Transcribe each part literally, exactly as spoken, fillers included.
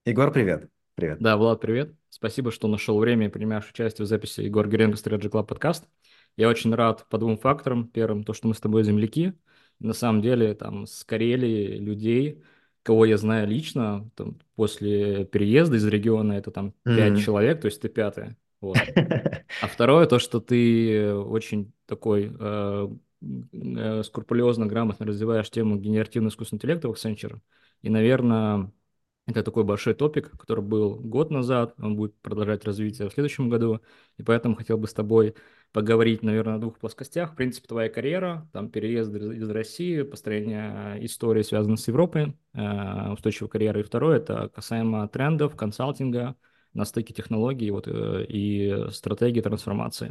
Егор, привет. Привет. Да, Влад, привет. Спасибо, что нашел время и принимаешь участие в записи Егор Геренко Strategy Club подкаст. Я очень рад по двум факторам. Первым, то, что мы с тобой земляки. На самом деле, там, с Карелии людей, кого я знаю лично, там, после переезда из региона, это там пять М. человек, то есть ты пятый. Вот. А второе, то, что ты очень такой э, э, скрупулезно, грамотно развиваешь тему генеративного искусственного интеллекта в Accenture. И, наверное, это такой большой топик, который был год назад, он будет продолжать развитие в следующем году. И поэтому хотел бы с тобой поговорить, наверное, на двух плоскостях. В принципе, твоя карьера, там переезд из из России, построение истории, связанной с Европой, э, устойчивой карьеры. И второе, это касаемо трендов, консалтинга, на стыке технологий вот, э, и стратегии трансформации.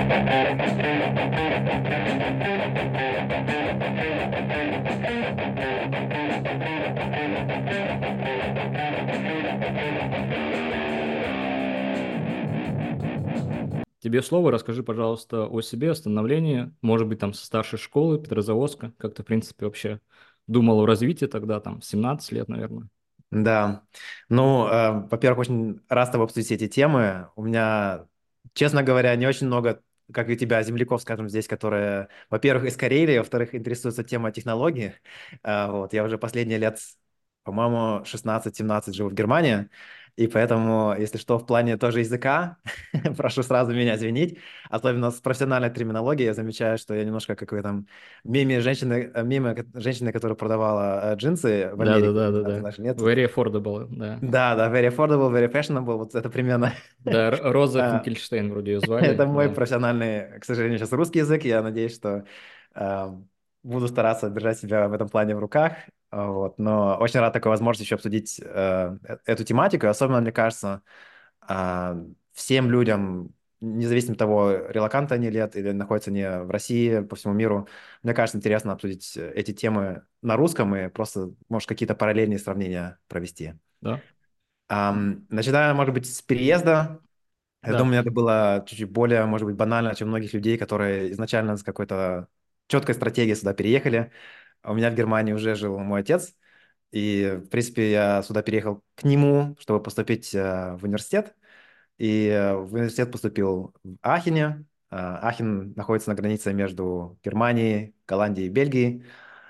Тебе слово, расскажи, пожалуйста, о себе, о становлении, может быть, там, со старшей школы, Петрозаводска, как ты, в принципе, вообще думал о развитии тогда, там, семнадцать лет, наверное. Да. Ну, э, во-первых, очень рад с тобой обсудить эти темы. У меня, честно говоря, не очень много, как и у тебя, земляков, скажем, здесь, которые, во-первых, из Карелии, во-вторых, интересуются темой технологий. Э, вот. Я уже последние лет, по-моему, шестнадцать-семнадцать живу в Германии, и поэтому, если что, в плане тоже языка, прошу сразу меня извинить, особенно с профессиональной терминологией, я замечаю, что я немножко как в этом меме женщины, э, меме ко- женщины, которая продавала э, джинсы в Америке, не знаю, ты Да-да-да-да-да. знаешь, нет? Very affordable, да. Да, да, very affordable, very fashionable, вот это примерно. Да, Р- Роза а, Финкельштейн вроде ее Это звали, мой да. профессиональный, к сожалению, сейчас русский язык. Я надеюсь, что э, буду стараться держать себя в этом плане в руках. А, Вот. Но очень рад такой возможности еще обсудить э, э- эту тематику. И особенно, мне кажется, а, всем людям, независимо от того, релоканты они лет или находятся не в России, по всему миру, мне кажется, интересно обсудить эти темы на русском и просто, может, какие-то параллельные сравнения провести. Да, Ам, начиная, может быть, с переезда. Я да. думаю, это было чуть-чуть более, может быть, банально, чем у многих людей, которые изначально с какой-то четкой стратегией сюда переехали. А у меня в Германии уже жил мой отец, и, в принципе, я сюда переехал к нему, чтобы поступить э, в университет. И э, в университет поступил в Ахене. А, Ахен находится на границе между Германией, Голландией и Бельгией.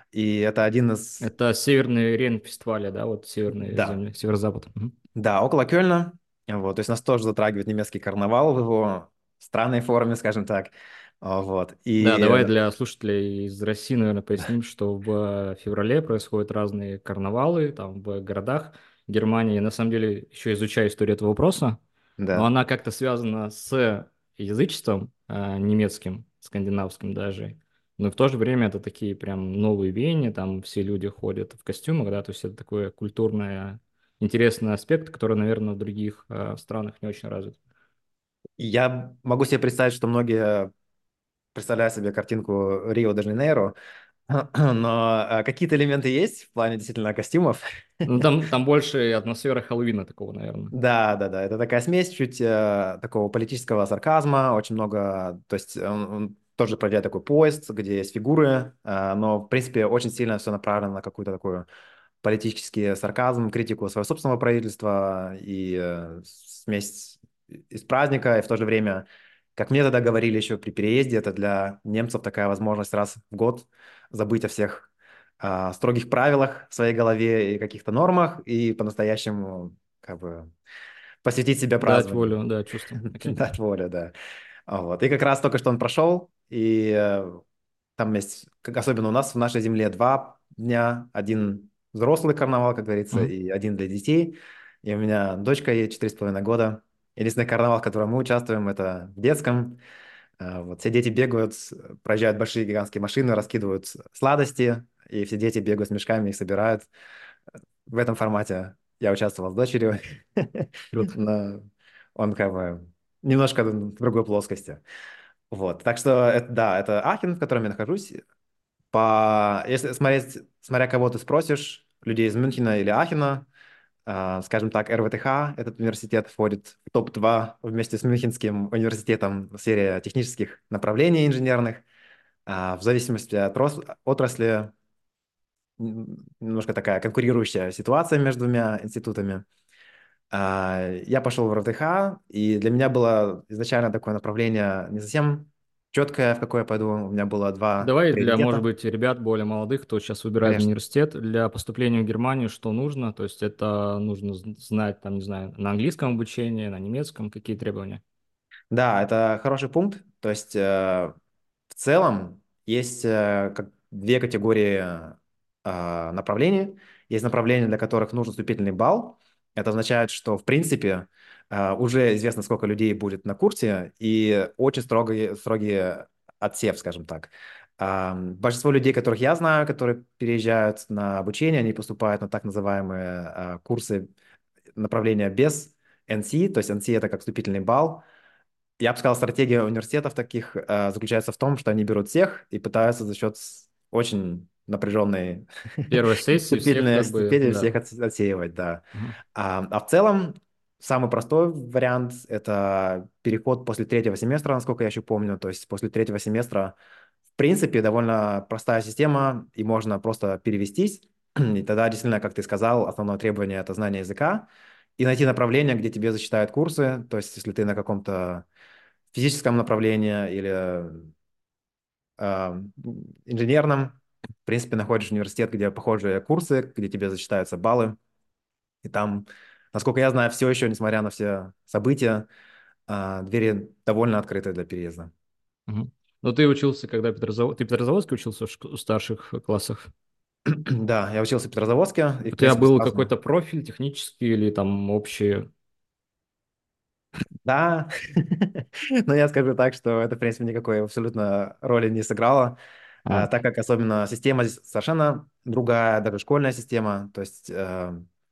И это один из... Это Северный Рейн-Фестивалия, да, вот северные Да, земли, северо-запад. Мгм. да, около Кёльна. Вот, то есть нас тоже затрагивает немецкий карнавал в его странной форме, скажем так. А, Вот. Да, И давай для слушателей из России, наверное, поясним, что в феврале происходят разные карнавалы там в городах Германии. Я на самом деле еще изучаю историю этого вопроса, но да. она как-то связана с язычеством э, немецким, скандинавским даже. Но в то же время это такие прям новые веяния, там все люди ходят в костюмах, да, то есть это такой культурный интересный аспект, который, наверное, в других э, странах не очень развит. Я могу себе представить, что многие представляют себе картинку Рио-де-Жанейро, но а, какие-то элементы есть в плане действительно костюмов. Ну, там, там больше атмосфера Хэллоуина такого, наверное. Да, да, да, это такая смесь чуть э, такого политического сарказма, очень много, то есть он, он тоже проделает такой поезд, где есть фигуры, э, но, в принципе, очень сильно все направлено на какую-то такую политический сарказм, критику своего собственного правительства и э, смесь из праздника, и в то же время, как мне тогда говорили еще при переезде, это для немцев такая возможность раз в год забыть о всех а, строгих правилах в своей голове и каких-то нормах, и по-настоящему как бы посвятить себя Дать празднованию. волю, да, чувствам. Окей. Дать волю, да. А Вот. И как раз только что он прошел, и э, там есть, как особенно у нас в нашей земле, два дня. Один взрослый карнавал, как говорится, Мгм. и один для детей. И у меня дочка ей четыре с половиной года. Единственный карнавал, в котором мы участвуем, это в детском. А, Вот все дети бегают, с- проезжают большие гигантские машины, раскидывают сладости, и все дети бегают с мешками, их собирают. В этом формате я участвовал с дочерью, Круто. но он как бы немножко в другой плоскости. Вот, так что это, да, это Ахен, в котором я нахожусь. По, если смотреть, смотря кого ты спросишь, людей из Мюнхена или Ахена, а, скажем так, эр вэ тэ ха, этот университет входит в топ два вместе с Мюнхенским университетом в серии технических направлений инженерных. А, в зависимости от рос- отрасли м, немножко такая конкурирующая ситуация между двумя институтами. А, Я пошел в эр вэ тэ ха, и для меня было изначально такое направление не совсем четкое, в какое я пойду. У меня было два Давай для, может приоритета. быть, ребят более молодых, кто сейчас выбирает Конечно. университет, для поступления в Германию что нужно? То есть это нужно з- знать, там, не знаю, на английском обучение, на немецком, какие требования? Да, это хороший пункт. То есть э, в целом есть э, как две категории э, направлений. Есть направления, для которых нужен вступительный балл. Это означает, что в принципе э, уже известно, сколько людей будет на курсе, и очень строгий, строгий отсев, скажем так. А, Большинство людей, которых я знаю, которые переезжают на обучение, они поступают на так называемые э, курсы направления без эн си, то есть эн си это как вступительный балл. Я бы сказал, стратегия университетов таких э, заключается в том, что они берут всех и пытаются за счет с- очень напряженной Первая сессия всех вступительной как бы, ступени всех да. отс- отсеивать, да. Мгм. А, а в целом, самый простой вариант — это переход после третьего семестра, насколько я еще помню. То есть после третьего семестра, в принципе, довольно простая система, и можно просто перевестись. И тогда действительно, как ты сказал, основное требование — это знание языка, и найти направление, где тебе зачитают курсы. То есть если ты на каком-то физическом направлении или э, инженерном. В принципе, находишь университет, где похожие курсы, где тебе зачитаются баллы. И там, насколько я знаю, все еще, несмотря на все события, э, двери довольно открыты для переезда. Мгм. Но ты учился, когда Петрозавод... Ты в Петрозаводске учился в шк- в старших классах? Да, я учился в Петрозаводске, и, У в тебя принципе, был сразу... какой-то профиль технический или там общий? Да, но я скажу так, что это, в принципе, никакой абсолютно роли не сыграло, А, э, так как особенно система здесь совершенно другая, даже школьная система. То есть э,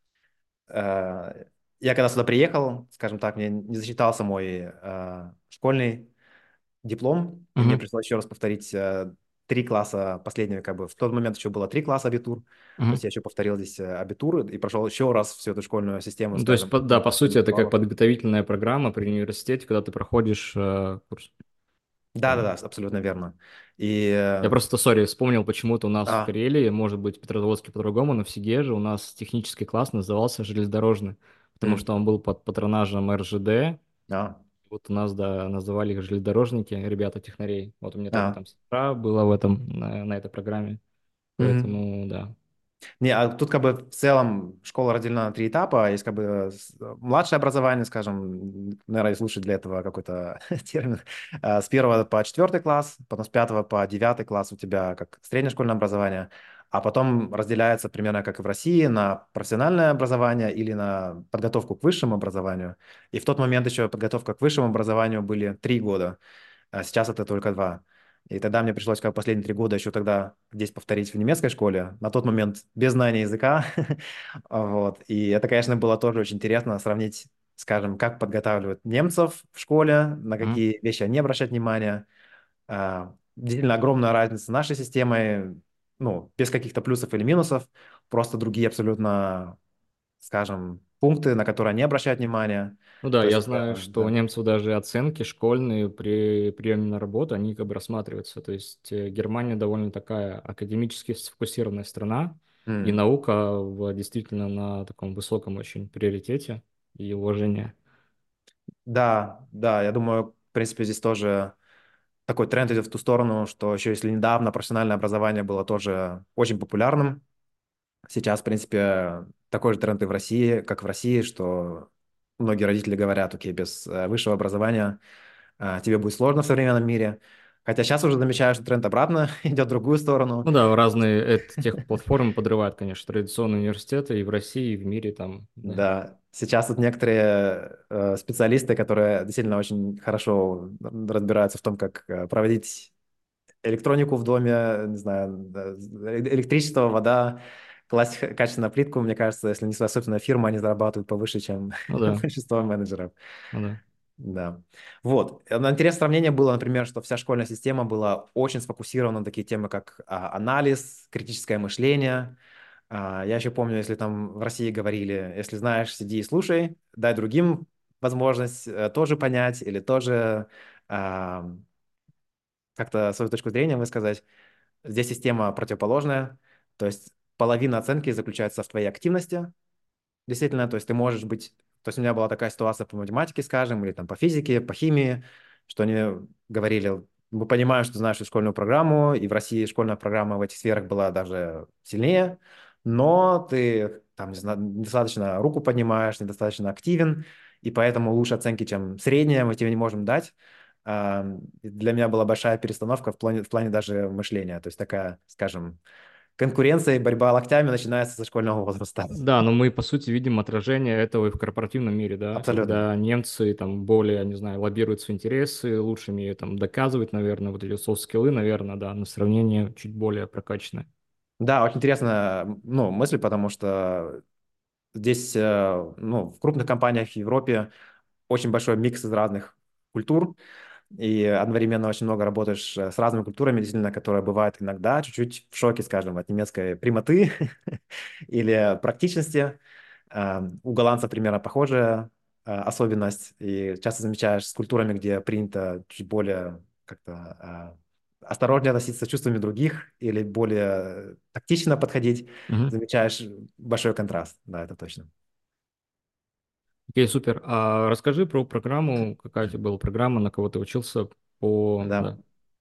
Э, я когда сюда приехал, скажем так, мне не засчитался мой э, школьный диплом, и мне мгм, пришлось еще раз повторить э, три класса последнего, как бы в тот момент еще было три класса абитур, то мгм. есть я еще повторил здесь э, абитур и прошел еще раз всю эту школьную систему, Ну, то есть, скажем, по- да, по подсчета сути, школьных это как баллов. подготовительная программа при университете, когда ты проходишь э, курс. Понял. Да-да-да, абсолютно верно. И Я э, просто, сори, вспомнил, почему-то у нас в а, Карелии, может быть, в Петрозаводске по-другому, но в Сигеже у нас технический класс назывался железнодорожный, потому м, что он был под патронажем эр жэ дэ. а, Вот у нас, да, называли их железнодорожники, ребята технарей. Вот у меня тоже а, там сестра была в этом, на, на этой программе. мгм. Поэтому, да. Не, а тут как бы в целом школа разделена на три этапа. Есть как бы с- младшее образование, скажем, наверное, лучше для этого какой-то термин. А, С первого по четвертый класс, потом с пятого по девятый класс у тебя как среднее школьное образование, а потом разделяется примерно как и в России на профессиональное образование или на подготовку к высшему образованию. И в тот момент еще подготовка к высшему образованию были три года, а сейчас это только два. И тогда мне пришлось как последние три года еще тогда здесь повторить в немецкой школе, на тот момент без знания языка. Вот. И это, конечно, было тоже очень интересно сравнить, скажем, как подготавливают немцев в школе, на Мгм. какие вещи они обращают внимание. А, Действительно огромная разница с нашей системой, ну, без каких-то плюсов или минусов, просто другие абсолютно, скажем, пункты, на которые они обращают внимание. Ну да, То я есть, знаю, это, что у да. немцев даже оценки школьные при приеме на работу, они как бы рассматриваются. То есть э, Германия довольно такая академически сфокусированная страна, и М. наука в, действительно на таком высоком очень приоритете и уважении. Да, да, я думаю, в принципе, здесь тоже такой тренд идет в ту сторону, что еще если недавно профессиональное образование было тоже очень популярным, сейчас, в принципе, такой же тренд и в России, как в России, что многие родители говорят, окей, без э, высшего образования э, тебе будет сложно в современном мире. Хотя сейчас уже замечаю, что тренд обратно идет в другую сторону. Ну да, разные это, тех платформы подрывают, конечно, традиционные университеты и в России, и в мире там, да. Да, сейчас вот некоторые э, специалисты, которые действительно очень хорошо разбираются в том, как э, проводить электронику в доме, не знаю, да, э- электричество, вода, класть х- качественно плитку, мне кажется, если не своя собственная фирма, они зарабатывают повыше, чем Ну да, большинство менеджеров. ну да. Да. Вот. Э, но Интересное сравнение было, например, что вся школьная система была очень сфокусирована на такие темы, как а, анализ, критическое мышление. А, я еще помню, если там в России говорили, если знаешь, сиди и слушай, дай другим возможность э, тоже понять или тоже а, как-то свою точку зрения высказать. Здесь система противоположная, то есть половина оценки заключается в твоей активности, действительно, то есть ты можешь быть То есть у меня была такая ситуация по математике, скажем, или там по физике, по химии, что они говорили, мы понимаем, что ты знаешь эту школьную программу, и в России школьная программа в этих сферах была даже сильнее, но ты там не знаю, недостаточно руку поднимаешь, недостаточно активен, и поэтому лучше оценки, чем средние, мы тебе не можем дать. А, и Для меня была большая перестановка в плане, в плане даже мышления. То есть такая, скажем, конкуренция и борьба локтями начинается со школьного возраста. Да, но мы, по сути, видим отражение этого и в корпоративном мире, да, Абсолютно. когда немцы там более, не знаю, лоббируют свои интересы, лучше умеют там доказывать, наверное, вот эти софт-скиллы, наверное, да, на сравнение чуть более прокачанные. Да, очень интересная, ну, мысль, потому что здесь, э, ну, в крупных компаниях в Европе очень большой микс из разных культур, и одновременно очень много работаешь э, с разными культурами, действительно, которые бывают иногда чуть-чуть в шоке, скажем, от немецкой прямоты или практичности. Э, У голландцев примерно похожая э, особенность, и часто замечаешь с культурами, где принято чуть более как-то э, осторожнее относиться с чувствами других или более тактично подходить, Мгм. замечаешь большой контраст. Да, это точно. Окей, супер. А расскажи про программу, какая у тебя была программа, на кого ты учился по, Да. да.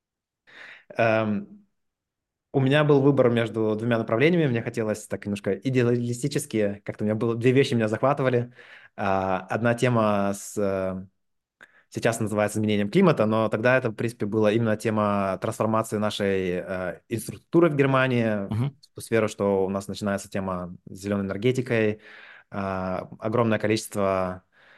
Эм, У меня был выбор между двумя направлениями. Мне хотелось так немножко идеалистически, как-то у меня было две вещи меня захватывали. А, Одна тема с э, сейчас называется изменением климата, но тогда это, в принципе, была именно тема трансформации нашей э, инфраструктуры в Германии, в Мгм. ту сферу, что у нас начинается тема с зеленой энергетикой, а, огромное количество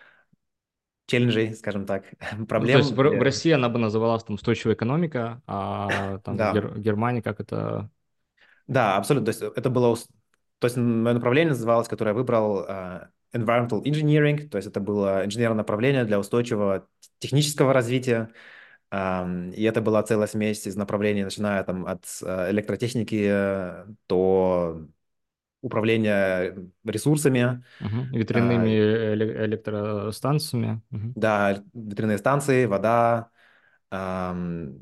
челленджей, скажем так, Ну, то есть проблем. в, Р- в Для- России она бы называлась там устойчивая экономика, а там в Да, Гер- Германии как это... да, абсолютно. То есть это было, ус- то есть мое направление называлось, которое я выбрал, э, Environmental Engineering, то есть это было инженерное направление для устойчивого технического развития. Ам, И это была целая смесь из направлений, начиная там от э, электротехники э, до управления ресурсами, Мгм. а, Ветряными эле- электростанциями. Мгм. да, ветряные станции, вода, ам,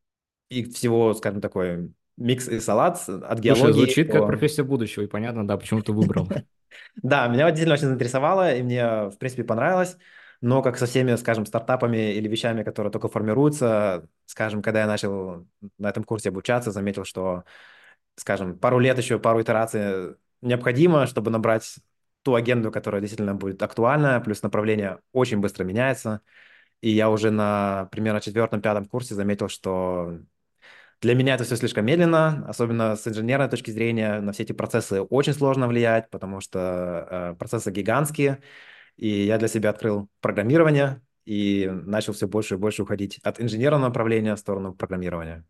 и всего, скажем, такой микс и салат от Слушай, геологии звучит как до... профессия будущего, и понятно, да, почему ты выбрал. Да, меня вот действительно очень заинтересовало, и мне, в принципе, понравилось, но как со всеми, скажем, стартапами или вещами, которые только формируются, скажем, когда я начал на этом курсе обучаться, заметил, что скажем, пару лет еще, пару итераций необходимо, чтобы набрать ту агенду, которая действительно будет актуальна, плюс направление очень быстро меняется. И я уже на примерно четвертом-пятом курсе заметил, что для меня это все слишком медленно, особенно с инженерной точки зрения. На все эти процессы очень сложно влиять, потому что э, процессы гигантские. И я для себя открыл программирование и начал все больше и больше уходить от инженерного направления в сторону программирования.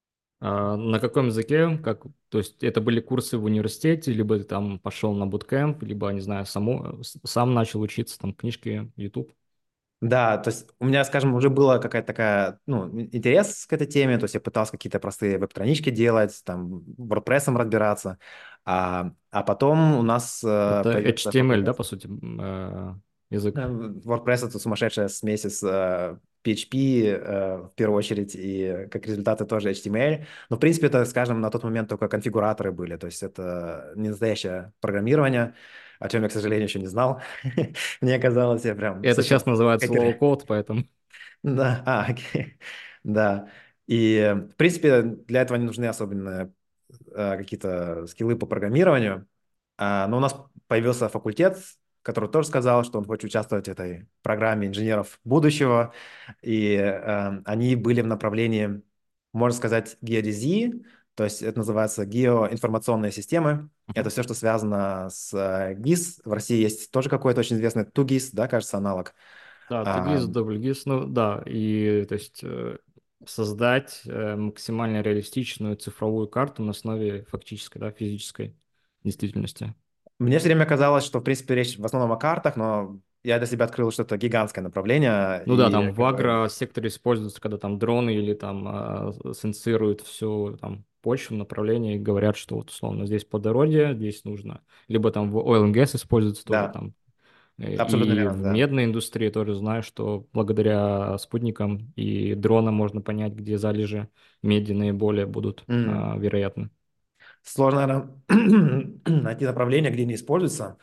А на каком языке? Как, то есть это были курсы в университете, либо ты там пошел на буткемп, либо, не знаю, само, с- сам начал учиться, там, книжки, YouTube. Да, то есть у меня, скажем, уже была какая-то такая, ну, интерес к этой теме, то есть я пытался какие-то простые веб-странички делать, там, WordPress разбираться, а, а потом у нас э, Это появился H T M L, да, факультет. по сути, м, э, язык? Э, WordPress — это сумасшедшая смесь из э, P H P, э, в первую очередь, и как результат это тоже H T M L. Но, в принципе, это, скажем, на тот момент только конфигураторы были, то есть это не настоящее программирование, о чем я, к сожалению, еще не знал. Мне казалось, я прям Это супер сейчас называется хакер. low-code, поэтому... Да, а, окей. Да. И, э, в принципе, для этого не нужны особенно э, какие-то скиллы по программированию. А, но у нас появился факультет, который тоже сказал, что он хочет участвовать в этой программе инженеров будущего. И э, они были в направлении, можно сказать, геодезии, то есть это называется геоинформационные системы. Это Мгм. все, что связано с э, гис. В России есть тоже какой-то очень известный тугис, да, кажется, аналог. Да, А, тугис, дубльгиз, ну да, и то есть э, создать э, максимально реалистичную цифровую карту на основе фактической, да, физической действительности. Мне все время казалось, что, в принципе, речь в основном о картах, но я для себя открыл что-то гигантское направление, Ну да, и там в как бы, агросекторе используются, когда там дроны или там а, сенсируют всю там почву, направление и говорят, что вот условно здесь плодородие, здесь нужно. Либо там в oil and gas используется тоже да, там. Э, абсолютно И верно, в да. медной индустрии тоже знаю, что благодаря спутникам и дронам можно понять, где залежи меди наиболее будут М. а, вероятны. Сложно, наверное, найти направление, где не используется.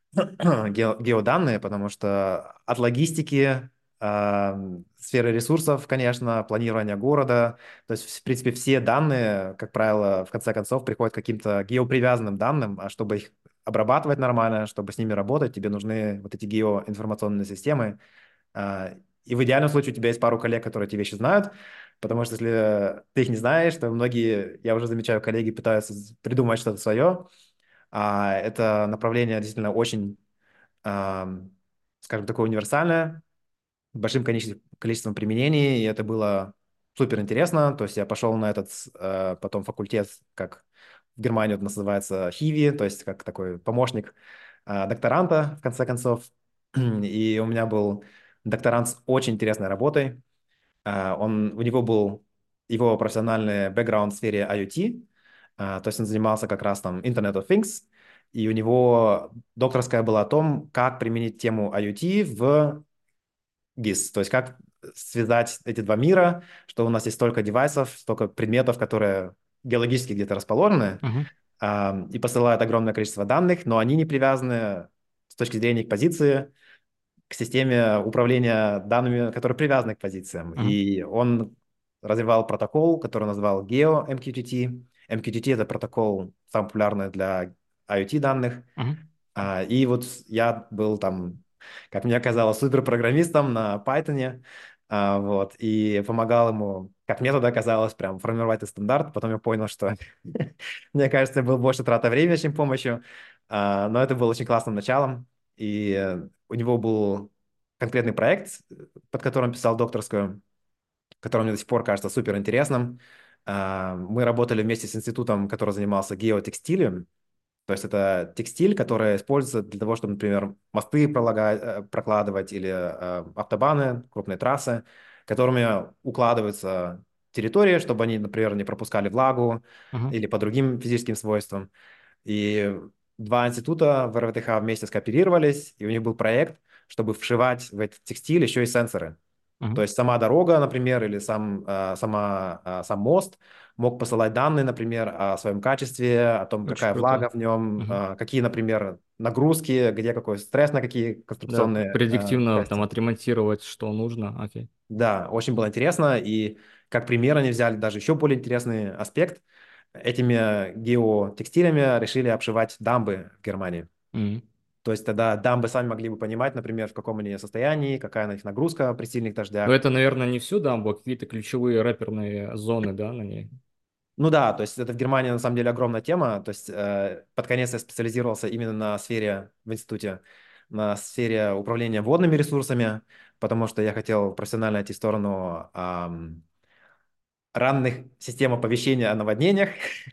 гео- геоданные, потому что от логистики, а, сферы ресурсов, конечно, планирования города, то есть, в принципе, все данные, как правило, в конце концов приходят к каким-то геопривязанным данным, а чтобы их обрабатывать нормально, чтобы с ними работать, тебе нужны вот эти геоинформационные системы. А, И в идеальном случае у тебя есть пару коллег, которые эти вещи знают, потому что если ты их не знаешь, то многие, я уже замечаю, коллеги пытаются придумать что-то свое, а это направление действительно очень, ам, скажем, такое универсальное, с большим количеством, количеством применений, и это было супер интересно. То есть я пошел на этот э, потом факультет, как в Германии это называется хиви, то есть как такой помощник э, докторанта, в конце концов. И у меня был докторант с очень интересной работой. А, Он, у него был его профессиональный бэкграунд в сфере IoT, а, то есть он занимался как раз там Internet of Things, и у него докторская была о том, как применить тему IoT в гис, то есть как связать эти два мира, что у нас есть столько девайсов, столько предметов, которые биологически где-то расположены, Мгм. а, и посылают огромное количество данных, но они не привязаны с точки зрения их позиции к системе управления данными, которые привязаны к позициям. Мгм. И он развивал протокол, который он назвал GeoMQTT. эм кью ти ти — это протокол самый популярный для IoT данных. Мгм. А, И вот я был там, как мне казалось, суперпрограммистом на Python, а, вот, и помогал ему, как мне тогда казалось, прям формировать этот стандарт. Потом я понял, что, мне кажется, был больше трата времени, чем помощью. А, но это было очень классным началом. И э, у него был конкретный проект, под которым писал докторскую, который мне до сих пор кажется супер интересным. А, мы работали вместе с институтом, который занимался геотекстилем. То есть это текстиль, который используется для того, чтобы, например, мосты пролагать, э, прокладывать или э, автобаны, крупные трассы, которыми укладываются территории, чтобы они, например, не пропускали влагу Мгм. или по другим физическим свойствам. И два института в эр вэ тэ ха вместе скооперировались, и у них был проект, чтобы вшивать в этот текстиль еще и сенсоры. То Мгм. есть сама дорога, например, или сам, э, сама, э, сам мост мог посылать данные, например, о своем качестве, о том, Очень какая круто. влага в нем, Мгм. э, какие, например, нагрузки, где какой стресс на какие Да, конструкционные э, предиктивно там части. отремонтировать, что нужно. Окей. Да, очень было интересно. И как пример они взяли даже еще более интересный аспект. Этими геотекстилями решили обшивать дамбы в Германии. Мгм. То есть тогда дамбы сами могли бы понимать, например, в каком они состоянии, какая на них нагрузка при сильных Но дождях. это, наверное, не всю дамбу, а какие-то ключевые рэперные зоны, да, на ней. Ну да, то есть это в Германии на самом деле огромная тема. То есть э, под конец я специализировался именно на сфере в институте, на сфере управления водными ресурсами, потому что я хотел профессионально идти в сторону ам, ранних систем оповещения о наводнениях.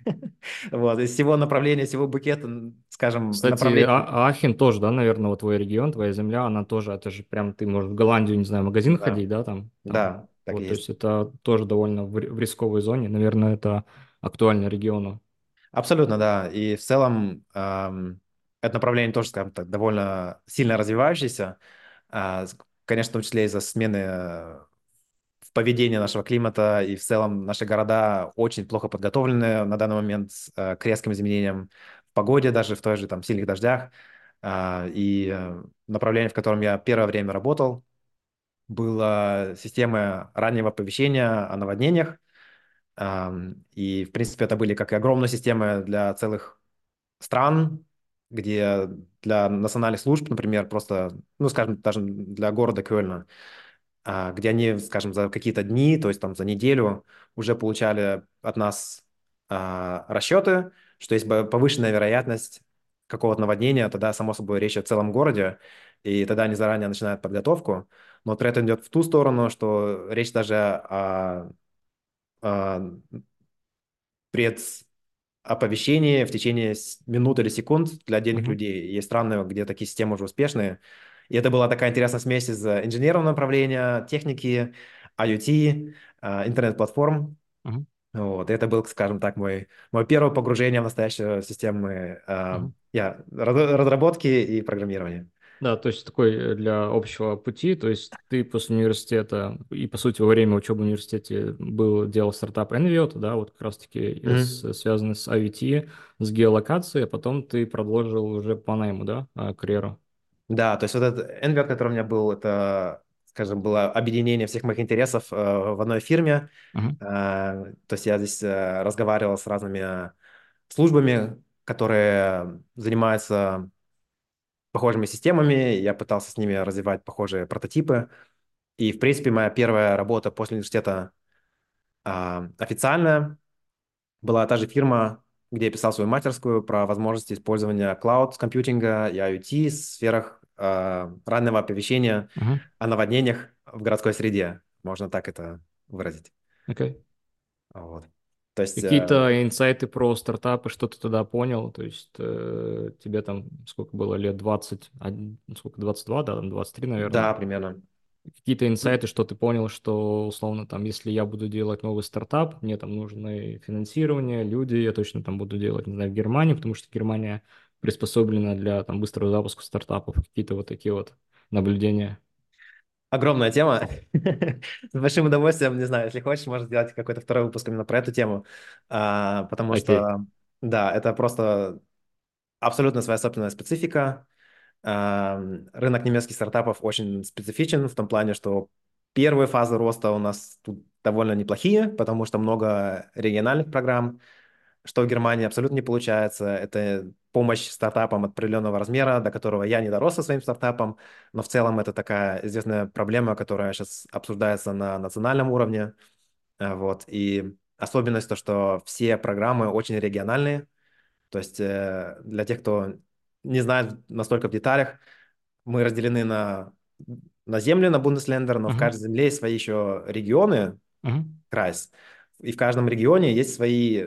Вот, из всего направления, из всего букета, м, скажем, Кстати, направлений. А- Ахен тоже, да, наверное, вот твой регион, твоя земля, она тоже, это же прям ты можешь в Голландию, не знаю, в магазин Да, ходить, да, там, там. да, так и Вот, то есть. есть это тоже довольно в, ри- в рисковой зоне, наверное, это актуально региону. Абсолютно, да. И в целом ам, это направление тоже, скажем так, довольно сильно развивающееся. А, с- конечно, в том числе из-за смены э, в поведении нашего климата, и в целом наши города очень плохо подготовлены на данный момент э, к резким изменениям в погоде, даже в той же там сильных дождях. А, И э, направление, в котором я первое время работал, было системы раннего оповещения о наводнениях. Ам, И, в принципе, это были как и огромные системы для целых стран, где для национальных служб, например, просто, ну, скажем, даже для города Кёльна, а, где они, скажем, за какие-то дни, то есть там за неделю уже получали от нас а, расчеты, что есть бо- повышенная вероятность какого-то наводнения, тогда, само собой, речь о целом городе, и тогда они заранее начинают подготовку. Но тренд идет в ту сторону, что речь даже о, о пред оповещение в течение с- минут или секунд для отдельных Мгм. людей. Есть страны, где такие системы уже успешные. И это была такая интересная смесь из э, инженерного направления, техники, IoT, э, интернет-платформ. Мгм. Вот. И это был, скажем так, мой, мое первое погружение в настоящую системы э, Мгм. я, разработки и программирования. Да, то есть такой э, для общего пути, то есть ты после университета и, по сути, во время учебы в университете был, делал стартап Enviot, да, вот как раз-таки э, с- Мгм. связанный с IoT, с геолокацией, а потом ты продолжил уже по найму, да, а, карьеру. Да, то есть вот этот Envy, который у меня был, это, скажем, было объединение всех моих интересов э, в одной фирме. Мгм. Э, то есть я здесь э, разговаривал с разными службами, которые занимаются похожими системами. Я пытался с ними развивать похожие прототипы. И, в принципе, моя первая работа после университета а, официальная была та же фирма, где я писал свою мастерскую про возможности использования клауд-компьютинга и IoT в сферах а, раннего оповещения Мгм. о наводнениях в городской среде. Можно так это выразить. Окей. Вот. То есть, э, Какие-то инсайты про стартапы, что ты тогда понял? То есть э, тебе там сколько было лет, двадцать, один, ну, сколько, двадцать два, да, там двадцать три, наверное. да, примерно. Какие-то инсайты, что ты понял, что условно там, если я буду делать новый стартап, мне там нужно и финансирование, люди, я точно там буду делать, не знаю, в Германии, потому что Германия приспособлена для там быстрого запуска стартапов, какие-то вот такие вот наблюдения. Огромная тема. С большим удовольствием, не знаю, если хочешь, можно сделать какой-то второй выпуск именно про эту тему. А, потому Окей. что, да, это просто абсолютно своя собственная специфика. А, рынок немецких стартапов очень специфичен в том плане, что первые фазы роста у нас тут довольно неплохие, потому что много региональных программ, что в Германии абсолютно не получается. Это помощь стартапам определенного размера, до которого я не дорос со своим стартапом, но в целом это такая известная проблема, которая сейчас обсуждается на национальном уровне. А, Вот. И особенность то, что все программы очень региональные. То есть э, для тех, кто не знает настолько в деталях, мы разделены на, на земли, на Бундесländer, но в Мгм. каждой земле есть свои еще регионы, Мгм. крайс. И в каждом регионе есть свои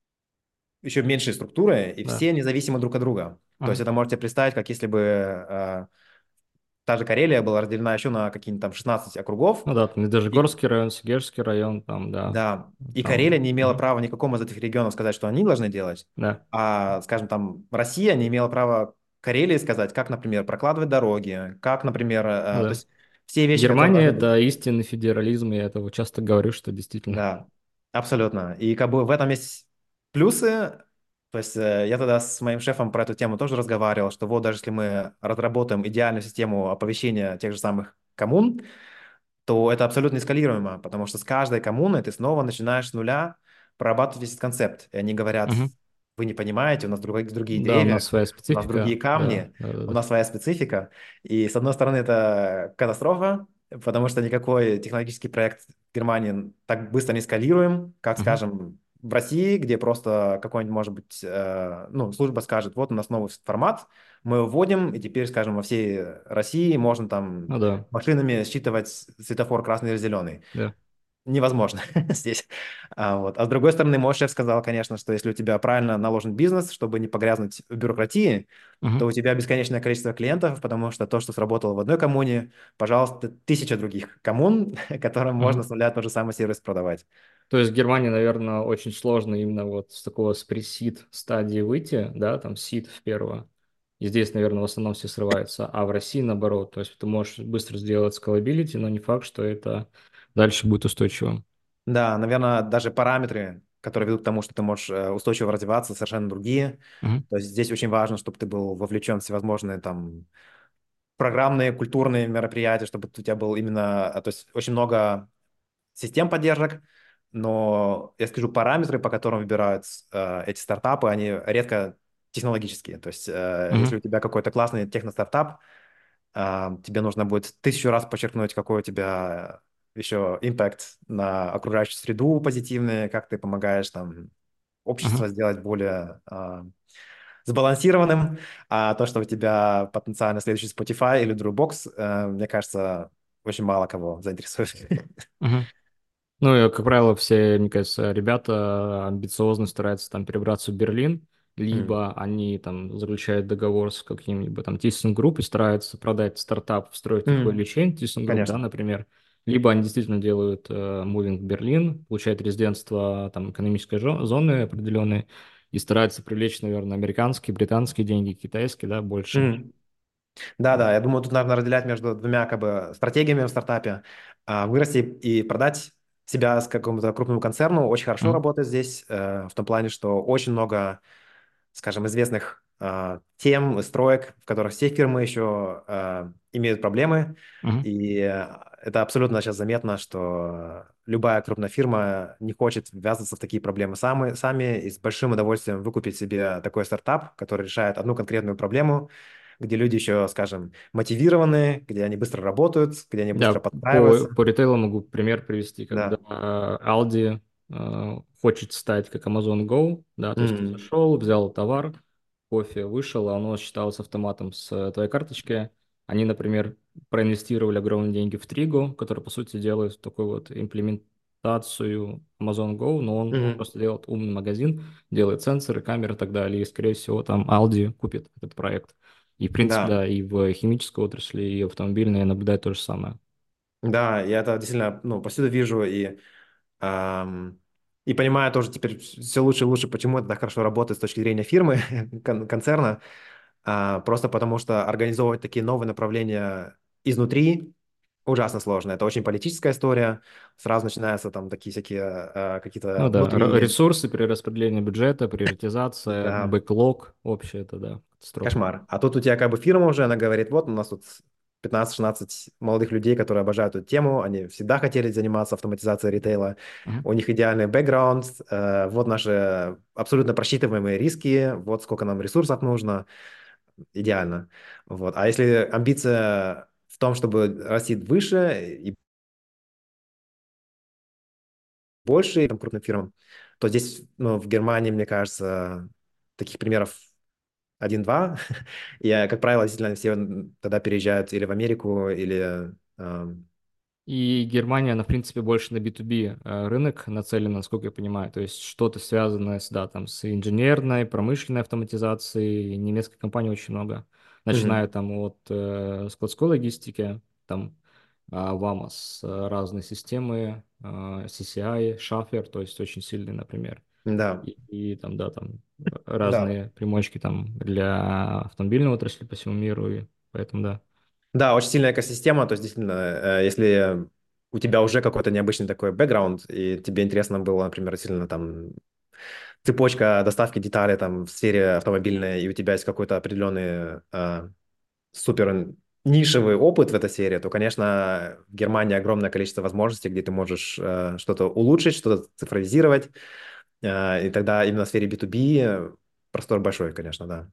еще меньшие структуры, и Да. все независимы друг от друга. То есть Мгм. это можете представить, как если бы э, та же Карелия была разделена еще на какие-нибудь там шестнадцать округов, Ну да, там и даже и, Горский район, Сигежский район, там, да, да, и Карелия там, не имела мгм. права никакому из этих регионов сказать, что они должны делать, Да. а, скажем, там Россия не имела права Карелии сказать, как, например, прокладывать дороги, как, например, Ну э, то да. есть все вещи, которые Германия — должны быть. это истинный федерализм, я это вот часто говорю, что действительно. Да, абсолютно. И как бы в этом есть плюсы. То есть э, я тогда с моим шефом про эту тему тоже разговаривал, что вот даже если мы разработаем идеальную систему оповещения тех же самых коммун, то это абсолютно эскалируемо, потому что с каждой коммуной ты снова начинаешь с нуля прорабатывать весь этот концепт. И они говорят, Мгм. вы не понимаете, у нас другие, другие Да, у нас деревья, своя у нас другие специфика, да, камни, да, да, у да. нас своя специфика. И с одной стороны это катастрофа, потому что никакой технологический проект в Германии так быстро не скалируем, как, Мгм. скажем, в России, где просто какой-нибудь, может быть, э, ну, служба скажет, вот у нас новый формат, мы его вводим, и теперь, скажем, во всей России можно там Ну да, машинами считывать светофор красный или зеленый. да. Невозможно здесь. А, вот. А с другой стороны, мой шеф сказал, конечно, что если у тебя правильно наложен бизнес, чтобы не погрязнуть в бюрократии, то Мгм. у тебя бесконечное количество клиентов, потому что то, что сработало в одной коммуне, пожалуйста, тысяча других коммун, которым можно Мгм. с нуля тот же самый сервис продавать. То есть Германии, наверное, очень сложно именно вот с такого с pre-seed стадии выйти, да, там seed в первого. И здесь, наверное, в основном все срываются, а в России наоборот. То есть ты можешь быстро сделать scalability, но не факт, что это дальше будет устойчивым. Да, наверное, даже параметры, которые ведут к тому, что ты можешь э, устойчиво развиваться, совершенно другие. Мгм. То есть здесь очень важно, чтобы ты был вовлечен в всевозможные там программные, культурные мероприятия, чтобы у тебя был именно, а, то есть очень много систем поддержек, но я скажу, параметры, по которым выбирают э, эти стартапы, они редко технологические. То есть э, если Мгм. у тебя какой-то классный техностартап, э, тебе нужно будет тысячу раз подчеркнуть, какой у тебя еще импакт на окружающую среду позитивный, как ты помогаешь там общество Мгм. сделать более э, сбалансированным, а то, что у тебя потенциально следующий Spotify или Dropbox, э, мне кажется, очень мало кого заинтересует. Мгм. Ну, и, как правило, все, мне кажется, ребята амбициозно стараются там перебраться в Берлин, М, либо они там заключают договор с каким-либо там ThyssenKrupp и стараются продать стартап, встроить их в value м, chain, ThyssenKrupp, да, Конечно. например, либо они действительно делают э, мувинг в Берлин, получают резидентство там экономической жо- зоны определенной и стараются привлечь, наверное, американские, британские деньги, китайские, да, больше. М. Да, да, я думаю, тут нужно разделять между двумя как бы стратегиями в стартапе. А, Вырасти и продать себя с какому-то крупному концерну очень хорошо Мгм. работает здесь, э, в том плане, что очень много, скажем, известных а, тем, строек, в которых все фирмы еще а, имеют проблемы. Мгм. И э, это абсолютно сейчас заметно, что любая крупная фирма не хочет ввязываться в такие проблемы сами, сами и с большим удовольствием выкупить себе такой стартап, который решает одну конкретную проблему, где люди еще, скажем, мотивированы, где они быстро работают, где они Да, быстро по, подстраиваются. по ритейлу могу пример привести, когда Да. э, Aldi э, хочет стать как Amazon Go, да, то есть ты М, зашел, взял товар, кофе вышел, а оно считалось автоматом с э, твоей карточки. Они, например, проинвестировали огромные деньги в Trigo, который, по сути, делает такую вот имплементацию Amazon Go, но он, он мгм. просто делает умный магазин, делает сенсоры, камеры и так далее, и, скорее всего, там Aldi купит этот проект. И, в принципе, Да. да, и в химической отрасли, и в автомобильной я наблюдаю то же самое. Да, я это действительно, ну, повсюду вижу и, ам, и понимаю тоже теперь все лучше и лучше, почему это так хорошо работает с точки зрения фирмы, кон- концерна. А, просто потому что организовывать такие новые направления изнутри ужасно сложно. Это очень политическая история. Сразу начинаются там такие всякие а, какие-то Ну да, р- внутренние... ресурсы, перераспределение бюджета, приоритизация, Да, бэклог, общее это, да, катастрофа. кошмар. А тут у тебя как бы фирма уже, она говорит, вот у нас тут пятнадцать-шестнадцать молодых людей, которые обожают эту тему, они всегда хотели заниматься автоматизацией ритейла, Мгм. у них идеальный бэкграунд, э, вот наши абсолютно просчитываемые риски, вот сколько нам ресурсов нужно, идеально. Вот. А если амбиция в том, чтобы расти выше и больше, и там, крупным фирмам, то здесь, ну, в Германии, мне кажется, таких примеров один-два. И, э, как правило, действительно все тогда переезжают или в Америку, или... эм, И Германия, она, в принципе, больше на би ту би э, рынок нацелена, насколько я понимаю. То есть что-то связанное с, да, там, с инженерной, промышленной автоматизацией. Немецкой компаний очень много. мгм. Начиная там от э, складской логистики, там а, ВАМОС, э, разные системы, э, си си ай, Шафер, то есть очень сильные, например. Да, И, и там, да, там э, да. разные примочки там для автомобильной отрасли по всему миру, и поэтому да. Да, очень сильная экосистема, то есть действительно, э, если у тебя уже какой-то необычный такой бэкграунд, и тебе интересно было, например, сильно там цепочка доставки деталей там в сфере автомобильной, и у тебя есть какой-то определенный э, супер нишевый опыт в этой сфере, то, конечно, в Германии огромное количество возможностей, где ты можешь э, что-то улучшить, что-то цифровизировать, э, и тогда именно в сфере би ту би простор большой, конечно, да.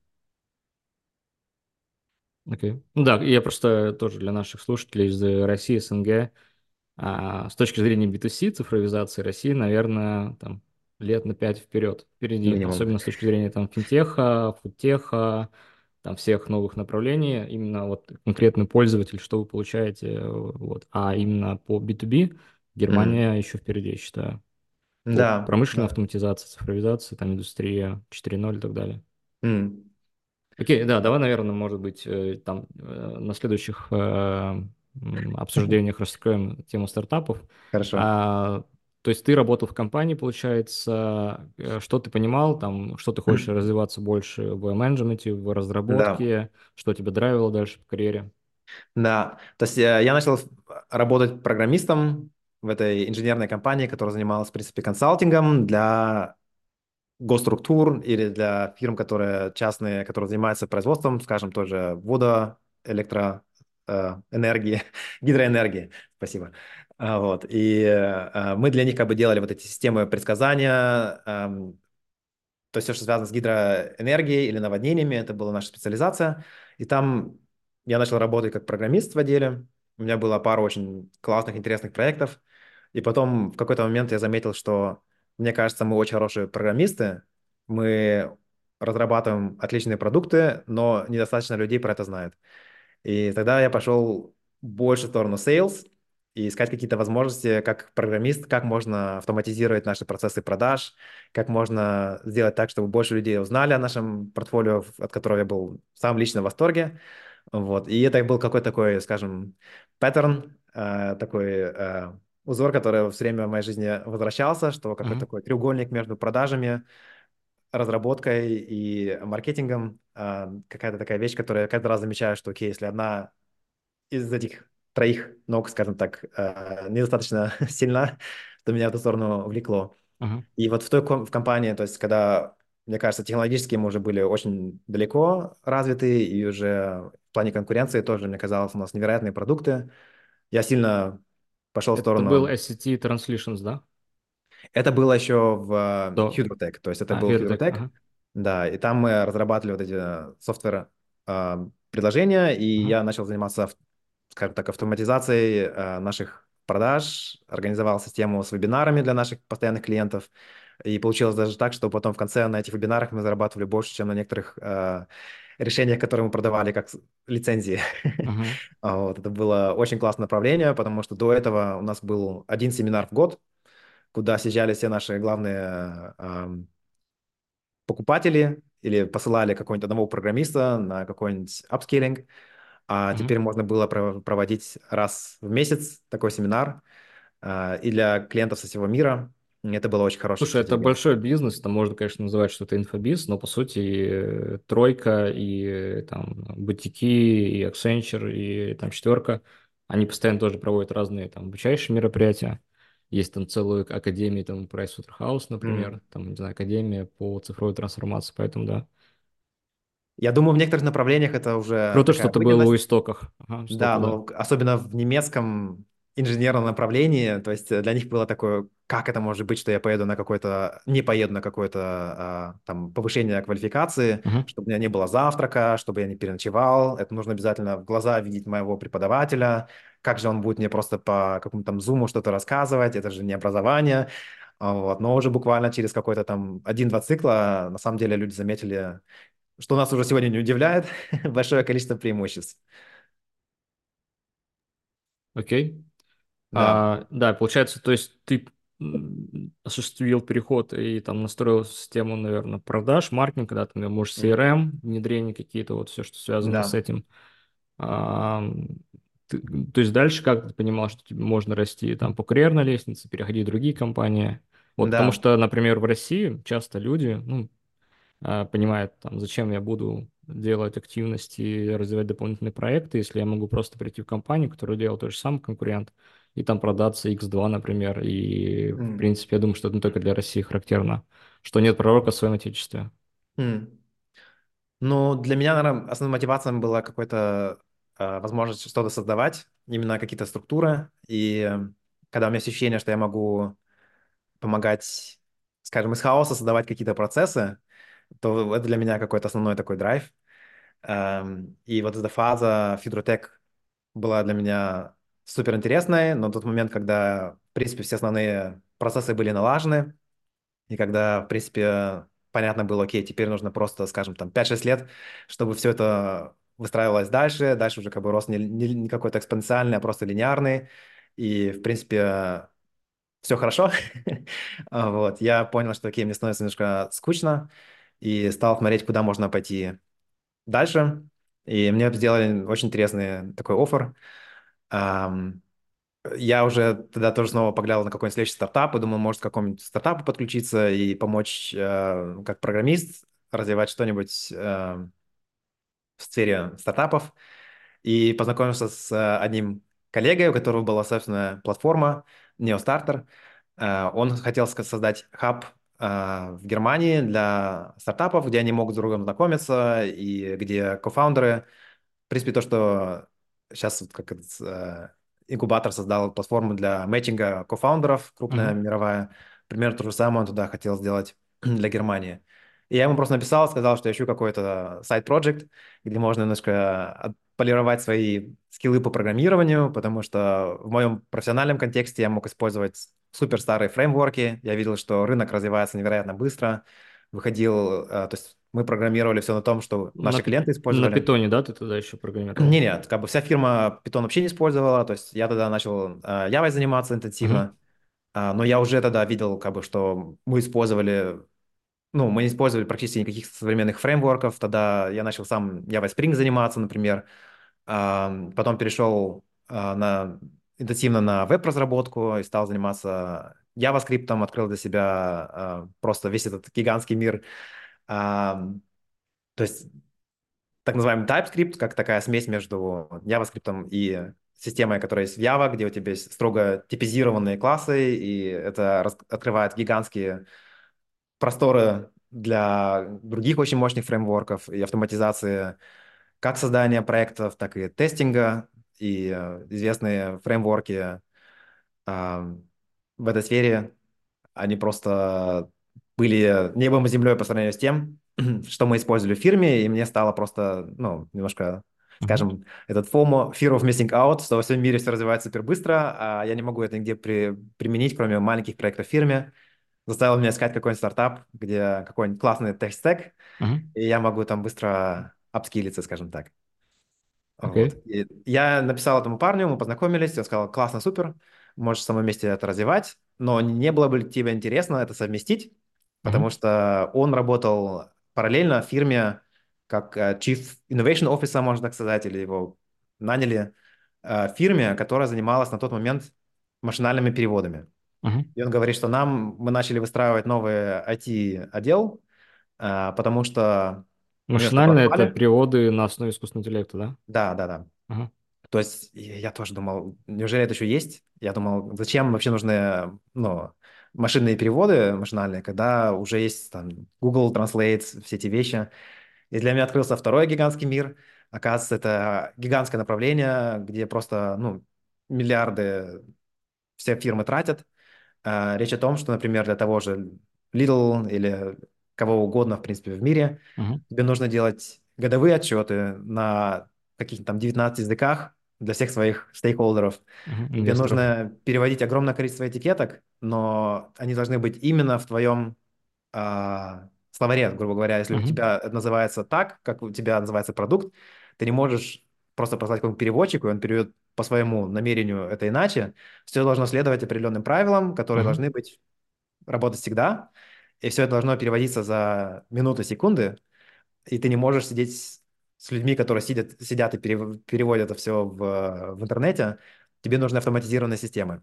Окей. Ну да, и я просто тоже для наших слушателей из э, России, эс эн гэ, а, с точки зрения би ту си цифровизации России, наверное, там лет на пять вперед, впереди, Минимум. особенно с точки зрения там финтеха, фудтеха, там всех новых направлений, именно вот конкретный пользователь, что вы получаете, э, вот, а именно по би ту би М. Германия еще впереди, я считаю, по Да, промышленной да. автоматизации, цифровизации, там индустрия четыре ноль и так далее. М. Окей, да, давай, наверное, может быть, э, там э, на следующих э, м, обсуждениях раскроем тему стартапов. Хорошо. А, то есть ты работал в компании, получается, э, что ты понимал, там, что ты хочешь развиваться больше в менеджменте, в Да, разработке, что тебя драйвило дальше по карьере? да. То есть э, я начал работать программистом в этой инженерной компании, которая занималась, в принципе, консалтингом для госструктур или для фирм, которые частные, которые занимаются производством, скажем, тоже водо, электро, э, энергии, гидроэнергии. Спасибо. А, Вот. И э, э, мы для них как бы делали вот эти системы предсказания, эм, то есть все, что связано с гидроэнергией или наводнениями, это была наша специализация. И там я начал работать как программист в отделе. У меня было пара очень классных, интересных проектов. И потом в какой-то момент я заметил, что, мне кажется, мы очень хорошие программисты. Мы разрабатываем отличные продукты, но недостаточно людей про это знает. И тогда я пошел больше в сторону sales и искать какие-то возможности как программист, как можно автоматизировать наши процессы продаж, как можно сделать так, чтобы больше людей узнали о нашем портфолио, от которого я был сам лично в восторге. Вот. И это был какой-то такой, скажем, паттерн, э, такой э, узор, который все время в моей жизни возвращался, что какой-то такой треугольник между продажами, разработкой и маркетингом а, какая-то такая вещь, которая каждый раз замечаю, что, окей, если одна из этих троих ног, скажем так, а, недостаточно сильна, то меня в эту сторону влекло. Ага. И вот в той ком- в компании, то есть когда, мне кажется, технологически мы уже были очень далеко развиты, и уже в плане конкуренции тоже, мне казалось, у нас невероятные продукты. Я сильно пошел в Это был сторону. S C T Translations, да? Это было еще в э, До... Hydrotech, то есть это А, был Фиртек, Hydrotech, ага. да, и там мы разрабатывали вот эти э, софтвер э, приложения, и Ага. я начал заниматься, ав- скажем так, автоматизацией э, наших продаж, организовал систему с вебинарами для наших постоянных клиентов, и получилось даже так, что потом в конце на этих вебинарах мы зарабатывали больше, чем на некоторых э, решениях, которые мы продавали как с- лицензии. Ага. А Вот, это было очень классное направление, потому что до этого у нас был один семинар в год, куда съезжали все наши главные ам, покупатели или посылали какого-нибудь одного программиста на какой-нибудь апскейлинг. А Ага. теперь можно было про- проводить раз в месяц такой семинар. А, и для клиентов со всего мира это была очень хорошая Слушай, это стратегия. большой бизнес, там можно, конечно, называть, что это инфобиз, но по сути э, тройка и э, там бутики, и Accenture, и там четверка, они постоянно тоже проводят разные там обучающие мероприятия. Есть там целую академию, там Pricewaterhouse, например, М. там, не знаю, академия по цифровой трансформации, поэтому да. Я думаю, в некоторых направлениях это уже Круто, что такая ты был у обыденность. истоках. Ага, Да, что-то, да. но особенно в немецком инженерном направлении, то есть э, для них было такое, как это может быть, что я поеду на какой-то, не поеду на какое-то а, там повышение квалификации, Ага. чтобы у меня не было завтрака, чтобы я не переночевал, это нужно обязательно в глаза видеть моего преподавателя, как же он будет мне просто по какому-то там зуму что-то рассказывать, это же не образование. А Вот. Но уже буквально через какой-то там один-два цикла на самом деле люди заметили, что нас уже сегодня не удивляет, большое количество преимуществ. Окей. Да, А, да, получается, то есть ты м, осуществил переход и там настроил систему, наверное, продаж, маркетинг, когда ты, может, М. C R M, внедрение какие-то, вот все, что связано с да, этим. А, ты- то есть дальше как ты понимал, что тебе можно расти там по карьерной лестнице, переходить в другие компании? Вот потому да. что, например, в России часто люди, ну, а, понимает, там, зачем я буду делать активности и развивать дополнительные проекты, если я могу просто прийти в компанию, которая делает тот же самый конкурент, и там продаться икс два, например. И, в М. принципе, я думаю, что это не только для России характерно, что нет пророка в своем отечестве. М. Ну, для меня, наверное, основной мотивацией была какой-то а, возможность что-то создавать, именно какие-то структуры. И э, когда у меня есть ощущение, что я могу помогать, скажем, из хаоса создавать какие-то процессы, то это для меня какой-то основной такой драйв. Эм, И вот эта фаза фидротек была для меня супер интересной, но тот момент, когда, в принципе, все основные процессы были налажены, и когда, в принципе, понятно было, окей, теперь нужно просто, скажем, там пять-шесть лет, чтобы все это выстраивалось дальше. Дальше уже как бы рост не, не- не какой-то экспоненциальный, а просто линейный. И, в принципе, все хорошо. А, Вот. Я понял, что, окей, мне становится немножко скучно, и стал смотреть, куда можно пойти дальше. И мне сделали очень интересный такой оффер. Я уже тогда тоже снова поглядел на какой-нибудь следующий стартап и думал, может, к какому-нибудь стартапу подключиться и помочь э, как программист развивать что-нибудь э, в сфере стартапов. И познакомился с э, одним коллегой, у которого была собственная платформа NeoStarter. Э, Он хотел ска- создать хаб э, в Германии для стартапов, где они могут с друг другом знакомиться и где кофаундеры в принципе, то, что сейчас вот как этот, э, инкубатор создал платформу для мэтчинга кофаундеров, крупная Мгм. мировая, примерно то же самое он туда хотел сделать для Германии. И я ему просто написал, сказал, что ищу какой-то сайт-проект, где можно немножко от- полировать свои скиллы по программированию, потому что в моем профессиональном контексте я мог использовать супер старые фреймворки. Я видел, что рынок развивается невероятно быстро. Выходил, э, то есть мы программировали все на том, что На, наши пи- клиенты на использовали. питоне, да, ты тогда еще программировал? Не, нет, как бы вся фирма Python вообще не использовала, то есть я тогда начал э, Java заниматься Мгм. интенсивно, а, но я уже тогда видел, как бы, что мы использовали, ну, мы не использовали практически никаких современных фреймворков, тогда я начал сам Java Spring заниматься, например. А, потом перешел а, на, интенсивно на веб-разработку и стал заниматься JavaScript, открыл для себя а, просто весь этот гигантский мир То есть так называемый TypeScript, как такая смесь между JavaScript и системой, которая есть в Java, где у тебя есть строго типизированные классы, и это рас- открывает гигантские просторы для других очень мощных фреймворков и автоматизации как создания проектов, так и тестинга, и э, известные фреймворки а, в этой сфере, они просто были небом и землей по сравнению с тем, что мы использовали в фирме, и мне стало просто, ну, немножко, Мгм. скажем, этот FOMO, fear of missing out, что во всем мире все развивается супер быстро, а я не могу это нигде при- применить, кроме маленьких проектов в фирме. Заставил меня искать какой-нибудь стартап, где какой-нибудь классный тех-стек, Мгм. и я могу там быстро апскилиться, скажем так. Вот. Окей. И я написал этому парню, мы познакомились, он сказал, классно, супер, можешь со мной вместе это развивать, но не было бы ли тебе интересно это совместить, потому Мгм. что он работал параллельно в фирме как э, Chief Innovation Officer, можно так сказать, или его наняли э, в фирме, которая занималась на тот момент машинальными переводами. Мгм. И он говорит, что нам, мы начали выстраивать новый ай ти-отдел, э, потому что у него что-то Машинально это пропали. переводы на основе искусственного интеллекта, да? Да, да, да. Ага. То есть я я тоже думал, неужели это еще есть? Я думал, зачем вообще нужны, ну, машинные переводы машинальные, когда уже есть там Google Translate, все эти вещи. И для меня открылся второй гигантский мир. Оказывается, это гигантское направление, где просто, ну, миллиарды все фирмы тратят. А, Речь о том, что, например, для того же Lidl или кого угодно, в принципе, в мире, Мгм. тебе нужно делать годовые отчеты на каких-то там девятнадцати языках для всех своих стейкхолдеров. Мгм. Тебе Инвесторов. нужно переводить огромное количество этикеток, но они должны быть именно в твоем а, словаре, грубо говоря. Если у Мгм. тебя это называется так, как у тебя называется продукт, ты не можешь просто послать какому-нибудь переводчику, и он переведет по своему намерению это иначе. Все должно следовать определенным правилам, которые Мгм. должны быть работать всегда, и все это должно переводиться за минуты, секунды, и ты не можешь сидеть с с людьми, которые сидят, сидят и перев- переводят это все в, в интернете. Тебе нужны автоматизированные системы.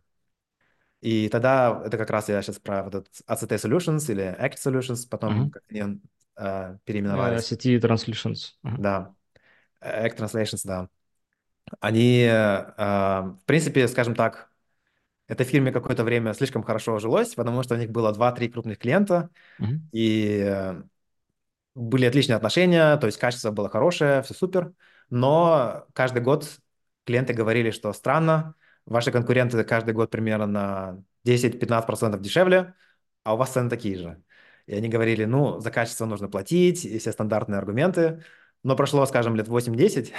И тогда это как раз я сейчас про вот этот эй си ти Solutions или Act Solutions, потом Мгм. как они э, Э, переименовались. Сети Translations. Ага. Да, Act Translations, да. Они, э, э, в принципе, скажем так, этой фирме какое-то время слишком хорошо жилось, потому что у них было два-три крупных клиента, Мгм. и э, были отличные отношения, то есть качество было хорошее, все супер, но каждый год клиенты говорили, что странно, ваши конкуренты каждый год примерно на десять-пятнадцать процентов дешевле, а у вас цены такие же. И они говорили, ну, за качество нужно платить, и все стандартные аргументы. Но прошло, скажем, лет восемь-десять,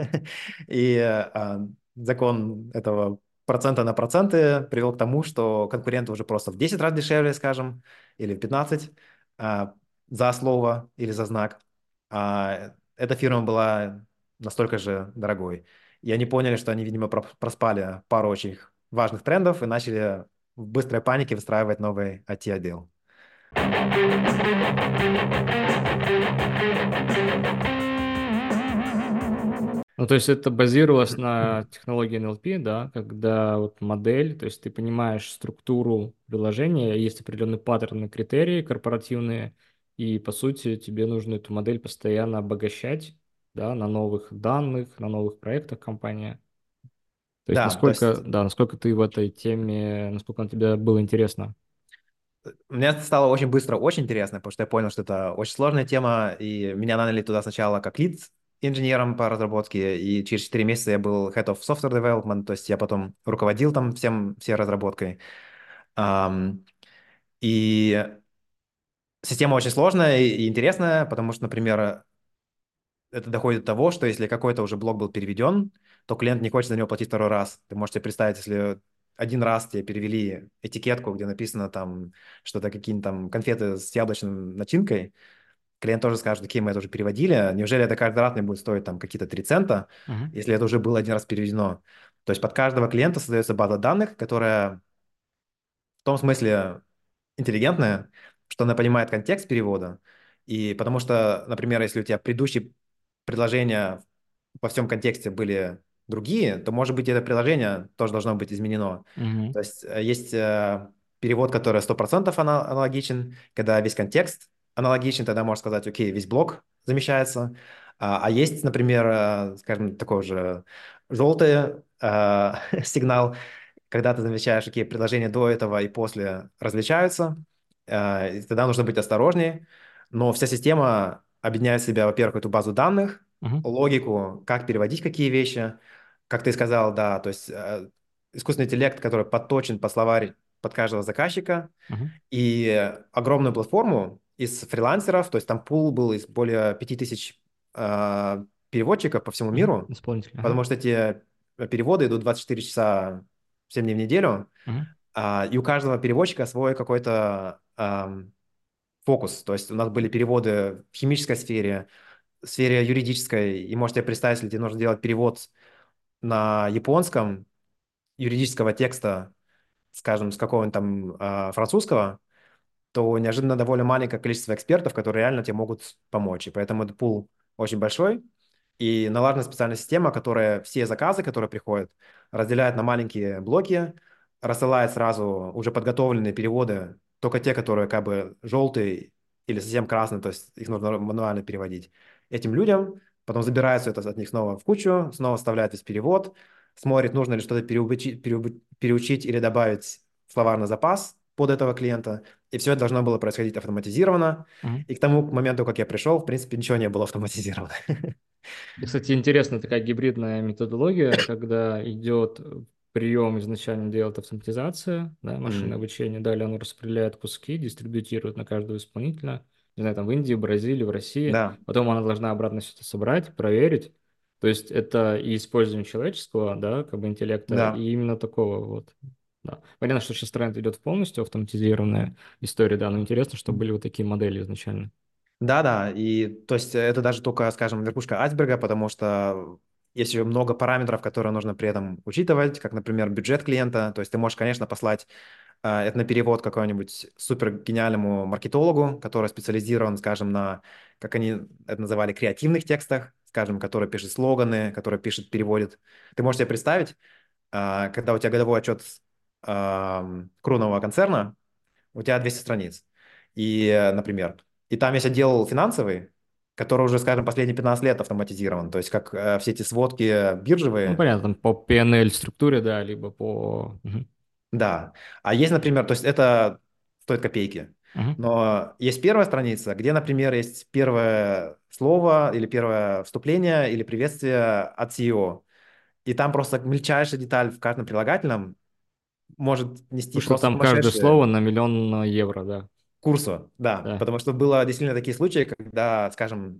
и а, закон этого процента на проценты привел к тому, что конкуренты уже просто в десять раз дешевле, скажем, или в пятнадцать а, за слово или за знак. А эта фирма была настолько же дорогой. И они поняли, что они, видимо, про- проспали пару очень важных трендов и начали в быстрой панике выстраивать новый ай ти-отдел. Ну, то есть это базировалось на технологии эн эл пи, да, когда вот модель, то есть ты понимаешь структуру приложения, есть определенные паттерны, критерии корпоративные, и, по сути, тебе нужно эту модель постоянно обогащать, да, на новых данных, на новых проектах компании. То есть Да, то насколько, есть да, насколько ты в этой теме, насколько она тебе было интересно. мне стало очень быстро очень интересно, потому что я понял, что это очень сложная тема, и меня наняли туда сначала как лид инженером по разработке, и через четыре месяца я был Head of Software Development, то есть я потом руководил там всем, всей разработкой. Ам, и система очень сложная и и интересная, потому что, например, это доходит до того, что если какой-то уже блок был переведен, то клиент не хочет за него платить второй раз. Ты можешь себе представить, если один раз тебе перевели этикетку, где написано там что-то, какие-нибудь там конфеты с яблочной начинкой, клиент тоже скажет, окей, мы это уже переводили, неужели это каждый раз мне будет стоить там какие-то три цента, Мгм. если это уже было один раз переведено? То есть под каждого клиента создается база данных, которая в том смысле интеллигентная, что она понимает контекст перевода. И потому что, например, если у тебя предыдущие предложения во всем контексте были другие, то, может быть, это приложение тоже должно быть изменено. Мгм. То есть э, есть э, перевод, который сто процентов ана- аналогичен, когда весь контекст аналогичный, тогда можно сказать, окей, весь блок замещается. А, а есть, например, э, скажем, такой же желтый э, сигнал, когда ты замечаешь, окей, предложения до этого и после различаются, э, и тогда нужно быть осторожнее. Но вся система объединяет в себя, во-первых, эту базу данных, Мгм. логику, как переводить какие вещи. Как ты сказал, да, то есть э, искусственный интеллект, который подточен по словарь под каждого заказчика, Мгм. и огромную платформу из фрилансеров, то есть там пул был из более пяти тысяч э, переводчиков по всему Мгм. миру, Исполнитель. Ага. потому что эти переводы идут двадцать четыре часа семь дней в неделю, Мгм. а, и у каждого переводчика свой какой-то ам, фокус. То есть у нас были переводы в химической сфере, в сфере юридической, и можете представить, если тебе нужно делать перевод на японском юридического текста, скажем, с какого-нибудь там а, французского, то неожиданно довольно маленькое количество экспертов, которые реально тебе могут помочь. И поэтому этот пул очень большой. И налажена специальная система, которая все заказы, которые приходят, разделяет на маленькие блоки, рассылает сразу уже подготовленные переводы, только те, которые как бы желтые или совсем красные, то есть их нужно мануально переводить этим людям, потом забирает все это от них снова в кучу, снова вставляет весь перевод, смотрит, нужно ли что-то переучить, переучить или добавить в словарный запас под этого клиента, и все это должно было происходить автоматизированно. Мгм. И к тому моменту, как я пришел, в принципе, ничего не было автоматизировано. И, кстати, интересная такая гибридная методология, когда идет прием, изначально делает автоматизация, да, машинное М, обучение, далее оно распределяет куски, дистрибьютирует на каждого исполнителя, не знаю, там в Индии, Бразилии, в России, Да, потом она должна обратно все это собрать, проверить, то есть это и использование человеческого, да, как бы интеллекта, и да, именно такого вот, да. Понятно, что сейчас тренд идет в полностью автоматизированная история, да, но интересно, что были вот такие модели изначально. да, да. И то есть это даже только, скажем, верхушка айсберга, потому что есть еще много параметров, которые нужно при этом учитывать, как, например, бюджет клиента. То есть ты можешь, конечно, послать э, это на перевод какому-нибудь супер гениальному маркетологу, который специализирован, скажем, на, как они это называли, креативных текстах, скажем, который пишет слоганы, который пишет, переводит. Ты можешь себе представить, э, когда у тебя годовой отчет э, крупного концерна, у тебя двести страниц. И, э, например, и там есть отдел финансовый, который уже, скажем, последние пятнадцать лет автоматизирован. То есть как э, все эти сводки Ну, биржевые, понятно, там по пи эн эл структуре, да, либо по... Мгм. да. А есть, например, то есть это стоит копейки. Мгм. Но есть первая страница, где, например, есть первое слово или первое вступление или приветствие от си и о. И там просто мельчайшая деталь в каждом прилагательном может нести Потому что просто там каждое слово сумасшедшие на миллион евро, да. курсу. Да, Да. потому что было действительно такие случаи, когда, скажем,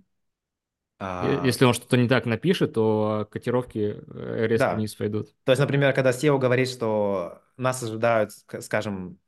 Е- а, Если он что-то не так напишет, то котировки э, резко да. вниз пойдут. То есть, например, когда сео говорит, что нас ожидают, ск- скажем,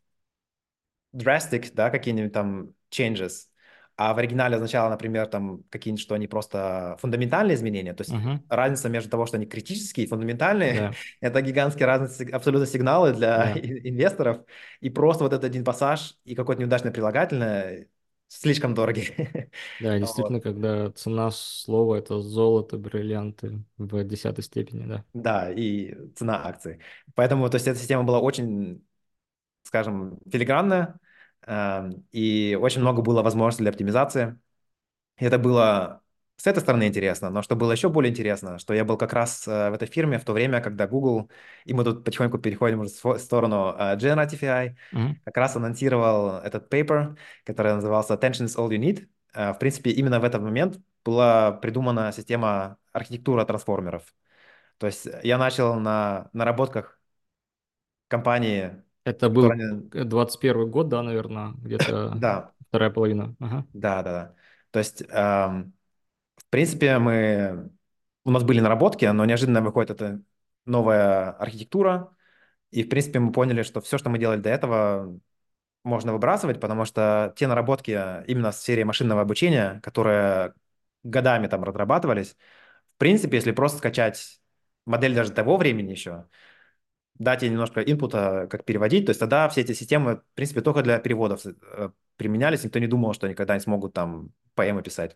drastic, да, какие-нибудь там changes, а в оригинале означало, например, там какие-нибудь, что они просто фундаментальные изменения, то есть Мгм. разница между того, что они критические и фундаментальные, Да, это гигантские разные сиг- абсолютно сигналы для да. ин- инвесторов, и просто вот этот один пассаж и какое-то неудачное прилагательное слишком дорогие. Да, Вот. действительно, когда цена слова — это золото, бриллианты в десятой степени, да. Да, и цена акций. Поэтому, то есть, эта система была очень, скажем, филигранная, эм, и очень много было возможностей для оптимизации. И это было с этой стороны интересно, но что было еще более интересно, что я был как раз э, в этой фирме в то время, когда Google, и мы тут потихоньку переходим уже в сво- сторону э, Generative A I, Мгм. как раз анонсировал этот paper, который назывался Attention is all you need. Э, В принципе, именно в этот момент была придумана система архитектура трансформеров. То есть я начал на наработках компании, Это был которая... двадцать первый год, да, наверное, где-то Да, вторая половина. Ага. да, да, да. То есть, эм, в принципе, мы... У нас были наработки, но неожиданно выходит эта новая архитектура, и, в принципе, мы поняли, что все, что мы делали до этого, можно выбрасывать, потому что те наработки именно в сфере машинного обучения, которые годами там разрабатывались, в принципе, если просто скачать модель даже того времени еще, дать ей немножко инпута, как переводить, то есть тогда все эти системы, в принципе, только для переводов э, применялись, никто не думал, что они когда-нибудь смогут там поэмы писать.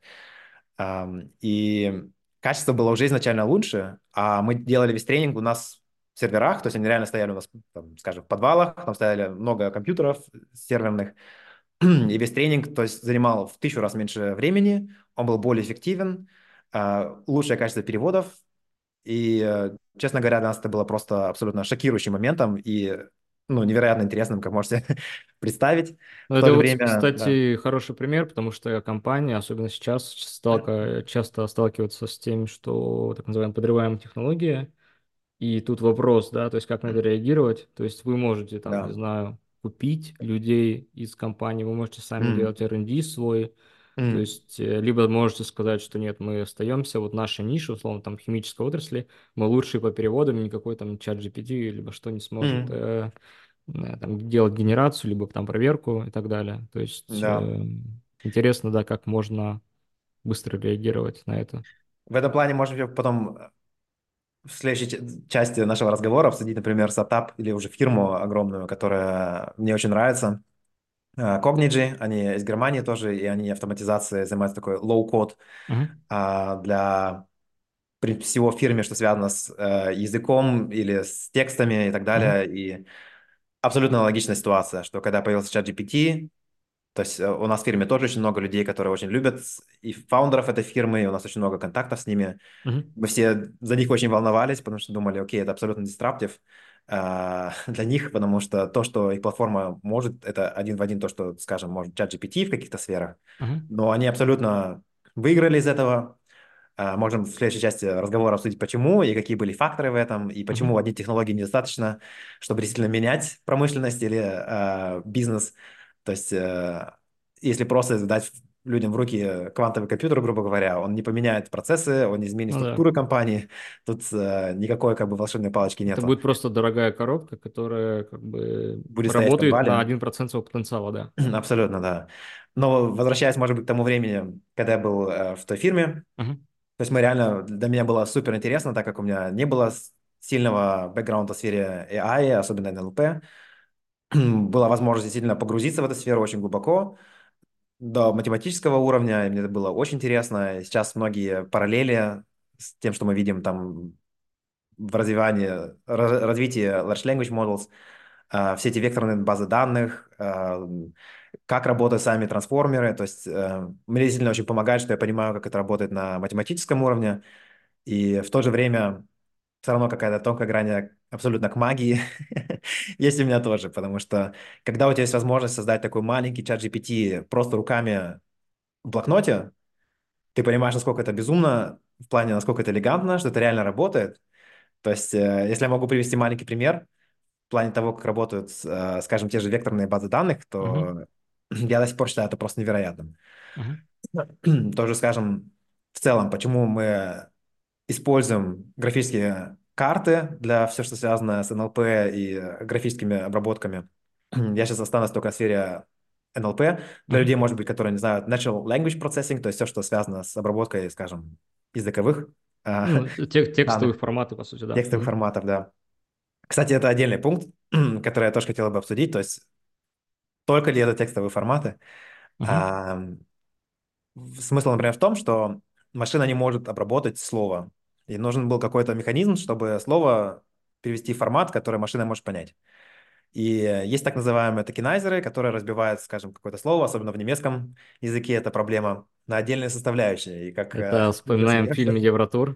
Ам, И качество было уже изначально лучше, а мы делали весь тренинг у нас в серверах, то есть они реально стояли у нас, там, скажем, в подвалах, там стояли много компьютеров серверных, и весь тренинг, то есть, занимал в тысячу раз меньше времени, он был более эффективен, а, лучшее качество переводов, и, э, честно говоря, для нас это было просто абсолютно шокирующим моментом и, ну, невероятно интересным, как можете представить. Ну, В то это же вот, время, да, кстати, хороший пример, потому что компании, особенно сейчас, сталка- часто сталкиваются с тем, что так называемая подрываемая технология. И тут вопрос, да, то есть как на это реагировать. То есть вы можете, там, не да. знаю, купить людей из компании, вы можете сами М, делать эр энд ди свой. То м, есть, э, либо можете сказать, что нет, мы остаемся, вот наша ниша, условно, там, химической отрасли, мы лучшие по переводам, и никакой там чат джи пи ти, либо что не сможет м, э, э, там, делать генерацию, либо там проверку и так далее. То есть, да. э, интересно, да, как можно быстро реагировать на это. В этом плане можем потом в следующей ч- части нашего разговора обсудить, например, стартап или уже фирму огромную, которая мне очень нравится. А, Cognigy, они из Германии тоже, и они автоматизацией занимаются такой low-code Мгм. а, для при- всего в фирме, что связано с э, языком или с текстами и так Мгм. далее. И абсолютно логичная ситуация, что когда появился чат джи пи ти, то есть э, у нас в фирме тоже очень много людей, которые очень любят и фаундеров этой фирмы, и у нас очень много контактов с ними. Мгм. Мы все за них очень волновались, потому что думали, окей, это абсолютно дистраптив а, для них, потому что то, что их платформа может, это один в один то, что, скажем, может чат джи пи ти в каких-то сферах. Мгм. Но они абсолютно выиграли из этого. А, Можем в следующей части разговора обсудить, почему и какие были факторы в этом, и Мгм. почему одних технологий недостаточно, чтобы действительно менять промышленность или а, бизнес. То есть, э, если просто дать людям в руки квантовый компьютер, грубо говоря, он не поменяет процессы, он не изменит Ну да. структуру компании. Тут э, никакой как бы волшебной палочки Это нету. будет просто дорогая коробка, которая как бы Будет стоять в работает на подвале. один процент своего потенциала, да. Абсолютно, да. Но возвращаясь, может быть, к тому времени, когда я был э, в той фирме, Мгм. то есть мы реально, для меня было супер интересно, так как у меня не было с- сильного бэкграунда в сфере эй ай, особенно эн эл пи. Была возможность действительно погрузиться в эту сферу очень глубоко, до математического уровня, и мне это было очень интересно. И сейчас многие параллели с тем, что мы видим там в развивании, ра- развитии large language models, а, все эти векторные базы данных, а, как работают сами трансформеры. То есть э, мне действительно очень помогает, что я понимаю, как это работает на математическом уровне, и в то же время все равно какая-то тонкая грань абсолютно к магии есть у меня тоже, потому что когда у тебя есть возможность создать такой маленький чат джи пи ти просто руками в блокноте, ты понимаешь, насколько это безумно, в плане, насколько это элегантно, что это реально работает. То есть, э, если я могу привести маленький пример в плане того, как работают, э, скажем, те же векторные базы данных, Мгм. то я до сих пор считаю это просто невероятным. Мгм. Тоже, скажем, в целом, почему мы используем графические карты для все, что связано с эн эл пи и э, графическими обработками. Я сейчас останусь только в сфере эн эл пи. Для Мгм. людей, может быть, которые не знают, Natural Language Processing, то есть все, что связано с обработкой, скажем, языковых а, Ну, т- тек- текстовые данных, форматы, по сути, да. текстовых Мгм. форматов, да. Кстати, это отдельный пункт, который я тоже хотел бы обсудить, то есть только ли это текстовые форматы. Мгм. А, Смысл, например, в том, что машина не может обработать слово. И нужен был какой-то механизм, чтобы слово перевести в формат, который машина может понять. И э, есть так называемые токенайзеры, которые разбивают, скажем, какое-то слово, особенно в немецком языке это проблема, на отдельные составляющие. И как э, Это любой вспоминаем фильм семье. Евротур.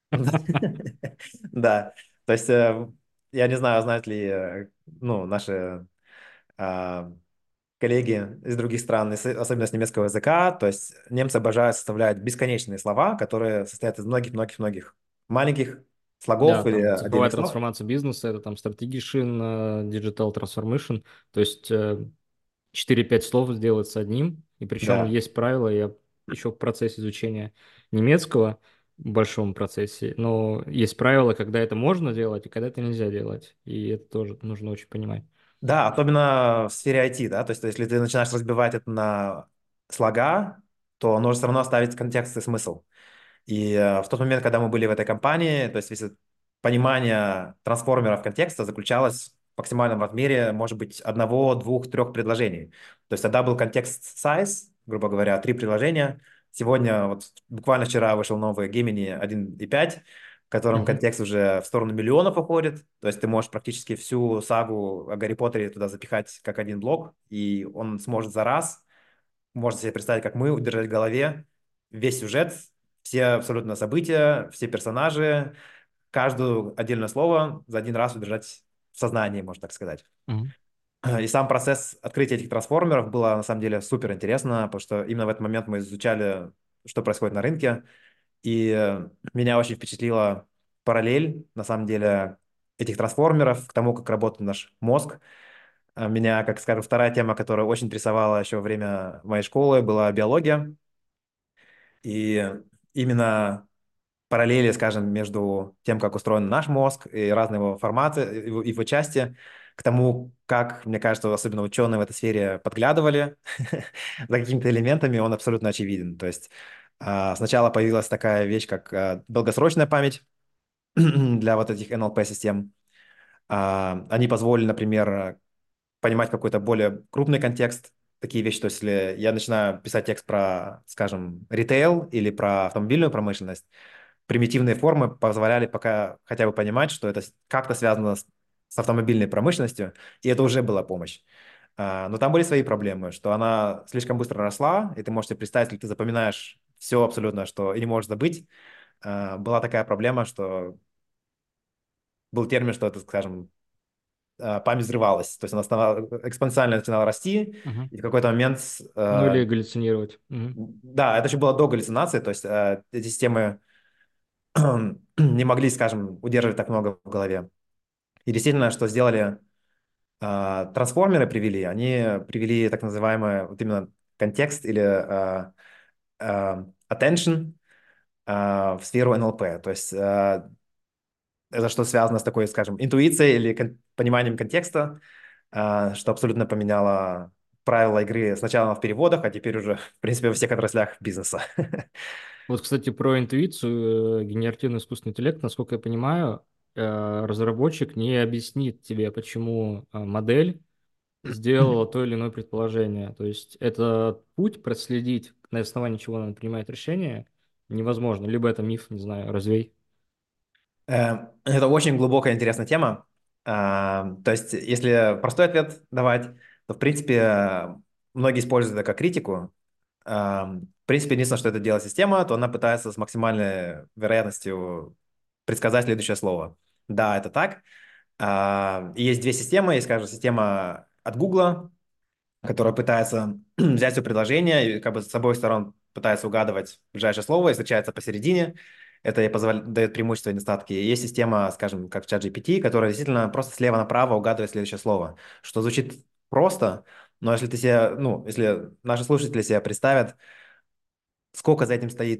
Да. То есть э, я не знаю, знают ли э, ну, наши а, коллеги из других стран, и с- особенно с немецкого языка. То есть немцы обожают составлять бесконечные слова, которые состоят из многих-многих-многих маленьких Да, слогов или там цифровая отдельных слов. трансформация бизнеса, это там strategy, э, digital transformation, то есть э, четыре-пять слов сделать с одним, и причем Да. есть правила, я еще в процессе изучения немецкого, в большом процессе, но есть правила, когда это можно делать и когда это нельзя делать, и это тоже нужно очень понимать. Да, особенно в сфере ай ти, да, то есть если ты начинаешь разбивать это на слога, то нужно все равно оставить контекст и смысл. И э, в тот момент, когда мы были в этой компании, то есть весь этот- понимание трансформеров контекста заключалось в максимальном размере, может быть, одного, двух, трех предложений. То есть тогда был контекст size, грубо говоря, три предложения. Сегодня, вот буквально вчера вышел новый Gemini один и пять. в котором Мгм. контекст уже в сторону миллионов уходит. То есть ты можешь практически всю сагу о Гарри Поттере туда запихать как один блок, и он сможет за раз, можно себе представить, как мы, удержать в голове весь сюжет, все абсолютно события, все персонажи, каждое отдельное слово за один раз удержать в сознании, можно так сказать. Мгм. И сам процесс открытия этих трансформеров было на самом деле супер интересно, потому что именно в этот момент мы изучали, что происходит на рынке, и э, меня очень впечатлила параллель, на самом деле, этих трансформеров к тому, как работает наш мозг. А Меня, как скажем, вторая тема, которая очень интересовала еще во время моей школы, была биология. И именно параллели, скажем, между тем, как устроен наш мозг и разные его форматы, его, его части, к тому, как, мне кажется, особенно ученые в этой сфере подглядывали за какими-то элементами, он абсолютно очевиден. То есть а, сначала появилась такая вещь, как а, долгосрочная память для вот этих эн эл пи-систем. А, Они позволили, например, понимать какой-то более крупный контекст, такие вещи. То есть если я начинаю писать текст про, скажем, ритейл или про автомобильную промышленность, примитивные формы позволяли пока хотя бы понимать, что это с- как-то связано с, с автомобильной промышленностью, и это уже была помощь. А, Но там были свои проблемы, что она слишком быстро росла, и ты можешь себе представить, если ты запоминаешь все абсолютно, что и не можешь забыть, а, была такая проблема, что был термин, что это, скажем, а, память взрывалась, то есть она стала, экспоненциально начинала расти, Мгм. и в какой-то момент, Ну или а, галлюцинировать. Мгм. да, это еще было до галлюцинации, то есть а, эти системы не могли, скажем, удерживать так много в голове. И действительно, что сделали а, трансформеры привели, они привели так называемый вот именно контекст или а, а, attention а, в сферу эн эл пи. То есть а, это что связано с такой, скажем, интуицией или кон- пониманием контекста, а, что абсолютно поменяло правила игры сначала в переводах, а теперь уже, в принципе, во всех отраслях бизнеса. Вот, кстати, про интуицию, э, генеративный искусственный интеллект, насколько я понимаю, э, разработчик не объяснит тебе, почему э, модель сделала то или иное предположение. То есть это путь проследить, на основании чего она принимает решение, невозможно. Либо это миф, не знаю, развей. Э, Это очень глубокая интересная тема. А, То есть, если простой ответ давать, то, в принципе, многие используют это как критику. А, В принципе, единственное, что это делает система, то она пытается с максимальной вероятностью предсказать следующее слово. Да, это так. А, И есть две системы. Есть, скажем, система от Гугла, которая пытается взять все предложение и как бы с обоих сторон пытается угадывать ближайшее слово и встречается посередине. Это ей позволяет, дает преимущество и недостатки. И есть система, скажем, как чат джи пи ти, которая действительно просто слева направо угадывает следующее слово, что звучит просто, но если ты себе, ну, если наши слушатели себе представят, сколько за этим стоит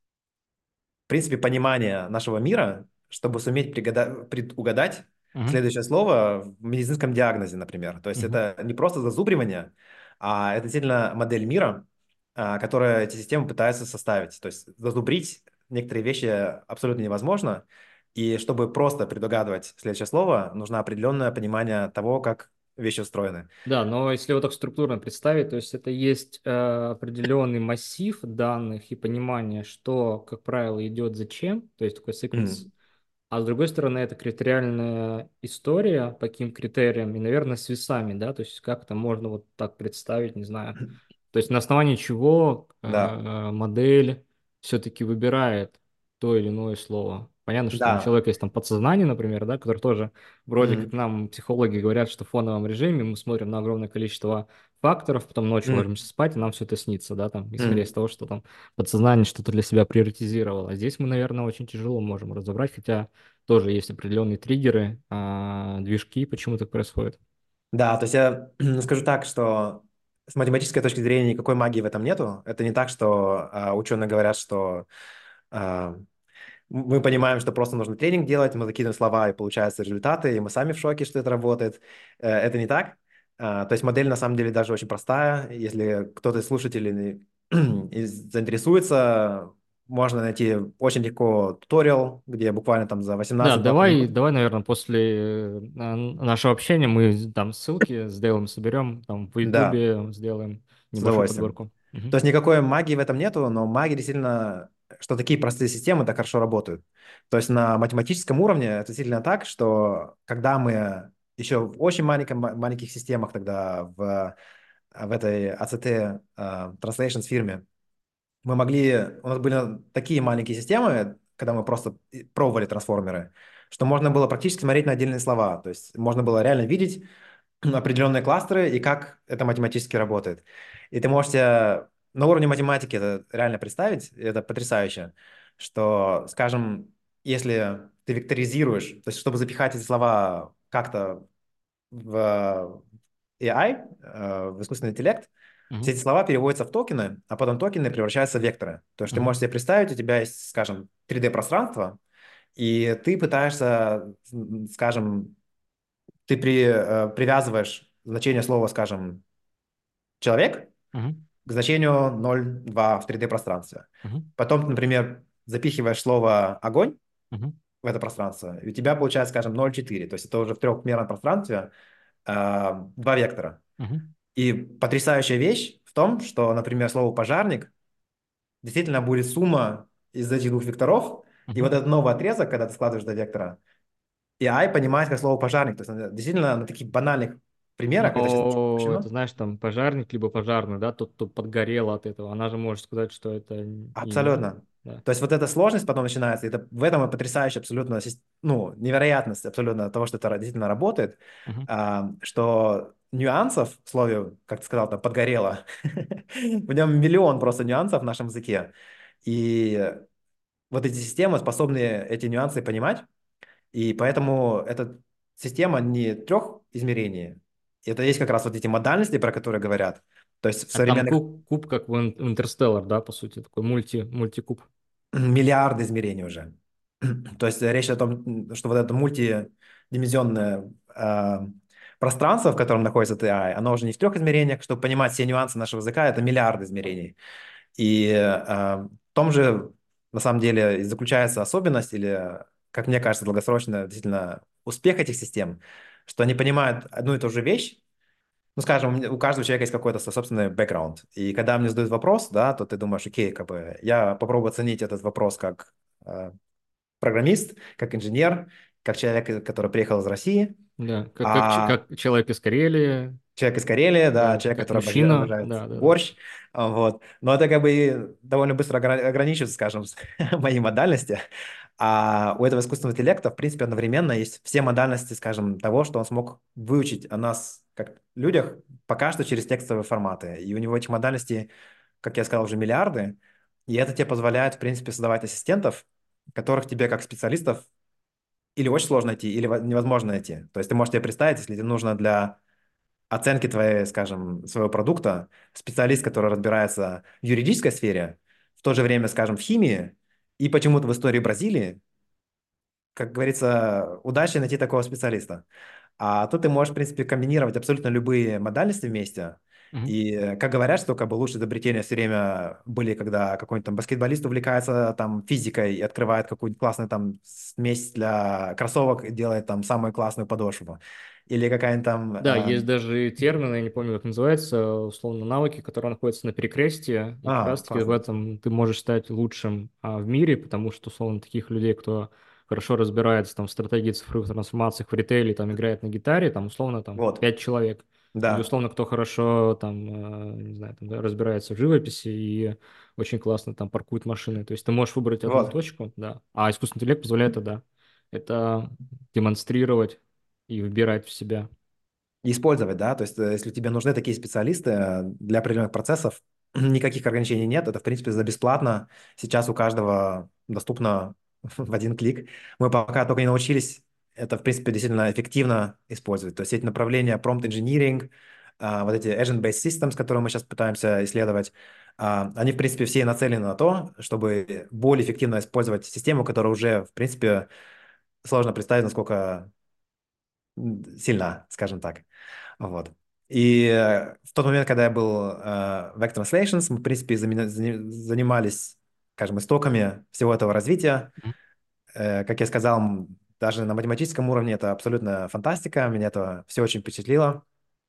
в принципе, понимание нашего мира, чтобы суметь пригада- предугадать Мгм. следующее слово в медицинском диагнозе, например. То есть Мгм. это не просто зазубривание, а это действительно модель мира, а, которую эти системы пытаются составить. То есть зазубрить некоторые вещи абсолютно невозможно, и чтобы просто предугадывать следующее слово, нужно определенное понимание того, как вещи устроены. Да, но если вот так структурно представить, то есть это есть э, определенный массив данных и понимание, что, как правило, идет зачем, то есть такой секвенс. Мгм. А с другой стороны, это критериальная история, по каким критериям, и, наверное, с весами, да, то есть как это можно вот так представить, не знаю. То есть на основании чего Да, э, модель все-таки выбирает то или иное слово. Понятно, что там у да. человека есть там подсознание, например, да, которое тоже вроде как Мгм. нам психологи говорят, что в фоновом режиме мы смотрим на огромное количество факторов, потом ночью Мгм. ложимся спать, и нам все это снится, да, там, исходя из Мгм. того, что там подсознание что-то для себя приоритизировало. Здесь мы, наверное, очень тяжело можем разобрать, хотя тоже есть определенные триггеры, а, движки, почему так происходит. Да, то есть я скажу так, что с математической точки зрения никакой магии в этом нету. Это не так, что а, ученые говорят, что а, мы понимаем, что просто нужно тренинг делать, мы закидываем слова и получаются результаты, и мы сами в шоке, что это работает. Э, Это не так. А, То есть модель на самом деле даже очень простая. Если кто-то из слушателей из- заинтересуется, можно найти очень легко туториал, где буквально там за Да, восемнадцать-двадцать давай, минут. давай, наверное, после э, нашего общения мы там ссылки сделаем, соберем, там в Да, Ютубе сделаем с небольшую удовольствием. подборку. То Мгм. есть никакой магии в этом нету, но магия действительно что такие простые системы так хорошо работают. То есть на математическом уровне это действительно так, что когда мы еще в очень маленьком, маленьких системах тогда в, в этой A C T э, Translations фирме, мы могли, у нас были такие маленькие системы, когда мы просто и- пробовали трансформеры, что можно было практически смотреть на отдельные слова. То есть можно было реально видеть определенные кластеры и как это математически работает. И ты можешь себе на уровне математики это реально представить, и это потрясающе, что, скажем, если ты векторизируешь, то есть чтобы запихать эти слова как-то в A I, э, в искусственный интеллект, все Мгм. эти слова переводятся в токены, а потом токены превращаются в векторы. То есть ты Мгм. можешь себе представить, у тебя есть, скажем, три дэ-пространство, и ты пытаешься, м, скажем, ты при, э, привязываешь значение слова, скажем, человек Мгм. к значению ноль два в три дэ-пространстве. Мгм. Потом ты, например, запихиваешь слово огонь Мгм. в это пространство, и у тебя получается, скажем, ноль четыре. То есть это уже в трехмерном пространстве э, два вектора. Мгм. И потрясающая вещь в том, что, например, слово «пожарник» действительно будет сумма из этих двух векторов, и вот Мгм. этот новый отрезок, когда ты складываешь до вектора, A I понимает как слово «пожарник». То есть она действительно на таких банальных примерах это сейчас очень Но это упрощено. знаешь, там пожарник либо пожарный, да, тот, кто подгорел от этого, она же может сказать, что это имя, Абсолютно. да. То есть вот эта сложность потом начинается, и это, в этом и потрясающая абсолютно, сис- ну, невероятность абсолютно того, что это действительно работает, Мгм. а, что нюансов в слове, как ты сказал, там, подгорело, в нем миллион просто нюансов в нашем языке. И вот эти системы способны эти нюансы понимать, и поэтому эта система не трех измерений, это есть как раз вот эти модальности, про которые говорят. То есть в А там современных куб, куб как в Ин- в Интерстеллар, да, по сути, такой мульти, мультикуб. миллиарды измерений уже. То есть речь о том, что вот это мультидименsionное э, пространство, в котором находится T I, оно уже не в трех измерениях. Чтобы понимать все нюансы нашего языка, это миллиарды измерений. И э, в том же, на самом деле, и заключается особенность или, как мне кажется, долгосрочно действительно успех этих систем, что они понимают одну и ту же вещь. Ну, скажем, у меня- у каждого человека есть какой-то свой собственный бэкграунд. И когда мне задают вопрос, да, то ты думаешь, окей, как бы я попробую оценить этот вопрос как э, программист, как инженер, как человек, который приехал из России, Да, как, как, ч- а как человек из Карелии, человек из Карелии, да, да, человек, как который обожа- мужчина, обожает да, да, да. борщ, а, вот. Но это как бы и довольно быстро огра- ограничивается, скажем, с моей модальности. А у этого искусственного интеллекта, в принципе, одновременно есть все модальности, скажем, того, что он смог выучить о нас, как людях, пока что через текстовые форматы. И у него этих модальностей, как я сказал, уже миллиарды. И это тебе позволяет, в принципе, создавать ассистентов, которых тебе, как специалистов, или очень сложно найти, или во- невозможно найти. То есть ты можешь себе представить, если тебе нужно для оценки твоей, скажем, своего продукта специалист, который разбирается в юридической сфере, в то же время, скажем, в химии и почему-то в истории Бразилии, как говорится, удачи найти такого специалиста. А тут ты можешь, в принципе, комбинировать абсолютно любые модальности вместе. Мгм. И, э, как говорят, что как бы лучшие изобретения все время были, когда какой-нибудь там баскетболист увлекается там физикой и открывает какую-нибудь классную там смесь для кроссовок и делает там самую классную подошву. Или какая-нибудь там... Да, есть э, даже термин, я не помню, как называется, условно, навыки, которые находятся на перекрестии, и как А, раз-таки в классно. этом ты можешь стать лучшим а, в мире, потому что, условно, таких людей, кто хорошо разбирается там, в стратегии цифровых трансформаций, в ритейле, там, играет на гитаре, там, условно, там, Вот, пять человек. Или, да. условно, кто хорошо, там, э, не знаю, там, да, разбирается в живописи и очень классно там паркует машины. То есть ты можешь выбрать одну Вот. точку, да, а искусственный интеллект позволяет это, да, это демонстрировать и выбирать в себя. И использовать, да, то есть э, если тебе нужны такие специалисты э, для определенных процессов, никаких ограничений нет, это, в принципе, за бесплатно, сейчас у каждого доступно в один клик. Мы пока только не научились это, в принципе, действительно эффективно использовать, то есть эти направления prompt engineering, а, вот эти agent-based systems, которые мы сейчас пытаемся исследовать, а, они, в принципе, все нацелены на то, чтобы более эффективно использовать систему, которая уже, в принципе, сложно представить, насколько м, сильна, скажем так. Вот. И э, в тот момент, когда я был э, в Vec Translations, мы, в принципе, замена- зани- занимались, скажем, истоками всего этого развития. Э, как я сказал, м, даже на математическом уровне это абсолютно фантастика, меня это все очень впечатлило.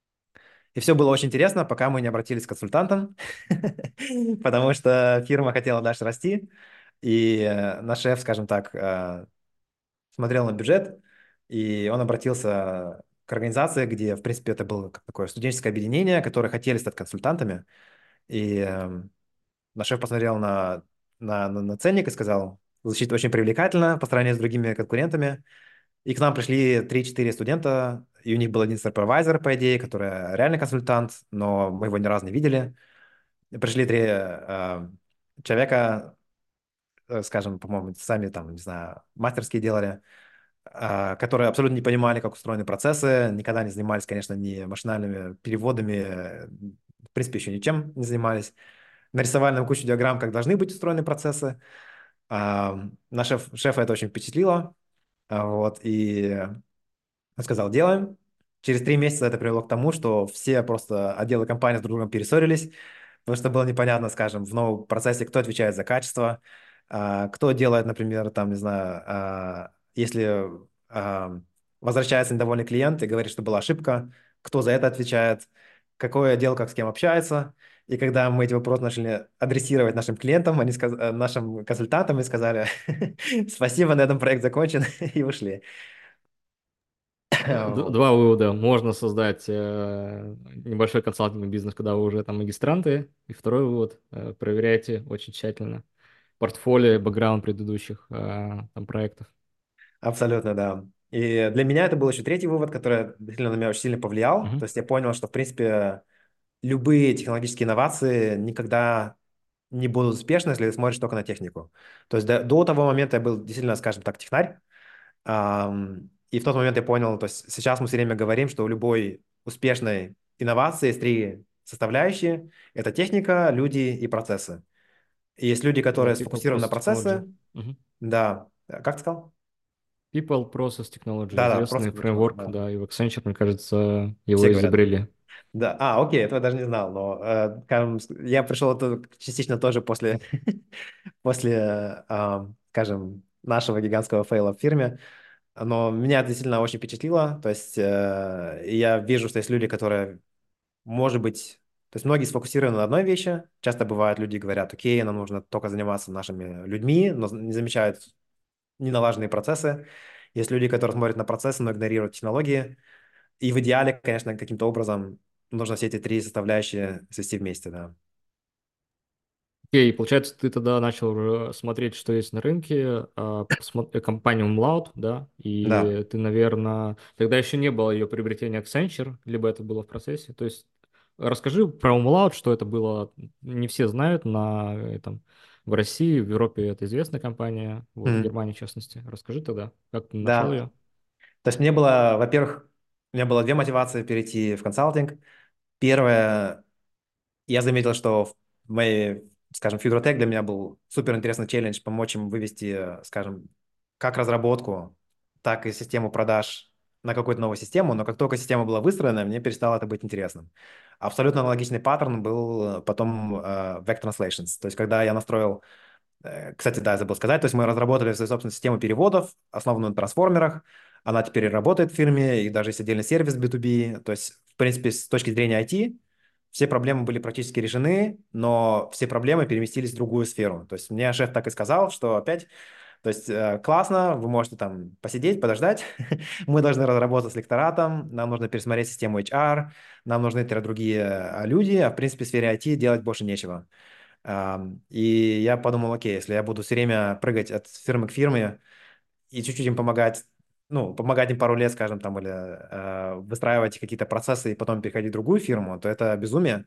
И все было очень интересно, пока мы не обратились к консультантам, потому что фирма хотела дальше расти. И э, наш шеф, скажем так, э, смотрел на бюджет, и он обратился к организации, где, в принципе, это было как такое студенческое объединение, которые хотели стать консультантами. И э, наш шеф посмотрел на, на, на, на ценник и сказал, звучит очень привлекательно по сравнению с другими конкурентами. И к нам пришли три-четыре студента, и у них был один супервайзер, по идее, который реальный консультант, но мы его ни разу не видели. И пришли три э, человека, э, скажем, по-моему, сами там, не знаю, мастерские делали, а, которые абсолютно не понимали, как устроены процессы, никогда не занимались, конечно, ни машинальными переводами, э, в принципе, еще ничем не занимались. Нарисовали нам кучу диаграмм, как должны быть устроены процессы. А, Наш шеф, шефа это очень впечатлило, а, вот, и он сказал, делаем. Через три месяца это привело к тому, что все просто отделы компании с друг другом перессорились, потому что было непонятно, скажем, в новом процессе, кто отвечает за качество, а, кто делает, например, там, не знаю, а, если а, возвращается недовольный клиент и говорит, что была ошибка, кто за это отвечает, какой отдел как с кем общается. И когда мы эти вопросы начали адресировать нашим клиентам, они сказ... э, нашим консультантам, они сказали, спасибо, на этом проект закончен, и ушли. Д- Вот. Два вывода. Можно создать э, небольшой консалтинговый бизнес, когда вы уже там магистранты. И второй вывод. э, Проверяйте очень тщательно портфолио, бэкграунд предыдущих э, там проектов. Абсолютно, да. И для меня это был еще третий вывод, который действительно на меня очень сильно повлиял. То Мгм. есть я понял, что, в принципе, любые технологические инновации никогда не будут успешны, если ты смотришь только на технику. То есть до, до того момента я был действительно, скажем так, технарь. Ам, и в тот момент я понял, то есть сейчас мы все время говорим, что у любой успешной инновации есть три составляющие. Это техника, люди и процессы. И есть люди, Да, которые people, сфокусированы на process, technology. процессы. Мгм. Да. Как ты сказал? People, process, technology. Да-да, просто Известный технологии, фреймворк, да. да, и в Accenture, мне кажется, Все его говорят. изобрели. Да, а, окей, этого я даже не знал, но э, скажем, с- я пришел это частично тоже после, после, э, а, скажем, нашего гигантского фейла в фирме, но меня это действительно очень впечатлило, то есть э, я вижу, что есть люди, которые, может быть, то есть многие сфокусированы на одной вещи, часто бывает, люди говорят, окей, нам нужно только заниматься нашими людьми, но не замечают неналаженные процессы, есть люди, которые смотрят на процессы, но игнорируют технологии, и в идеале, конечно, каким-то образом нужно все эти три составляющие свести вместе, да. Окей, получается, ты тогда начал уже смотреть, что есть на рынке, а, посмо- э, компанию Umlaut, да, Да. и ты, наверное, тогда еще не было ее приобретения Accenture, либо это было в процессе. То есть расскажи про Umlaut, что это было. Не все знают на этом. В России, в Европе это известная компания, вот, в Мгм. Германии в частности. Расскажи тогда, как ты нашел Да. ее. То есть мне было, во-первых, у меня было две мотивации перейти в консалтинг. Первое, я заметил, что в моей, скажем, Фигротек для меня был супер интересный челлендж помочь им вывести, э, скажем, как разработку, так и систему продаж на какую-то новую систему, но как только система была выстроена, мне перестало это быть интересным. Абсолютно аналогичный паттерн был э, потом э, в Vec Translations. То есть когда я настроил. Э, Кстати, да, я забыл сказать, то есть мы разработали свою собственную систему переводов, основанную на трансформерах. Она теперь работает в фирме, и даже есть отдельный сервис би ту би. То есть, в принципе, с точки зрения ай ти, все проблемы были практически решены, но все проблемы переместились в другую сферу. То есть мне шеф так и сказал, что опять, то есть э, классно, вы можете там посидеть, подождать. Мы должны разработать с лекторатом, нам нужно пересмотреть систему эйч ар, нам нужны теперь другие э, люди, а в принципе в сфере ай ти делать больше нечего. Ам, И я подумал, окей, если я буду все время прыгать от фирмы к фирме и чуть-чуть им помогать, ну, помогать им пару лет, скажем, там, или э, выстраивать какие-то процессы и потом переходить в другую фирму, то это безумие.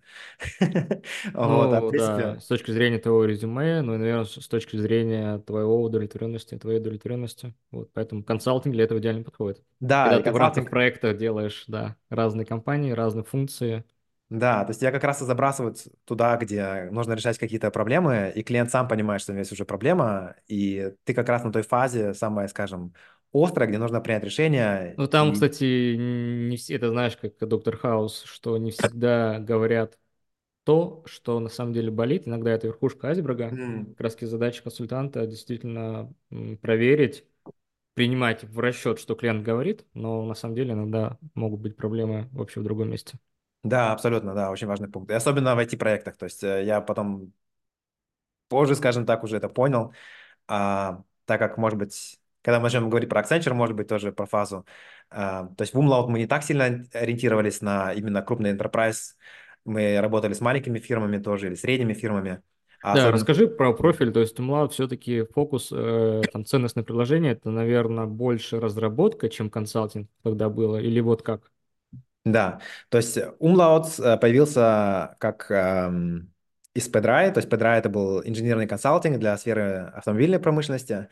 Вот, а в Ну, да, принципе, с точки зрения твоего резюме, ну и, наверное, с с точки зрения твоего удовлетворенности, твоей удовлетворенности. Вот, поэтому консалтинг для этого идеально подходит. да, Когда и ты в рамках консалтинг, проекта делаешь, да, разные компании, разные функции. да, то есть я как раз и забрасывают туда, где нужно решать какие-то проблемы, и клиент сам понимает, что у него есть уже проблема, и ты как раз на той фазе, самая, скажем, острая, где нужно принять решение, Ну, там, и кстати, не все, это знаешь, как Доктор Хаус, что не всегда говорят то, что на самом деле болит. Иногда это верхушка айсберга. М, Как раз таки задача консультанта действительно м, проверить, принимать в расчет, что клиент говорит, но на самом деле иногда могут быть проблемы вообще в другом месте. да, абсолютно, да, очень важный пункт. И особенно в ай ти-проектах. То есть э, я потом позже, скажем так, уже это понял. а, так как, может быть, когда мы начнем говорить про Accenture, может быть, тоже про фазу. А, то есть в Umlaut мы не так сильно ориентировались на именно крупный enterprise. Мы работали с маленькими фирмами тоже или средними фирмами. А Да, особенно... расскажи про профиль, то есть Umlaut все-таки фокус, э, там, ценностное предложение, это, наверное, больше разработка, чем консалтинг тогда было, или вот как? Да, то есть Umlaut э, появился как эм, из PedRai, то есть PedRai это был инженерный консалтинг для сферы автомобильной промышленности,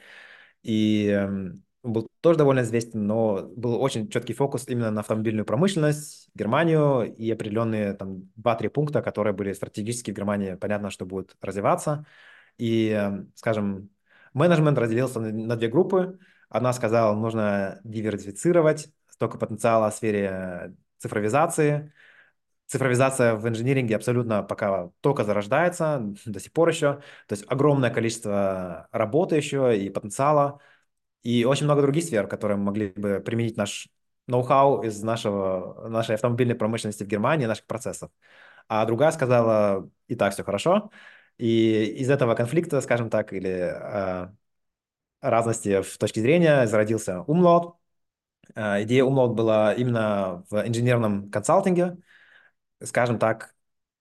и эм, был тоже довольно известен, но был очень четкий фокус именно на автомобильную промышленность, Германию и определенные там два-три пункта, которые были стратегически в Германии, понятно, что будут развиваться. И, эм, скажем, менеджмент разделился на, на две группы. Одна сказала, нужно диверсифицировать столько потенциала в сфере э, цифровизации. Цифровизация в инжиниринге абсолютно пока только зарождается, до сих пор еще. То есть огромное количество работы еще и потенциала, и очень много других сфер, которые мы могли бы применить наш ноу-хау из нашего, нашей автомобильной промышленности в Германии, наших процессов. А другая сказала, и так все хорошо. И из этого конфликта, скажем так, или э, разности в точке зрения зародился Umlaut. Э, идея Umlaut была именно в инженерном консалтинге, скажем так,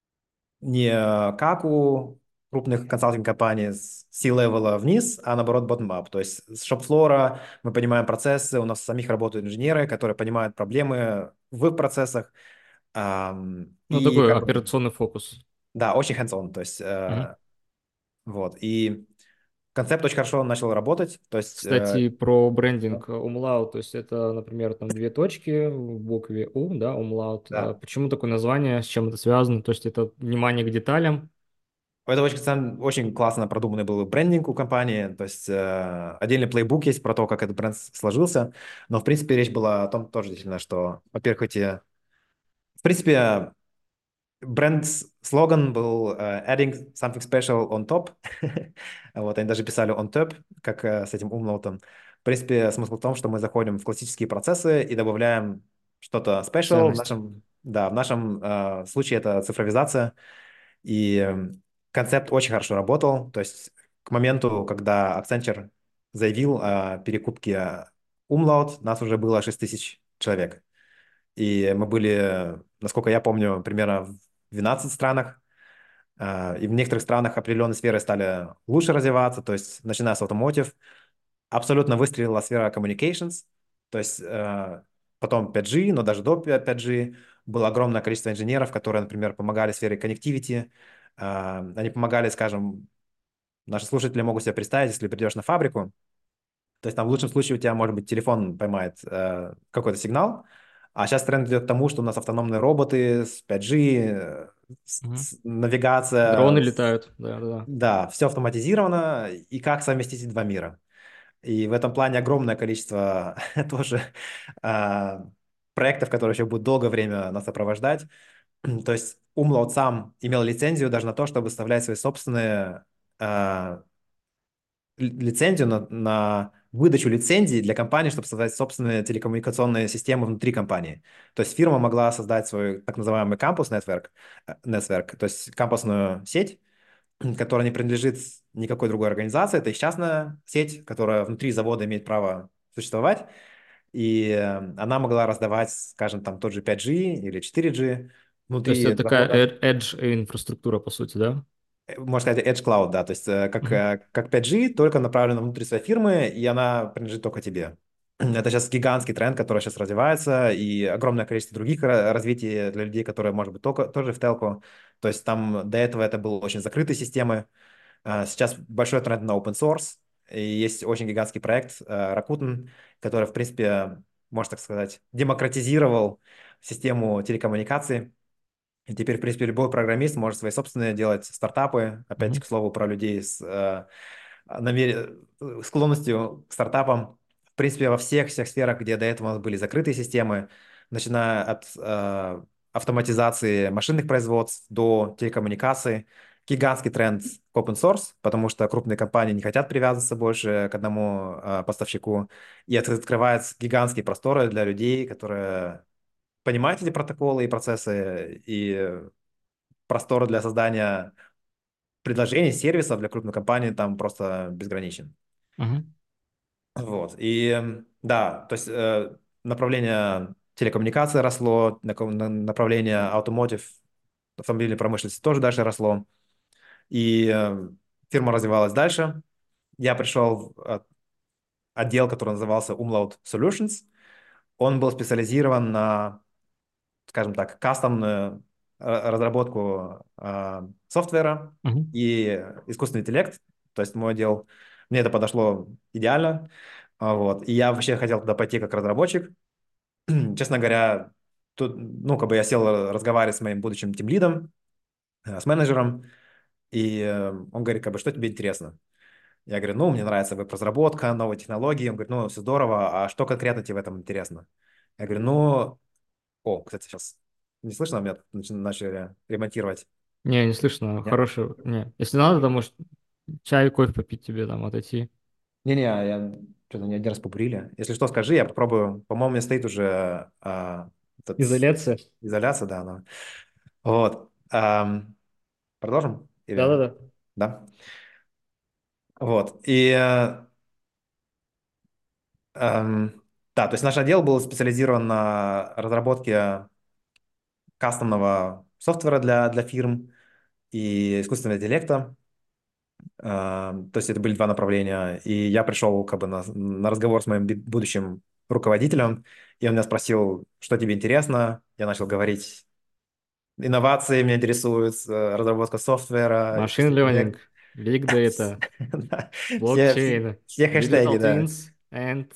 не как у крупных консалтинг-компаний с C-левела вниз, а наоборот bottom-up. То есть с шоп-флора мы понимаем процессы, у нас самих работают инженеры, которые понимают проблемы в процессах. ам, Ну, и такой как бы, операционный фокус. да, очень hands-on. То есть Мгм. э, вот. И концепт очень хорошо начал работать. То есть э, Кстати, про брендинг Umlaut, то есть это, например, там две точки в букве У, да, Umlaut. А да. почему такое название, с чем это связано? То есть это внимание к деталям? Это очень, сам- очень классно продуманный был брендинг у компании, то есть э, отдельный плейбук есть про то, как этот бренд с- сложился, но в принципе речь была о том тоже действительно, что, во-первых, эти, в принципе, бренд-слоган был э, adding something special on top, вот, они даже писали on top, как э, с этим умлаутом. В принципе, смысл в том, что мы заходим в классические процессы и добавляем что-то special, в Ценность. нашем, да, в нашем э, случае это цифровизация, и э, концепт очень хорошо работал. То есть к моменту, когда Accenture заявил о перекупке Umlaut, нас уже было шесть тысяч человек. И мы были, насколько я помню, примерно в двенадцати странах. А, И в некоторых странах определенные сферы стали лучше развиваться, то есть начиная с automotive, абсолютно выстрелила сфера communications, то есть э, потом пять джи, но даже до пять джи было огромное количество инженеров, которые, например, помогали в сфере connectivity. Э, они помогали, скажем, наши слушатели могут себе представить, если придешь на фабрику, то есть там в лучшем случае у тебя, может быть, телефон поймает э, какой-то сигнал, а сейчас тренд идет к тому, что у нас автономные роботы с пять джи, э, с- Мгм. с- Дроны навигация, с- летают, да, да, да. да, все автоматизировано, и как совместить эти два мира. И в этом плане огромное количество тоже а, проектов, которые еще будут долгое время нас сопровождать. То есть Umlaut сам имел лицензию даже на то, чтобы выставлять свои собственные а, ли- лицензию на, на выдачу лицензий для компании, чтобы создать собственные телекоммуникационные системы внутри компании. То есть фирма могла создать свой так называемый кампус network, э, network, то есть кампусную сеть, которая не принадлежит никакой другой организации. Это их частная сеть, которая внутри завода имеет право существовать. И э, она могла раздавать, скажем, там тот же пять джи или четыре джи То есть внутри это такая завода. ed- edge инфраструктура, по сути, да? Э, Можно сказать, Edge Cloud, да, то есть э, как, Мгм. э, как пять джи, только направлена внутрь своей фирмы, и она принадлежит только тебе. Это сейчас гигантский тренд, который сейчас развивается, и огромное количество других ра- развитий для людей, которые, может быть, только, тоже в телко. То есть там до этого это было очень закрытые системы. А Сейчас большой тренд на open source, и есть очень гигантский проект э, Rakuten, который, в принципе, можно так сказать, демократизировал систему телекоммуникаций. И теперь, в принципе, любой программист может свои собственные делать стартапы. Опять Мгм. к слову про людей с э, намер- э, склонностью к стартапам. В принципе, во всех всех сферах, где до этого у нас были закрытые системы, начиная от э, автоматизации машинных производств до телекоммуникаций, гигантский тренд к open source, потому что крупные компании не хотят привязываться больше к одному э, поставщику, и это открывает гигантские просторы для людей, которые понимают эти протоколы и процессы, и простор для создания предложений, сервисов для крупной компании там просто безграничен. Мгм. Вот. И м, да, то есть э, направление телекоммуникации росло, нако- на- направление automotive, автомобильной промышленности тоже дальше росло. И э, фирма развивалась дальше. Я пришел в э, отдел, который назывался Umlaut Solutions. Он был специализирован на, скажем так, кастомную э, разработку э, софтвера Мгм. и искусственный интеллект. То есть мой отдел, мне это подошло идеально. А, Вот. И я вообще хотел туда пойти как разработчик. Честно говоря, тут, ну, как бы я сел разговаривать с моим будущим тимлидом, э, с менеджером, и э, он говорит, как бы, что тебе интересно? Я говорю, ну, мне нравится веб-разработка, новые технологии. Он говорит, ну, все здорово, а что конкретно тебе в этом интересно? Я говорю, ну, о, кстати, сейчас не слышно, меня тут нач- начали ремонтировать. Не, не слышно. Нет? Хороший. Не. Если надо, то может чай, кофе попить тебе, там, отойти. Не-не, я что-то не один раз побурили. Если что, скажи, я попробую. По-моему, у меня стоит уже а, этот, Изоляция. изоляция, да, она. Вот. Ам, продолжим? Или... Да-да-да. Да? Вот. И э, эм, да, то есть наш отдел был специализирован на разработке кастомного софтвера для, для фирм и искусственного интеллекта. Эм, то есть это были два направления. И я пришел как бы на, на разговор с моим би- будущим руководителем, и он меня спросил, что тебе интересно. Я начал говорить, инновации меня интересуют, э, разработка софтвера, Машин искусственный learning, интеллект. big data, Да. Все, все, блокчейн, все хэштеги, digital да. twins and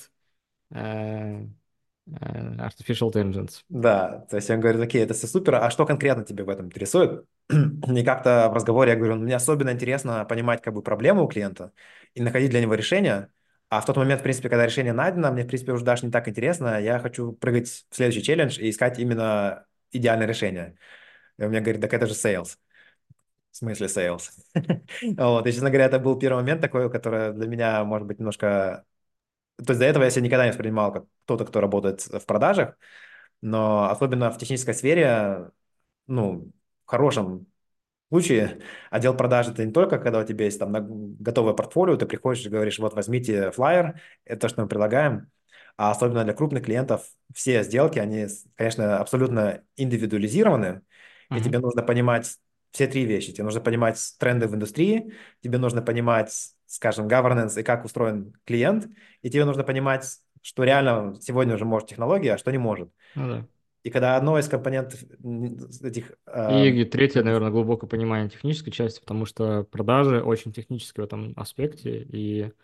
э, э, artificial intelligence. Да, то есть он говорит, окей, это все супер, а что конкретно тебе в этом интересует? И как-то в разговоре я говорю, «Ну, мне особенно интересно понимать как бы проблему у клиента и находить для него решение. А в тот момент, в принципе, когда решение найдено, мне, в принципе, уже даже не так интересно, я хочу прыгать в следующий челлендж и искать именно идеальное решение. И он мне говорит, так это же sales. В смысле sales? Вот, и, честно говоря, это был первый момент такой, который для меня, может быть, немножко... То есть до этого я себя никогда не воспринимал как кто-то, кто работает в продажах, но особенно в технической сфере, ну, в хорошем случае отдел продаж это не только когда у тебя есть там на- готовое портфолио, ты приходишь и говоришь, вот возьмите флаер, это то, что мы предлагаем, а особенно для крупных клиентов все сделки, они, с- конечно, абсолютно индивидуализированы, и тебе Мгм. нужно понимать все три вещи. Тебе нужно понимать тренды в индустрии, тебе нужно понимать, скажем, governance и как устроен клиент, и тебе нужно понимать, что реально сегодня уже может технология, а что не может. Ну да. И когда одно из компонентов м, этих э, И третье, моментов. наверное, глубокое понимание технической части, потому что продажи очень технические в этом аспекте, и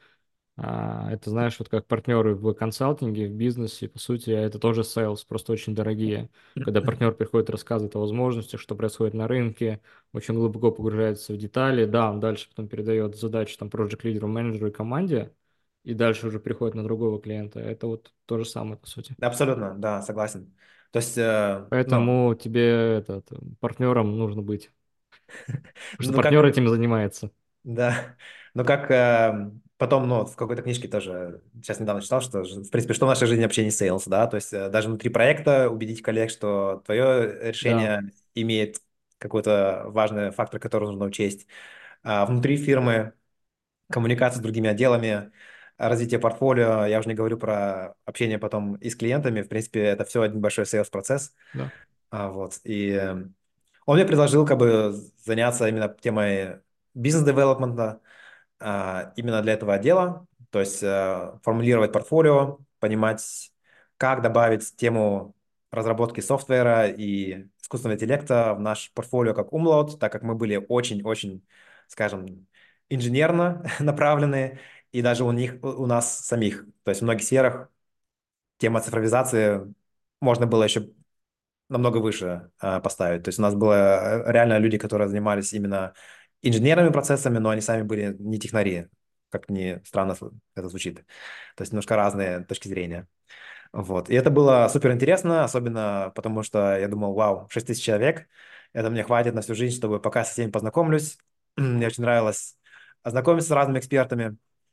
а, это, знаешь, вот как партнеры в консалтинге, в бизнесе, по сути, это тоже sales, просто очень дорогие. Когда партнер приходит, рассказывает о возможностях, что происходит на рынке, очень глубоко погружается в детали, да, он дальше потом передает задачу там проект-лидеру, менеджеру и команде, и дальше уже приходит на другого клиента. Это вот то же самое, по сути. Абсолютно, да, согласен. То есть, э, ну, Поэтому тебе этот, партнером нужно быть, потому что ну партнер как, этим и занимается. да, ну как э, потом, ну, вот в какой-то книжке тоже, сейчас недавно читал, что, ж- в принципе, что в нашей жизни вообще не сейлс, да, то есть э, даже внутри проекта убедить коллег, что твое Да, решение имеет какой-то важный фактор, который нужно учесть. А внутри фирмы коммуникация с другими отделами, развитие портфолио, я уже не говорю про общение потом и с клиентами, в принципе, это все один большой сейлс-процесс. да, А, вот. И э, он мне предложил как бы заняться именно темой бизнес-девелопмента а, именно для этого отдела, то есть э, формулировать портфолио, понимать, как добавить тему разработки софтвера и искусственного интеллекта в наш портфолио как Umlaut, так как мы были очень-очень, скажем, инженерно направлены, и даже у них, у нас самих, то есть в многих сферах тема цифровизации можно было еще намного выше э, поставить. То есть у нас было э, реально люди, которые занимались именно инженерными процессами, но они сами были не технари, как ни странно сл- это звучит. То есть немножко разные точки зрения. Вот. И это было супер интересно, особенно потому что я думал, вау, шесть тысяч человек, это мне хватит на всю жизнь, чтобы пока со всеми познакомлюсь. Мне очень нравилось ознакомиться с разными экспертами,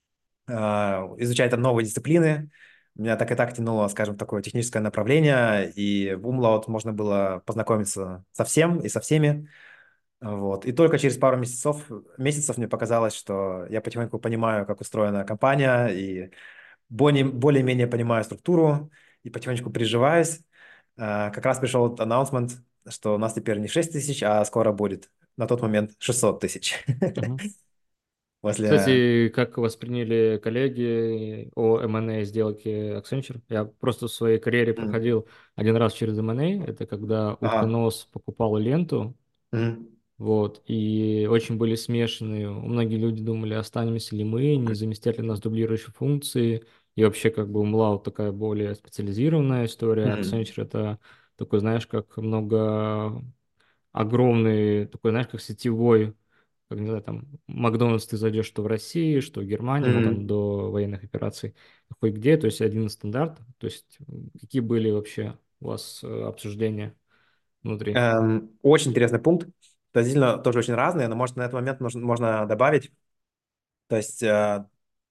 а, изучать там новые дисциплины. Меня так и так тянуло, скажем, в такое техническое направление, и в Umlaut можно было познакомиться со всем и со всеми. Вот. И только через пару месяцев, месяцев мне показалось, что я потихоньку понимаю, как устроена компания, и более, более-менее понимаю структуру, и потихонечку приживаюсь. А, Как раз пришел вот announcement, что у нас теперь не шесть тысяч, а скоро будет на тот момент шестьсот тысяч. Мгм. После... Кстати, как восприняли коллеги о эм энд эй сделке Accenture? Я просто в своей карьере М. проходил один раз через эм энд эй. Это когда Ага. Утконос покупал ленту. Мгм. Вот, и очень были смешанные. Многие люди думали, останемся ли мы, не заместят ли нас дублирующие функции. И вообще, как бы, умлаут такая более специализированная история. Мгм. Accenture это такой, знаешь, как много огромный, такой, знаешь, как сетевой, как, не знаю, там, Макдональдс ты зайдешь что в России, что в Германии, ну, там, Мгм. до военных операций, хоть где, то есть один стандарт. То есть м, какие были вообще у вас э, обсуждения внутри? Эм, очень интересный пункт. Это действительно тоже очень разные, но, может, на этот момент нужно, можно добавить, то есть э,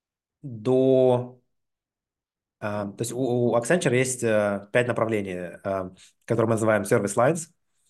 до... э, то есть у, у Accenture есть э, пять направлений, э, которые мы называем Service Lines.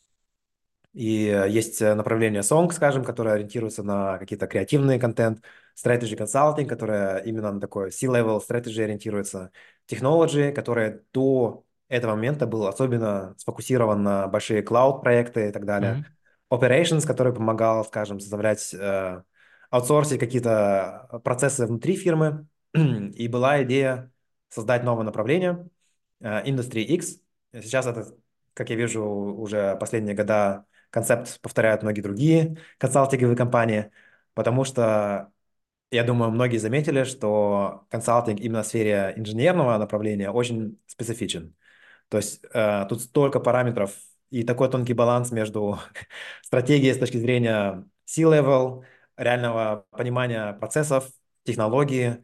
И э, есть э, направление Song, скажем, которое ориентируется на какие-то креативный контент, Strategy Consulting, которое именно на такой C-level strategy ориентируется, Technology, которое до этого момента был особенно сфокусирован на большие cloud-проекты и так далее, Мгм. Operations, который помогал, скажем, составлять, э, аутсорсить какие-то процессы внутри фирмы, и была идея создать новое направление, э, Industry X. Сейчас это, как я вижу, уже последние года концепт повторяют многие другие консалтинговые компании, потому что, я думаю, многие заметили, что консалтинг именно в сфере инженерного направления очень специфичен. То есть э, тут столько параметров и такой тонкий баланс между стратегией с точки зрения C-level, реального понимания процессов, технологии,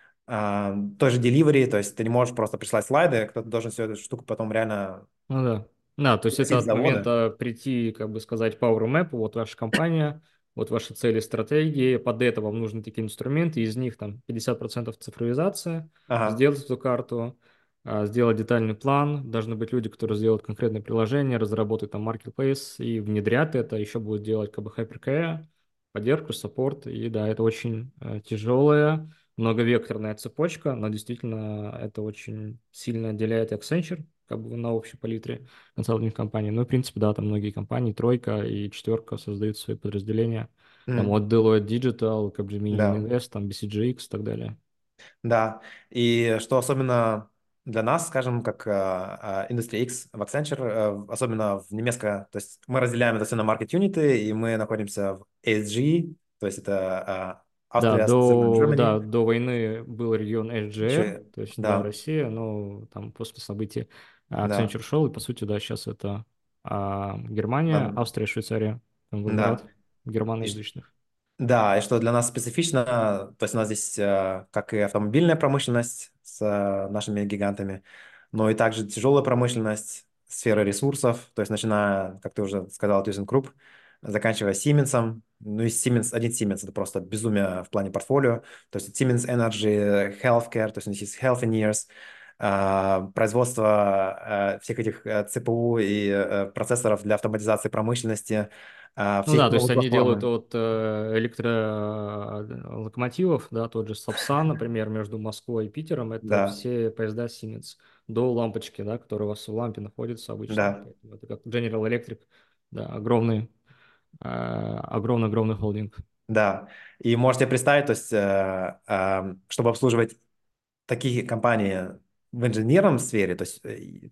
э, той же delivery, то есть ты не можешь просто прислать слайды, кто-то должен всю эту штуку потом реально Ну да. Да, то есть это приносить с от завода. момента прийти, как бы сказать, Power Map, вот ваша компания, вот ваши цели, стратегии, под это вам нужны такие инструменты, из них там пятьдесят процентов цифровизация, Ага. сделать эту карту, а, сделать детальный план, должны быть люди, которые сделают конкретное приложение, разработают там marketplace и внедрят это, еще будут делать как бы hypercare, поддержку, саппорт, и да, это очень э, тяжелая, многовекторная цепочка, но действительно это очень сильно отделяет Accenture, как бы на общей палитре консалтинг компаний. Ну, в принципе, да, там многие компании, тройка и четверка создают свои подразделения. Там М. от Deloitte Digital, Capgemini Да. Invest, там би си джи экс и так далее. Да, и что особенно для нас, скажем, как э, э, Industry X в Accenture, э, особенно в немецко, то есть мы разделяем это все на маркет-юниты, и мы находимся в эй эс джи, то есть это э, Да, Austria, Switzerland, до, да, Germany. до войны был регион эйч джи эр, Еще- то есть, да, да, Россия, но там после событий а, да, Accenture шел, и, по сути, да, сейчас это а, Германия, Ан- Австрия, Швейцария, конгломерат да. И ш- германоязычных. Да, и что для нас специфично, то есть у нас здесь э, как и автомобильная промышленность с э, нашими гигантами, но и также тяжелая промышленность, сфера ресурсов, то есть начиная, как ты уже сказал, ThyssenKrupp, заканчивая Siemens, ну и Siemens, один Siemens это просто безумие в плане портфолио, то есть Siemens Energy, Healthcare, то есть у них есть Healthineers, э, производство э, всех этих э, си пи ю и э, процессоров для автоматизации промышленности, э, Ну все их да, то есть новые они делают платформы. от э, электролокомотивов, да, тот же Сапсан, например, между Москвой и Питером, это Да, все поезда Siemens, до лампочки, да, которая у вас в лампе находится обычно. да. Поэтому это как General Electric, да, огромный, э, огромный-огромный холдинг. Да, и можете представить, то есть, э, э, чтобы обслуживать такие компании в инженерном сфере, то есть э,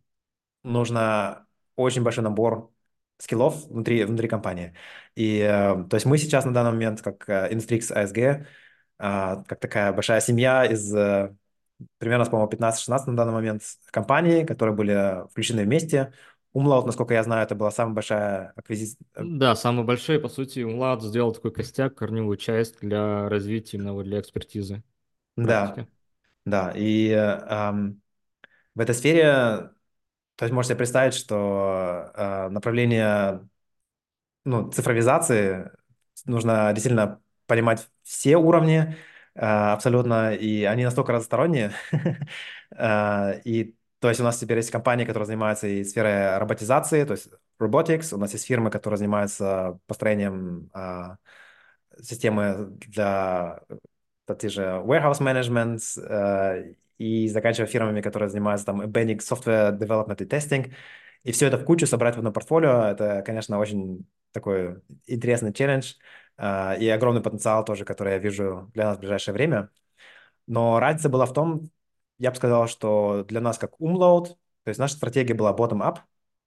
нужно очень большой набор скиллов внутри, внутри компании. И, э, то есть мы сейчас на данный момент, как э, Instrix эй эс джи, э, как такая большая семья из э, примерно, по-моему, пятнадцать-шестнадцать на данный момент компаний, которые были включены вместе. Umlaut, насколько я знаю, это была самая большая аквизиция. Да, самый большой, по сути, Млад сделал такой костяк, корневую часть для развития, именно вот для экспертизы Да, практики. да. И э, ам, в этой сфере, то есть можете себе представить, что э, направление, ну, цифровизации нужно действительно понимать все уровни э, абсолютно, и они настолько разносторонние. Э, И то есть у нас теперь есть компании, которые занимаются и сферой роботизации, то есть Robotics, у нас есть фирмы, которые занимаются построением а, системы для э, те же warehouse management, э, и заканчивая фирмами, которые занимаются там embedding software development и testing. И все это в кучу собрать в одно портфолио, это, конечно, очень такой интересный челлендж э, и огромный потенциал тоже, который я вижу для нас в ближайшее время. Но разница была в том, я бы сказал, что для нас как Umlaut, то есть наша стратегия была bottom-up.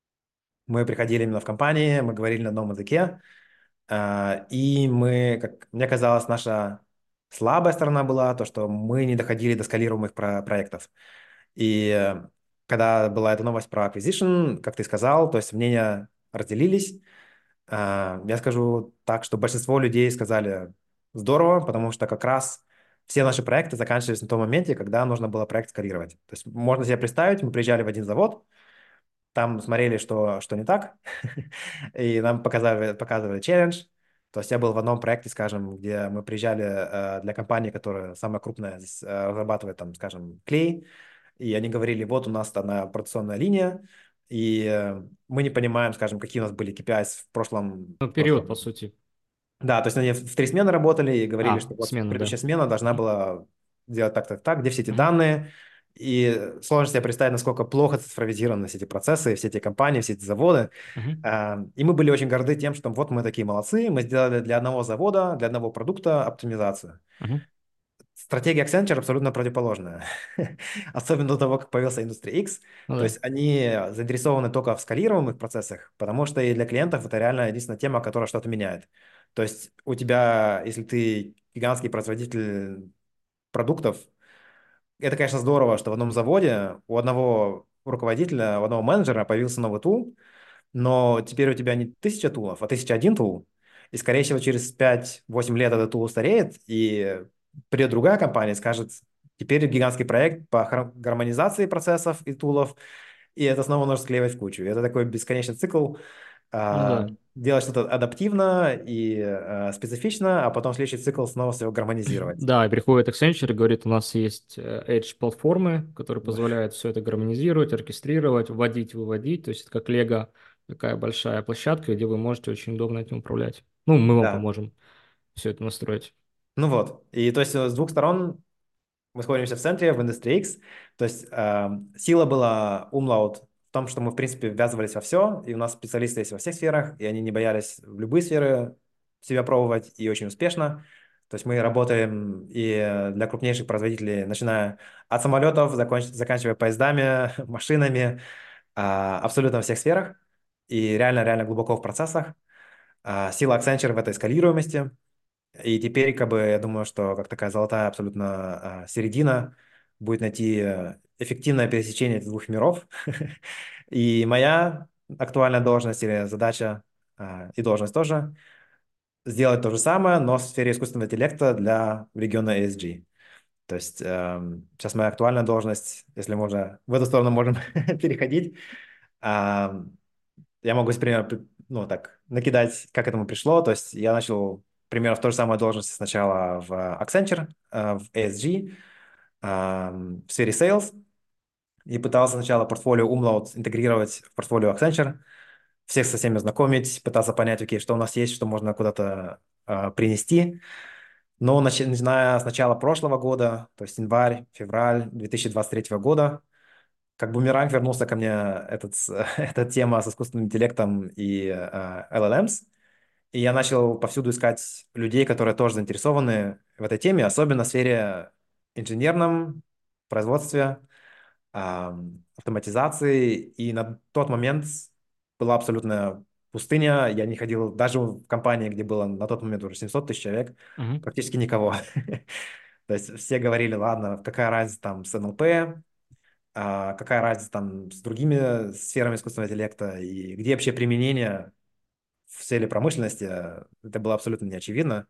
Мы приходили именно в компании, мы говорили на одном языке, а, и мы, как мне казалось, наша слабая сторона была то, что мы не доходили до скалируемых про проектов. И э, когда была эта новость про acquisition, как ты сказал, то есть мнения разделились. А, Я скажу так, что большинство людей сказали здорово, потому что как раз все наши проекты заканчивались на том моменте, когда нужно было проект скалировать. То есть можно себе представить, мы приезжали в один завод, там смотрели, что, что не так, и нам показывали, показывали челлендж. То есть я был в одном проекте, скажем, где мы приезжали э, для компании, которая самая крупная, здесь, э, разрабатывает, там, скажем, клей, и они говорили, вот у нас одна продукционная линия, и э, мы не понимаем, скажем, какие у нас были кей пи ай в прошлом, Ну, в период, по прошлом. сути. Да, то есть они в три смены работали и говорили, А, что вот смена, да. предыдущая смена должна была делать так-так, так, где все эти Мгм. данные. И сложно себе представить, насколько плохо цифровизированы все эти процессы, все эти компании, все эти заводы. Мгм. А, И мы были очень горды тем, что вот мы такие молодцы, мы сделали для одного завода, для одного продукта оптимизацию. Мгм. Стратегия Accenture абсолютно противоположная. Особенно до того, как появился Industry X. Ну То да. есть они заинтересованы только в скалируемых процессах, потому что и для клиентов это реально единственная тема, которая что-то меняет. То есть у тебя, если ты гигантский производитель продуктов, это, конечно, здорово, что в одном заводе у одного руководителя, у одного менеджера появился новый тул, но теперь у тебя не тысяча тулов, а тысяча один тул. И, скорее всего, через пять-восемь лет этот тул устареет, и придет другая компания и скажет, теперь гигантский проект по хар- гармонизации процессов и тулов, и это снова нужно склеивать в кучу. И это такой бесконечный цикл, Ну а, да. делать что-то адаптивно и а, специфично, а потом следующий цикл снова все гармонизировать. Да, и приходит Accenture и говорит, у нас есть э, Edge-платформы, которые Да. позволяют все это гармонизировать, оркестрировать, вводить, выводить. То есть это как Лего, такая большая площадка, где вы можете очень удобно этим управлять. Ну, мы вам Да. поможем все это настроить. Ну вот. И то есть э, с двух сторон мы сходимся в центре, в Industry X. То есть э, сила была Umlaut в том, что мы, в принципе, ввязывались во все, и у нас специалисты есть во всех сферах, и они не боялись в любые сферы себя пробовать, и очень успешно. То есть мы работаем и для крупнейших производителей, начиная от самолетов, законч- заканчивая поездами, машинами, а, абсолютно во всех сферах, и реально-реально глубоко в процессах. А, Сила Accenture в этой скалируемости. И теперь, как бы, я думаю, что как такая золотая абсолютно а, середина будет найти э, эффективное пересечение этих двух миров. И моя актуальная должность или задача, а, и должность тоже, сделать то же самое, но в сфере искусственного интеллекта для региона и эс джи. То есть эм, сейчас моя актуальная должность, если можно, в эту сторону можем переходить. А, я могу, примерно, п- ну, так, накидать, как к этому пришло. То есть я начал примерно в той же самой должности сначала в Accenture, э, в и эс джи, ам, в сфере sales, и пытался сначала портфолио Umlaut интегрировать в портфолио Accenture, всех со всеми знакомить, пытаться понять, окей, что у нас есть, что можно куда-то а, принести. Но начи- начиная с начала прошлого года, то есть январь, февраль две тысячи двадцать третьего года, как бумеранг вернулся ко мне этот, с- эта тема с искусственным интеллектом и э, эл эл эмс. И я начал повсюду искать людей, которые тоже заинтересованы в этой теме, особенно в сфере инженерном, производстве, ам, автоматизации. И на тот момент была абсолютная пустыня. Я не ходил даже в компании, где было на тот момент уже семьсот тысяч человек, Мгм. практически никого. То есть все говорили, ладно, какая разница там с эн эл пи, а какая разница там с другими сферами искусственного интеллекта, и где вообще применение в сфере промышленности, э, это было абсолютно неочевидно.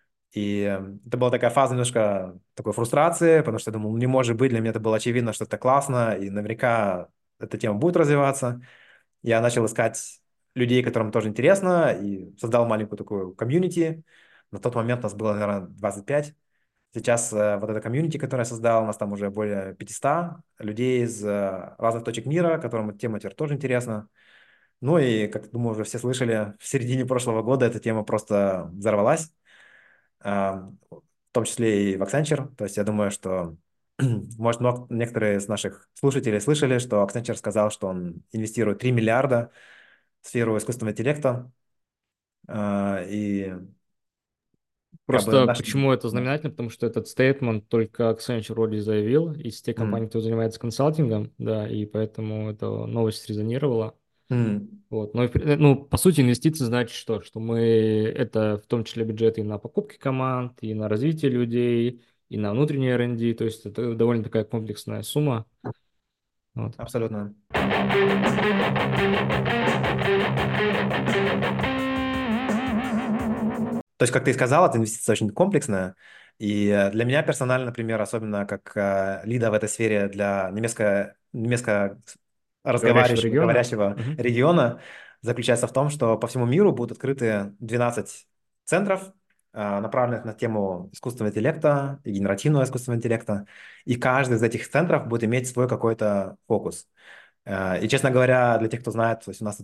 И э, это была такая фаза немножко такой фрустрации, потому что я думал, ну, не может быть, для меня это было очевидно, что это классно, и наверняка эта тема будет развиваться. Я начал искать людей, которым тоже интересно, и создал маленькую такую комьюнити. На тот момент нас было, наверное, двадцать пять. Сейчас э, вот эта комьюнити, которую я создал, у нас там уже более пятисот людей из э, разных точек мира, которым эта тема теперь тоже интересна. Ну и, как думаю, уже все слышали, в середине прошлого года эта тема просто взорвалась, а, в том числе и в Accenture. То есть я думаю, что, может, мно- некоторые из наших слушателей слышали, что Accenture сказал, что он инвестирует три миллиарда в сферу искусственного интеллекта. А, И как бы Просто наш... почему это Да. знаменательно? Потому что этот стейтмент только Accenture вроде заявил из тех компаний, М, кто занимается консалтингом, да, и поэтому эта новость резонировала. м. Вот. Но, и при- ну, по сути, инвестиции значит что? Что мы, это в том числе бюджеты и на покупки команд, и на развитие людей, и на внутренние эр энд ди, то есть это довольно такая комплексная сумма. Вот. Абсолютно. То есть, как ты и сказал, эта инвестиция очень комплексная. И э, для меня персонально, например, особенно как э, лида в этой сфере для немецко, немецко Говорящего разговаривающего, региона. говорящего Мгм. региона, заключается в том, что по всему миру будут открыты двенадцать центров, э, направленных на тему искусственного интеллекта и генеративного искусственного интеллекта. И каждый из этих центров будет иметь свой какой-то фокус. Э, И, честно говоря, для тех, кто знает, то есть у нас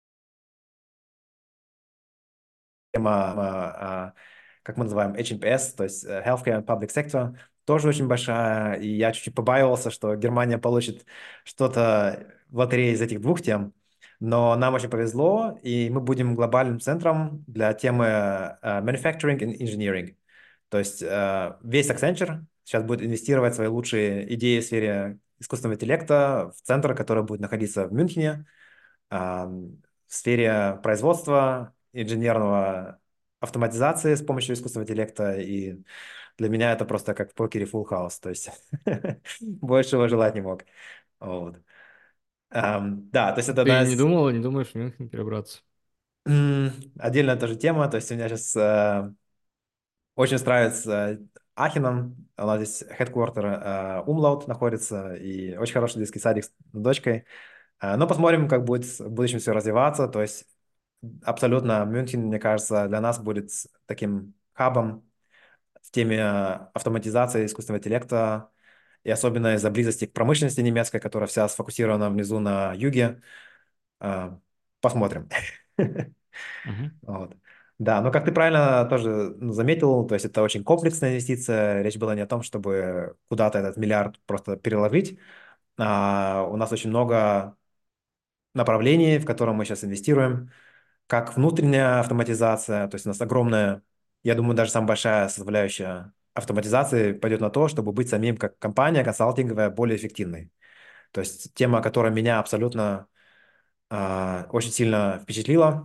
тема, а, как мы называем, эйч эм пи эс, то есть э, Healthcare and Public Sector, тоже очень большая, и я чуть-чуть побаивался, что Германия получит что-то в лотерее из этих двух тем, но нам очень повезло, и мы будем глобальным центром для темы э, Manufacturing and Engineering. То есть э, весь Accenture сейчас будет инвестировать свои лучшие идеи в сфере искусственного интеллекта в центр, который будет находиться в Мюнхене, а, в сфере производства, инженерного автоматизации с помощью искусственного интеллекта. И для меня это просто как в покере full house. То есть большего желать не мог. Вот. Ам, да, то есть это одна Ты не из... думал, не думаешь в Мюнхен перебраться? м, Отдельная тоже тема. То есть у меня сейчас э, очень устраивается Ахеном. У нас здесь headquarter э, Umlaut находится. И очень хороший детский садик с дочкой. А, Но посмотрим, как будет в будущем все развиваться. То есть абсолютно Мюнхен, мне кажется, для нас будет таким хабом в теме автоматизации искусственного интеллекта, и особенно из-за близости к промышленности немецкой, которая вся сфокусирована внизу на юге. А, Посмотрим. Мгм. Вот. Да, но как ты правильно тоже ну, заметил, то есть это очень комплексная инвестиция. Речь была не о том, чтобы куда-то этот миллиард просто переложить. А у нас очень много направлений, в котором мы сейчас инвестируем, как внутренняя автоматизация, то есть у нас огромная, я думаю, даже самая большая составляющая автоматизации пойдет на то, чтобы быть самим как компания консалтинговая более эффективной. То есть тема, которая меня абсолютно а, очень сильно впечатлила,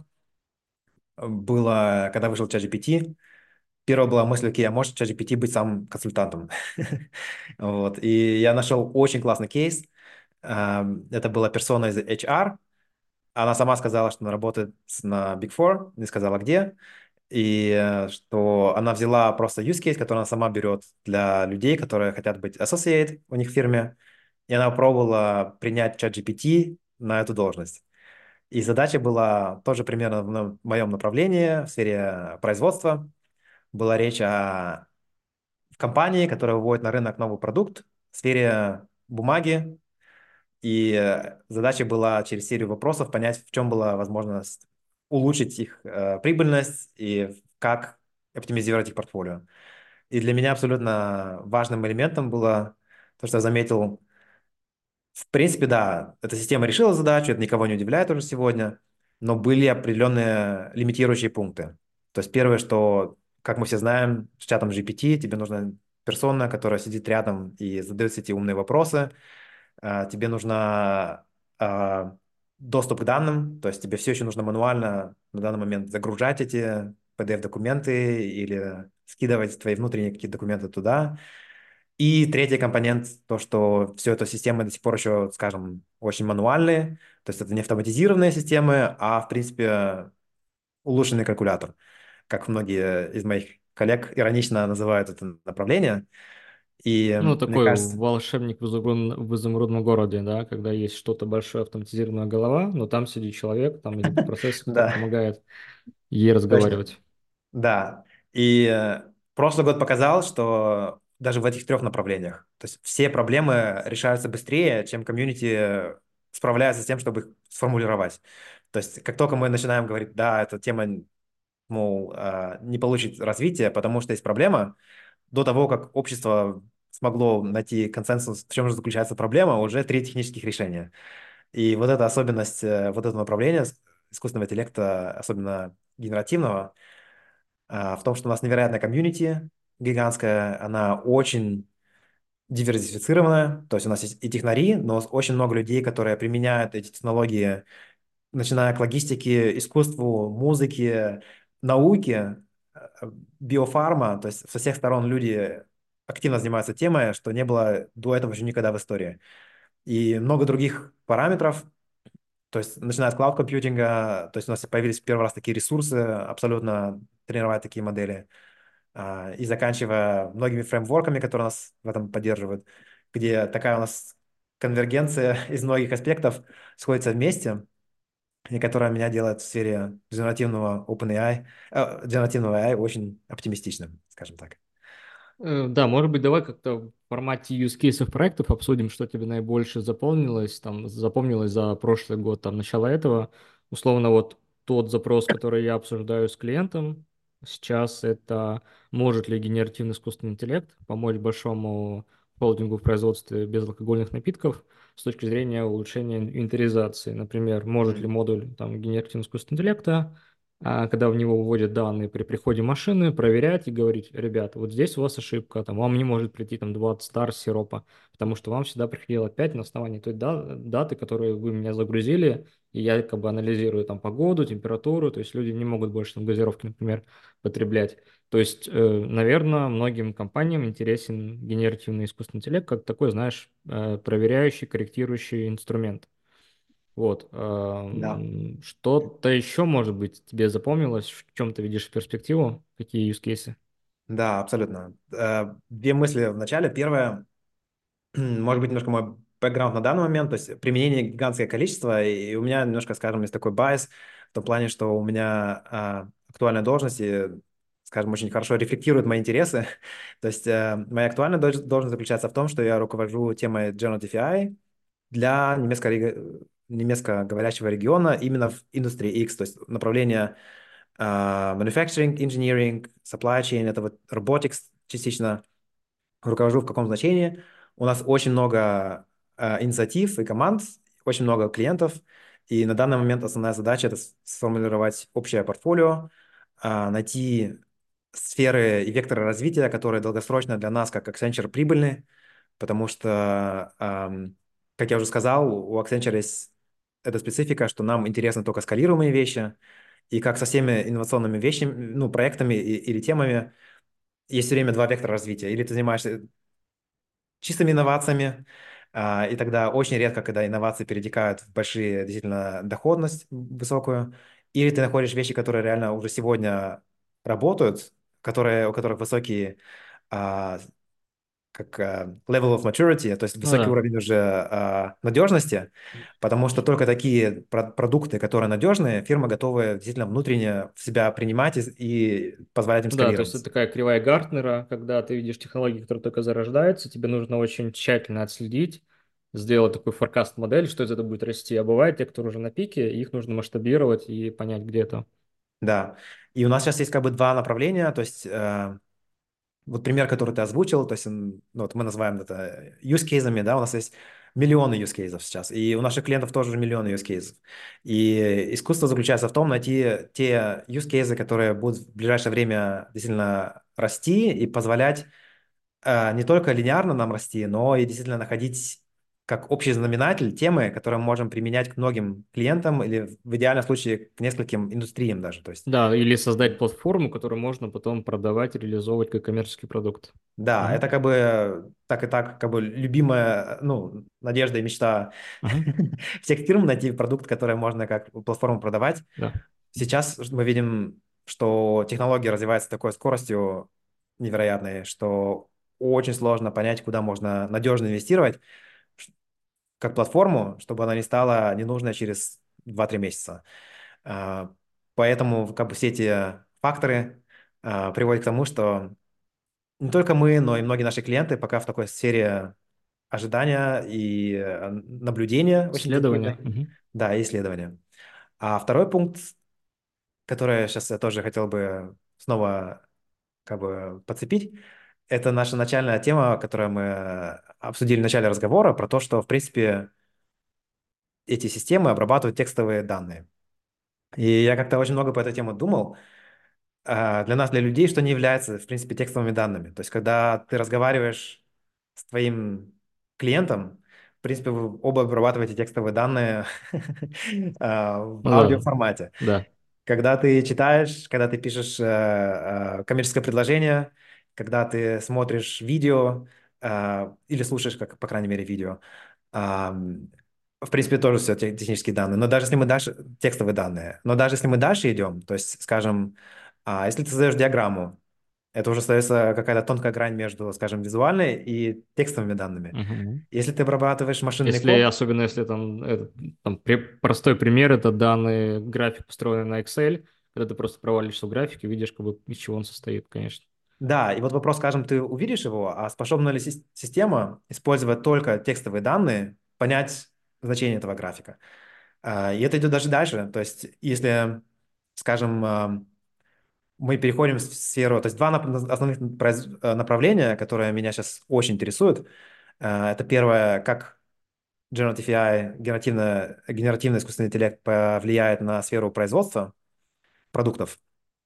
было, когда вышел ChatGPT. Первая была мысль, окей, а может ChatGPT быть самым консультантом? Вот. И я нашел очень классный кейс. А, Это была персона из эйч ар. Она сама сказала, что она работает с- на Big Four, не сказала где. И э, что она взяла просто use case, который она сама берет для людей, которые хотят быть associate у них в фирме, и она пробовала принять ChatGPT на эту должность. И задача была тоже примерно в на- моем направлении, в сфере производства. Была речь о компании, которая выводит на рынок новый продукт в сфере бумаги, и э, задача была через серию вопросов понять, в чем была возможность улучшить их э, прибыльность и как оптимизировать их портфолио. И для меня абсолютно важным элементом было то, что я заметил, в принципе, да, эта система решила задачу, это никого не удивляет уже сегодня, но были определенные лимитирующие пункты. То есть первое, что, как мы все знаем, с чатом джи пи ти тебе нужна персона, которая сидит рядом и задает все эти умные вопросы, а, тебе нужна а, доступ к данным, то есть тебе все еще нужно мануально на данный момент загружать эти пи ди эф-документы или скидывать твои внутренние какие-то документы туда. И третий компонент, то, что все это системы до сих пор еще, скажем, очень мануальные, то есть это не автоматизированные системы, а, в принципе, улучшенный калькулятор, как многие из моих коллег иронично называют это направление. И Ну, мне такой кажется, волшебник в изумрудном, в изумрудном городе, да, когда есть что-то большое, автоматизированная голова, но там сидит человек, там идет процесс, который да, помогает ей точно. разговаривать. Да, и э, прошлый год показал, что даже в этих трех направлениях, то есть все проблемы решаются быстрее, чем комьюнити справляется с тем, чтобы их сформулировать. То есть как только мы начинаем говорить, да, эта тема, мол, а, не получит развития, потому что есть проблема, до того, как общество смогло найти консенсус, в чем же заключается проблема, уже три технических решения. И вот эта особенность э, вот этого направления с- искусственного интеллекта, особенно генеративного, а, в том, что у нас невероятная комьюнити гигантская, она очень диверсифицированная, то есть у нас есть и технари, но очень много людей, которые применяют эти технологии, начиная от логистики, искусству, музыки, науки, э, биофарма, то есть со всех сторон люди активно занимаются темой, что не было до этого еще никогда в истории. И много других параметров, то есть начиная от клауд-компьютинга, то есть у нас появились первый раз такие ресурсы, абсолютно тренировать такие модели, а, и заканчивая многими фреймворками, которые нас в этом поддерживают, где такая у нас конвергенция из многих аспектов сходится вместе, и которая меня делает в сфере генеративного OpenAI, э, генеративного A I очень оптимистичным, скажем так. Э, Да, может быть, давай как-то в формате use cases проектов обсудим, что тебе наибольше запомнилось, там, запомнилось за прошлый год, там, начало этого. Условно, вот тот запрос, который я обсуждаю с клиентом сейчас, это может ли генеративный искусственный интеллект помочь большому холдингу в производстве безалкогольных напитков с точки зрения улучшения инвентаризации. Например, может ли Мгм. модуль там, генеративного искусственного интеллекта а, когда в него вводят данные при приходе машины, проверять и говорить: ребята, вот здесь у вас ошибка, там, вам не может прийти там двадцать тар сиропа, потому что вам сюда приходило пять на основании той да- даты, которую вы меня загрузили, и я как бы анализирую там погоду, температуру, то есть люди не могут больше там газировки, например, потреблять. То есть, наверное, многим компаниям интересен генеративный искусственный интеллект как такой, знаешь, э, проверяющий, корректирующий инструмент. Вот. Да. ам, Что-то еще, может быть, тебе запомнилось, в чем ты видишь перспективу, какие use cases? Да, абсолютно. Э, Две мысли в начале. Первое, может быть, немножко мой бэкграунд на данный момент, то есть применение гигантское количество, и у меня немножко, скажем, есть такой байс в том плане, что у меня а, актуальная должность, и, скажем, очень хорошо рефлектирует мои интересы. То есть э, моя актуальная дож- должность заключается в том, что я руковожу темой Generative A I для немецко немецкоговорящего региона именно в индустрии X, то есть направление а, manufacturing, engineering, supply chain, это вот robotics частично, руковожу в каком значении. У нас очень много э, инициатив и команд, очень много клиентов, и на данный момент основная задача — это с- сформулировать общее портфолио, а, найти сферы и векторы развития, которые долгосрочно для нас, как Accenture, прибыльны, потому что, ам, как я уже сказал, у Accenture есть эта специфика, что нам интересны только скалируемые вещи, и как со всеми инновационными вещами, ну, проектами и- или темами, есть все время два вектора развития. Или ты занимаешься чистыми инновациями, а, и тогда очень редко, когда инновации перетекают в большие, действительно, доходность высокую, или ты находишь вещи, которые реально уже сегодня работают, которые, у которых высокие а, как а, level of maturity, то есть Ну высокий да. уровень уже а, надежности, потому что только такие про- продукты, которые надежные, фирмы готовы действительно внутренне в себя принимать и, и позволять им Да, то есть это скалировать. такая кривая Гартнера, когда ты видишь технологии, которые только зарождаются, тебе нужно очень тщательно отследить, сделать такую форкаст-модель, что из этого будет расти. А бывает те, кто уже на пике, их нужно масштабировать и понять, где это. Да. И у нас сейчас есть как бы два направления, то есть э, вот пример, который ты озвучил, то есть м, ну, вот мы называем это use cases, да, у нас есть миллионы use cases сейчас, и у наших клиентов тоже миллионы use cases. И искусство заключается в том, найти те use cases, которые будут в ближайшее время действительно расти и позволять э, не только линейно нам расти, но и действительно находить как общий знаменатель темы, которые мы можем применять к многим клиентам или в идеальном случае к нескольким индустриям даже. То есть Да, или создать платформу, которую можно потом продавать и реализовывать как коммерческий продукт. да, Мгм. это как бы так и так, как бы любимая, ну, надежда и мечта Мгм. всех фирм найти продукт, который можно как платформу продавать. Да. Сейчас мы видим, что технология развивается с такой скоростью невероятной, что очень сложно понять, куда можно надежно инвестировать ш- как платформу, чтобы она не стала ненужной через два-три месяца. А, Поэтому как бы все эти факторы а, приводят к тому, что не только мы, но и многие наши клиенты пока в такой сфере ожидания и э, наблюдения очень Исследования. интенсивные, Мгм. да, и исследования. А второй пункт, который сейчас я тоже хотел бы снова как бы подцепить, это наша начальная тема, которую мы обсудили в начале разговора, про то, что, в принципе, эти системы обрабатывают текстовые данные. И я как-то очень много по этой теме думал. А, Для нас, для людей, что не является, в принципе, текстовыми данными. То есть, когда ты разговариваешь с твоим клиентом, в принципе, вы оба обрабатываете текстовые данные а, в Ну да, аудиоформате. да. Когда ты читаешь, когда ты пишешь э, э, коммерческое предложение, когда ты смотришь видео э, или слушаешь, как, по крайней мере, видео, ам, в принципе, тоже все те- технические данные. Но даже если мы дальше, текстовые данные, но даже если мы дальше идем, то есть, скажем, а, если ты создаешь диаграмму, это уже остается какая-то тонкая грань между, скажем, визуальной и текстовыми данными. Мгм. Если ты обрабатываешь машинный Если, код, особенно если там, этот, там пре- простой пример, это данные, график, построенный на Excel, когда ты просто провалишься в график и видишь, как бы, из чего он состоит, конечно. да, и вот вопрос, скажем, ты увидишь его, а способна ли сис- система использовать только текстовые данные, понять значение этого графика? А, И это идет даже дальше. То есть, если, скажем, а, мы переходим в сферу, то есть два нап- основных произ- э, направления, которые меня сейчас очень интересуют. А, Это первое, как Generative A I, генеративно, генеративный искусственный интеллект повлияет на сферу производства продуктов,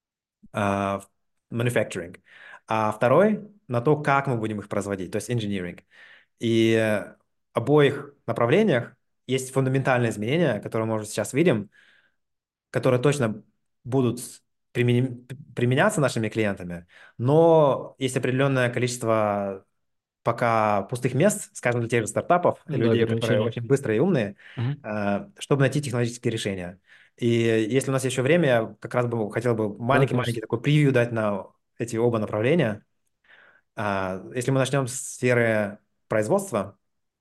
а, в manufacturing. А второй на то, как мы будем их производить, то есть engineering. И э, обоих направлениях есть фундаментальные изменения, которые мы уже сейчас видим, которые точно будут применим- применяться нашими клиентами, но есть определенное количество пока пустых мест, скажем, для тех же стартапов, Ну да, людей, которые ограничения. очень быстрые и умные, Мгм. э, чтобы найти технологические решения. И если у нас еще время, я как раз бы хотел бы Да, маленький-маленький конечно. такой превью дать на эти оба направления. А, Если мы начнем с сферы производства,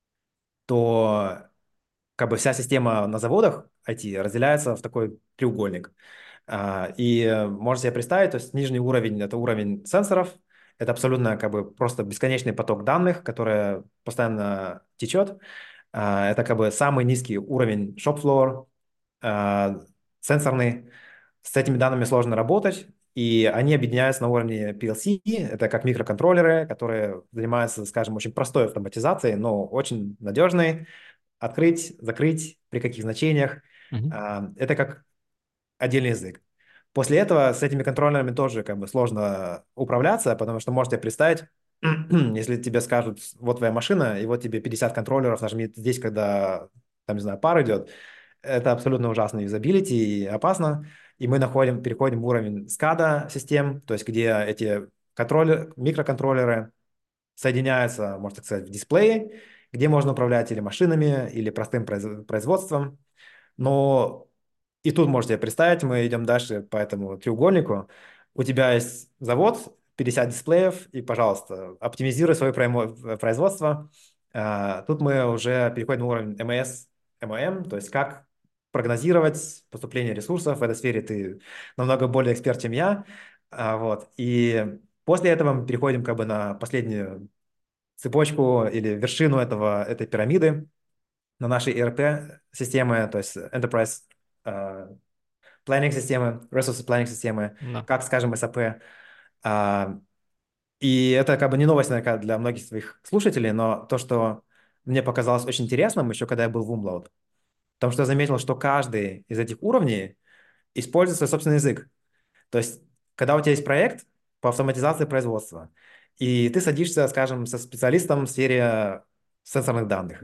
то как бы вся система на заводах I T разделяется в такой треугольник. А, И э, можете себе представить, то есть нижний уровень — это уровень сенсоров, это абсолютно как бы просто бесконечный поток данных, который постоянно течет. А, Это как бы самый низкий уровень shop floor, а, сенсорный. С этими данными сложно работать, и они объединяются на уровне P L C. Это как микроконтроллеры, которые занимаются, скажем, очень простой автоматизацией, но очень надежной. Открыть, закрыть, при каких значениях. Мгм. А, Это как отдельный язык. После этого с этими контроллерами тоже как бы сложно управляться, потому что можете представить, если тебе скажут, вот твоя машина, и вот тебе пятьдесят контроллеров, нажми здесь, когда, там, не знаю, пар идет, это абсолютно ужасно юзабилити и опасно. И мы находим, переходим в уровень скада систем, то есть где эти контроллеры, микроконтроллеры соединяются, можно так сказать, в дисплее, где можно управлять или машинами, или простым произ- производством. Но и тут можете представить, мы идем дальше по этому треугольнику. У тебя есть завод, пятьдесят дисплеев, и, пожалуйста, оптимизируй свое проймо- производство. А, Тут мы уже переходим на уровень эм эс, эм эм, то есть как прогнозировать поступление ресурсов. В этой сфере ты намного более эксперт, чем я. А, Вот. И после этого мы переходим как бы на последнюю цепочку или вершину этого, этой пирамиды, на нашей E R P-системы, то есть Enterprise э, Planning системы, Resource Planning системы, Да. как, скажем, S A P. А, И это как бы не новость, наверное, для многих своих слушателей, но то, что мне показалось очень интересным, еще когда я был в Umlaut, потому что я заметил, что каждый из этих уровней использует свой собственный язык. То есть, когда у тебя есть проект по автоматизации производства, и ты садишься, скажем, со специалистом в сфере сенсорных данных,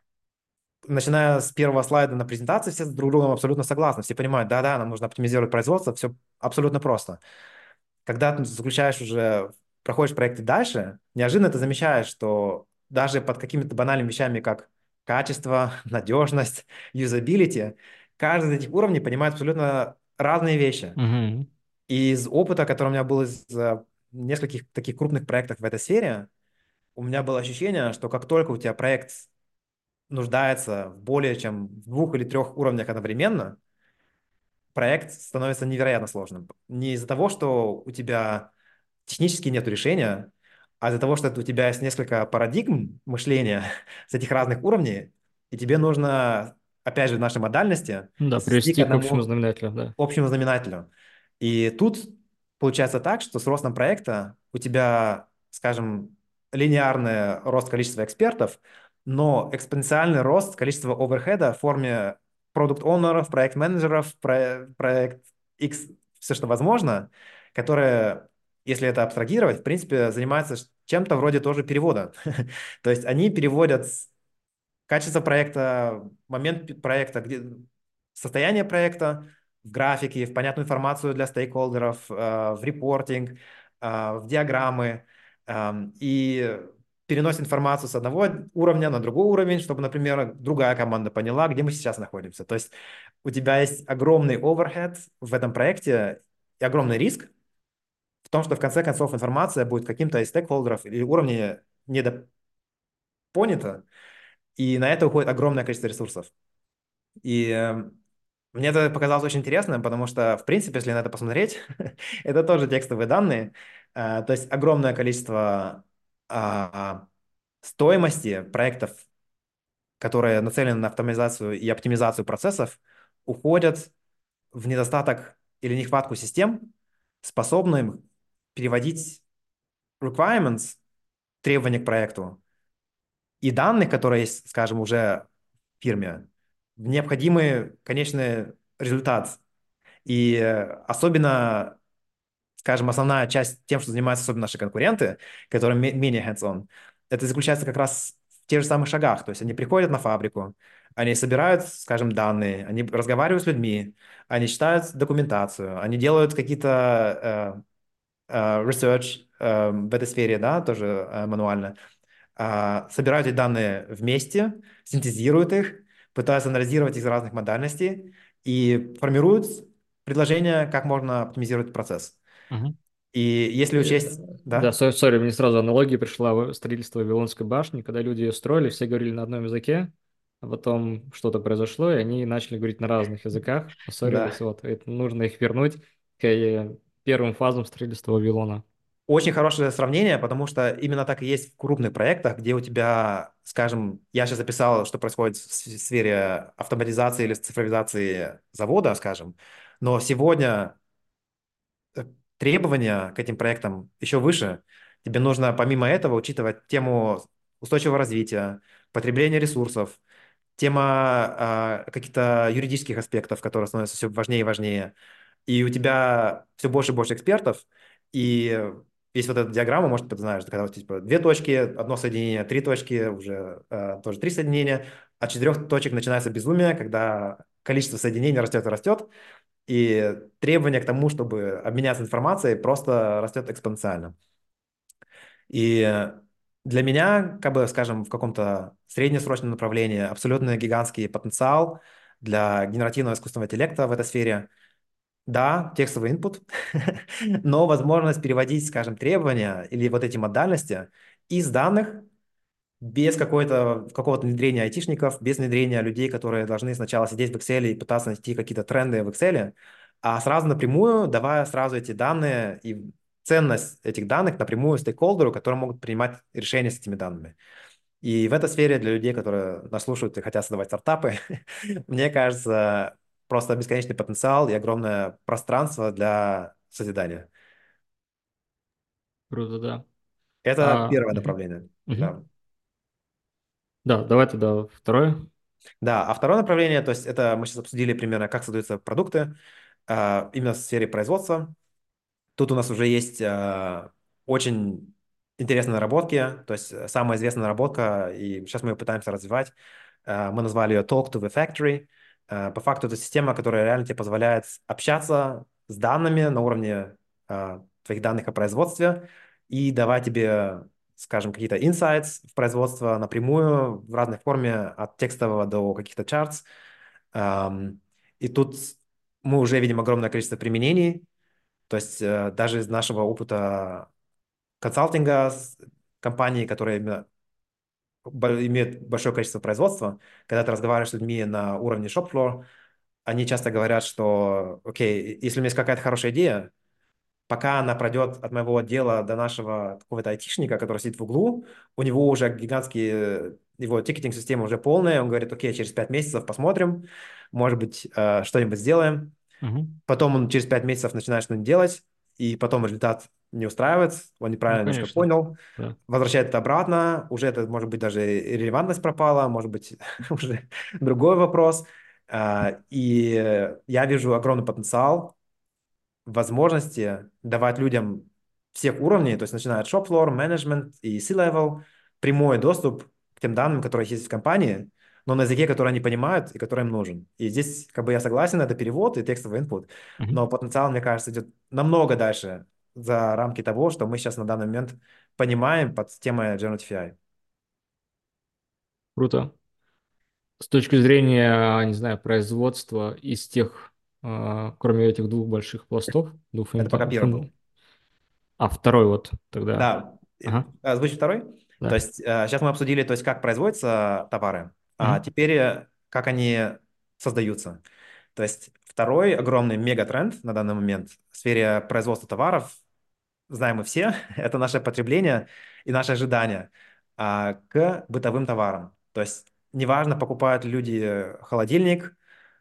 начиная с первого слайда на презентации, все с друг другом абсолютно согласны. Все понимают, да-да, нам нужно оптимизировать производство, все абсолютно просто. Когда ты заключаешь уже, проходишь проекты дальше, неожиданно ты замечаешь, что даже под какими-то банальными вещами, как качество, надежность, юзабилити, каждый из этих уровней понимает абсолютно разные вещи. Мгм. И из опыта, который у меня был из э, нескольких таких крупных проектов в этой сфере, у меня было ощущение, что как только у тебя проект нуждается в более чем в двух или трех уровнях одновременно, проект становится невероятно сложным. Не из-за того, что у тебя технически нет решения, а из-за того, что у тебя есть несколько парадигм мышления с этих разных уровней, и тебе нужно, опять же, в нашей модальности Ну да, свести к привести к общему одному знаменателю, да. общему знаменателю. И тут получается так, что с ростом проекта у тебя, скажем, линейный рост количества экспертов, но экспоненциальный рост количества оверхеда в форме продукт-оунеров, проект-менеджеров, про- проект X, все, что возможно, которые, если это абстрагировать, в принципе, занимаются чем-то вроде тоже перевода. То есть они переводят качество проекта, момент проекта, где, состояние проекта в графики, в понятную информацию для стейкхолдеров, э, в репортинг, э, в диаграммы, эм, и переносит информацию с одного уровня на другой уровень, чтобы, например, другая команда поняла, где мы сейчас находимся. То есть у тебя есть огромный оверхед в этом проекте и огромный риск в том, что в конце концов информация будет каким-то из стейкхолдеров или уровней недопонята, и на это уходит огромное количество ресурсов. И э, мне это показалось очень интересным, потому что, в принципе, если на это посмотреть, это тоже текстовые данные. Э, то есть огромное количество а, стоимости проектов, которые нацелены на автоматизацию и оптимизацию процессов, уходят в недостаток или нехватку систем, способных переводить requirements, требования к проекту, и данных, которые есть, скажем, уже в фирме, в необходимый конечный результат. И э, особенно, скажем, основная часть тем, что занимаются особенно наши конкуренты, которые ме- менее hands-on, это заключается как раз в тех же самых шагах. То есть они приходят на фабрику, они собирают, скажем, данные, они разговаривают с людьми, они читают документацию, они делают какие-то э, э, research э, в этой сфере, да, тоже э, мануально, а, собирают эти данные вместе, синтезируют их, пытаются анализировать их из разных модальностей и формируют предложение, как можно оптимизировать процесс. Мгм. И если Э, учесть, Да, да, со- сори, мне сразу аналогия пришла в строительство Вавилонской башни, когда люди ее строили, все говорили на одном языке, а потом что-то произошло, и они начали говорить на разных языках, поссорились, да, вот, и нужно их вернуть к э, первым фазам строительства Вавилона. очень хорошее сравнение, потому что именно так и есть в крупных проектах, где у тебя, скажем, я сейчас записал, что происходит в с- сфере автоматизации или цифровизации завода, скажем, но сегодня э, требования к этим проектам еще выше. Тебе нужно помимо этого учитывать тему устойчивого развития, потребления ресурсов, тема а, каких-то юридических аспектов, которые становятся все важнее и важнее. И у тебя все больше и больше экспертов, и есть вот эта диаграмма, может, ты знаешь, когда вот, типа, две точки, одно соединение, три точки, уже э, тоже три соединения, от четырех точек начинается безумие, когда количество соединений растет и растет, и требование к тому, чтобы обменяться информацией, просто растет экспоненциально. И для меня, как бы, скажем, в каком-то среднесрочном направлении абсолютно гигантский потенциал для генеративного искусственного интеллекта в этой сфере. Да, текстовый input, но возможность переводить, скажем, требования или вот эти модальности из данных без какой-то, какого-то внедрения айтишников, без внедрения людей, которые должны сначала сидеть в Excel и пытаться найти какие-то тренды в Excel, а сразу напрямую, давая сразу эти данные и ценность этих данных напрямую стейкхолдеру, которые могут принимать решения с этими данными. И в этой сфере для людей, которые нас слушают и хотят создавать стартапы, мне кажется, просто бесконечный потенциал и огромное пространство для созидания. Круто, да. Это А, первое мгм, направление. мгм. Да. Да, давай тогда второе. Да, а второе направление, то есть это мы сейчас обсудили примерно, как создаются продукты, а, именно в сфере производства. Тут у нас уже есть а, очень интересные наработки, то есть э, самая известная наработка, и сейчас мы ее пытаемся развивать. А, мы назвали ее Talk to the Factory. А, по факту это система, которая реально тебе позволяет общаться с данными на уровне а, твоих данных о производстве и давать тебе, скажем, какие-то insights в производство напрямую в разной форме, от текстового до каких-то charts. Ам, И тут мы уже видим огромное количество применений, то есть э, даже из нашего опыта консалтинга с компаний, которые именно бо- имеют большое количество производства, когда ты разговариваешь с людьми на уровне шоп-флор, они часто говорят, что, окей, если у меня есть какая-то хорошая идея, пока она пройдет от моего отдела до нашего какого-то айтишника, который сидит в углу, у него уже гигантские, его тикетинг-система уже полная, он говорит, окей, через пять месяцев посмотрим, может быть, э, что-нибудь сделаем. Мгм. Потом он через пять месяцев начинает что-нибудь делать, и потом результат не устраивает, он Ну, неправильно немножко конечно, понял, да. возвращает это обратно, уже это, может быть, даже и релевантность пропала, может быть, уже другой вопрос. А, И я вижу огромный потенциал возможности давать людям всех уровней, то есть начиная от shop-floor, management и C-level, прямой доступ к тем данным, которые есть в компании, но на языке, который они понимают и который им нужен. И здесь, как бы я согласен, это перевод и текстовый input, Мгм. но потенциал, мне кажется, идет намного дальше за рамки того, что мы сейчас на данный момент понимаем под темой Generative A I. Круто. С точки зрения, не знаю, производства из тех, а, кроме этих двух больших пластов, двух Это пока фунда- первый был. фун- а второй вот тогда. Да, э, Ага, озвучу второй. То да. есть сейчас мы обсудили, то есть как производятся товары, а Мгм. теперь э, как они создаются. То есть второй огромный мегатренд на данный момент в сфере производства товаров, знаем мы все, это наше потребление и наши ожидания а, к бытовым товарам. То есть неважно, покупают люди холодильник,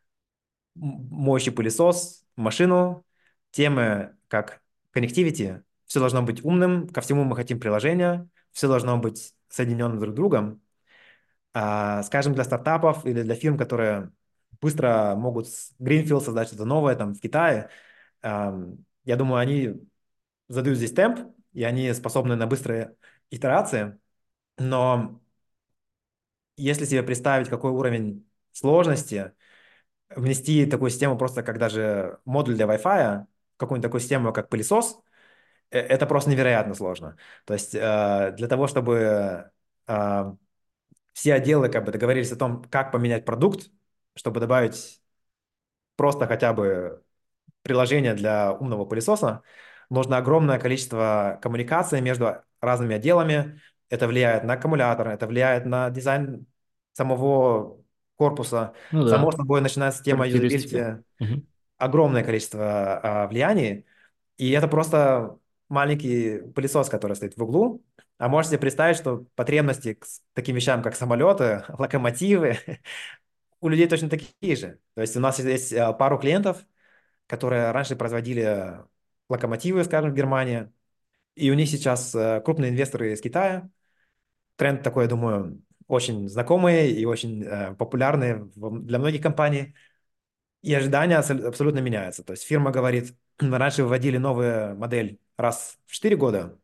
м- моющий пылесос, машину, темы как connectivity, все должно быть умным, ко всему мы хотим приложения, все должно быть соединенным друг с другом. А, скажем, для стартапов или для фирм, которые быстро могут с Greenfield создать что-то новое там в Китае, ам, я думаю, они задают здесь темп, и они способны на быстрые итерации, но если себе представить, какой уровень сложности внести такую систему просто как даже модуль для Wi-Fi, какую-нибудь такую систему, как пылесос, э, это просто невероятно сложно. То есть э, для того, чтобы э, все отделы как бы договорились о том, как поменять продукт, чтобы добавить просто хотя бы приложение для умного пылесоса, нужно огромное количество коммуникаций между разными отделами. Это влияет на аккумулятор, это влияет на дизайн самого корпуса. Ну Само да, собой начинается тема характеристики. юзабилити, Мгм. огромное количество а, влияний, и это просто маленький пылесос, который стоит в углу. А можете себе представить, что потребности к с- таким вещам, как самолеты, локомотивы, у людей точно такие же. То есть у нас есть а, пару клиентов, которые раньше производили локомотивы, скажем, в Германии, и у них сейчас а, крупные инвесторы из Китая. Тренд такой, я думаю, очень знакомый и очень а, популярный в- для многих компаний. И ожидания абсол- абсолютно меняются. То есть фирма говорит, раньше выводили новую модель раз в четыре года,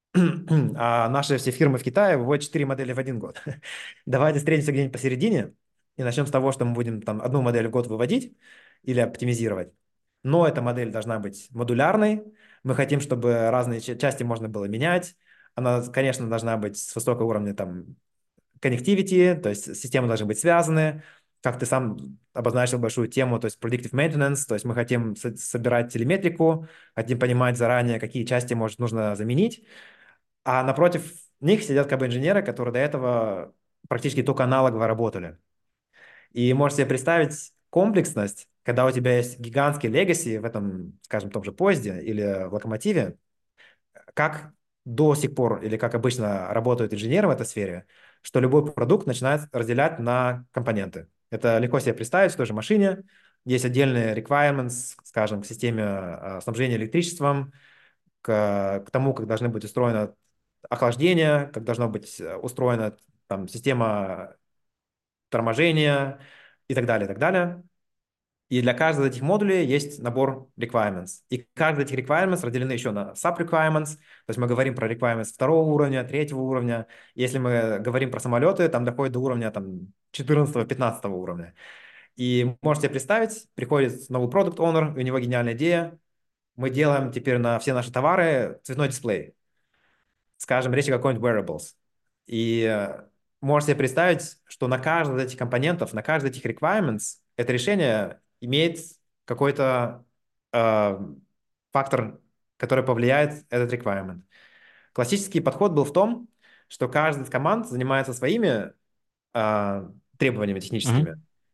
а наши все фирмы в Китае выводят четыре модели в один год. Давайте встретимся где-нибудь посередине и начнем с того, что мы будем там одну модель в год выводить или оптимизировать. Но эта модель должна быть модулярной. Мы хотим, чтобы разные ча- части можно было менять. Она, конечно, должна быть с высокого уровня там connectivity, то есть системы должны быть связаны. Как ты сам обозначил большую тему, то есть predictive maintenance, то есть мы хотим со- собирать телеметрику, хотим понимать заранее, какие части, может, нужно заменить. А напротив них сидят как бы инженеры, которые до этого практически только аналогово работали. И можете себе представить комплексность, когда у тебя есть гигантский легаси в этом, скажем, том же поезде или в локомотиве, как до сих пор или как обычно работают инженеры в этой сфере, что любой продукт начинает разделять на компоненты. Это легко себе представить в той же машине. Есть отдельные requirements, скажем, к системе а, снабжения электричеством, к, к тому, как должны быть устроено охлаждение, как должна быть э, устроена там, система торможения и так далее, и так далее. И для каждого из этих модулей есть набор requirements. И каждый из этих requirements разделены еще на sub-requirements. То есть мы говорим про requirements второго уровня, третьего уровня. Если мы говорим про самолеты, там доходит до уровня там, четырнадцатого-пятнадцатого уровня. И можете себе представить, приходит новый продукт owner, у него гениальная идея. Мы делаем теперь на все наши товары цветной дисплей. Скажем, речь о какой-нибудь wearables. И э, можете себе представить, что на каждый из этих компонентов, на каждый из этих requirements это решение имеет какой-то э, фактор, который повлияет этот requirement. Классический подход был в том, что каждая из команд занимается своими э, требованиями техническими, Мгм.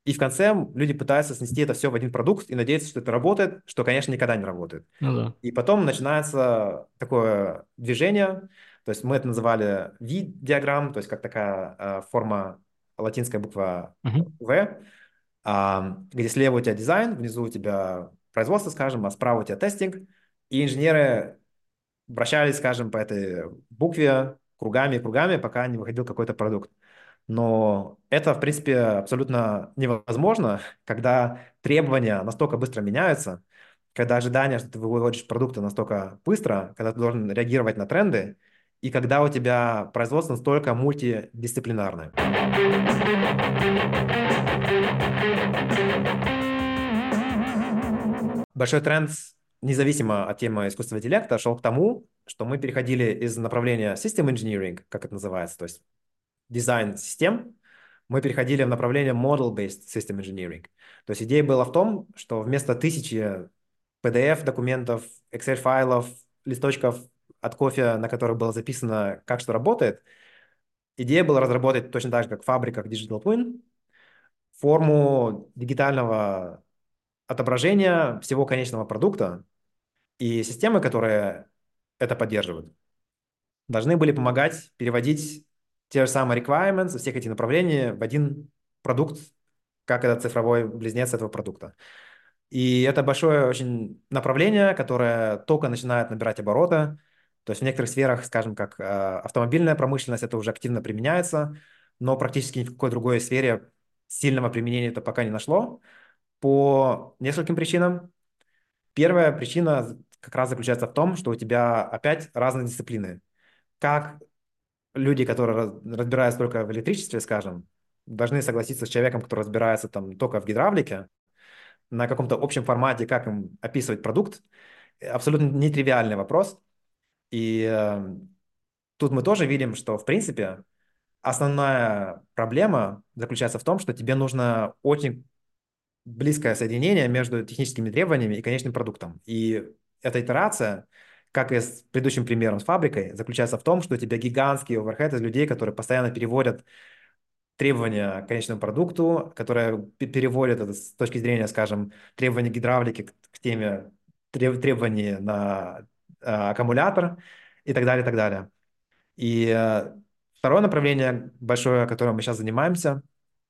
И в конце люди пытаются снести это все в один продукт и надеяться, что это работает, что, конечно, никогда не работает. Ну да. И потом начинается такое движение, то есть мы это называли V-диаграмм, то есть как такая э, форма, латинская буква Мгм. V, а, где слева у тебя дизайн, внизу у тебя производство, скажем, а справа у тебя тестинг, и инженеры вращались, скажем, по этой букве кругами и кругами, пока не выходил какой-то продукт. Но это, в принципе, абсолютно невозможно, когда требования настолько быстро меняются, когда ожидания, что ты выводишь продукты настолько быстро, когда ты должен реагировать на тренды, и когда у тебя производство настолько мультидисциплинарное. Большой тренд, независимо от темы искусственного интеллекта, шел к тому, что мы переходили из направления system engineering, как это называется, то есть дизайн систем, мы переходили в направление model-based system engineering. То есть идея была в том, что вместо тысячи пи ди эф-документов, Excel-файлов, листочков от кофе, на которых было записано, как что работает, идея была разработать точно так же, как в фабриках Digital Twin, форму дигитального отображения всего конечного продукта, и системы, которые это поддерживают, должны были помогать переводить те же самые requirements всех этих направлений в один продукт, как этот цифровой близнец этого продукта. И это большое очень направление, которое только начинает набирать обороты. То есть в некоторых сферах, скажем, как э, автомобильная промышленность, это уже активно применяется, но практически ни в какой другой сфере сильного применения это пока не нашло по нескольким причинам. Первая причина как раз заключается в том, что у тебя опять разные дисциплины. Как люди, которые раз- разбираются только в электричестве, скажем, должны согласиться с человеком, который разбирается там только в гидравлике, на каком-то общем формате, как им описывать продукт, абсолютно нетривиальный вопрос. И э, тут мы тоже видим, что, в принципе, основная проблема заключается в том, что тебе нужно очень близкое соединение между техническими требованиями и конечным продуктом. И эта итерация, как и с предыдущим примером с фабрикой, заключается в том, что у тебя гигантский оверхед из людей, которые постоянно переводят требования к конечному продукту, которые пе- переводят это с точки зрения, скажем, требований гидравлики к, к теме треб- требований на э, аккумулятор и так далее, и так далее. И э, второе направление большое, которым мы сейчас занимаемся,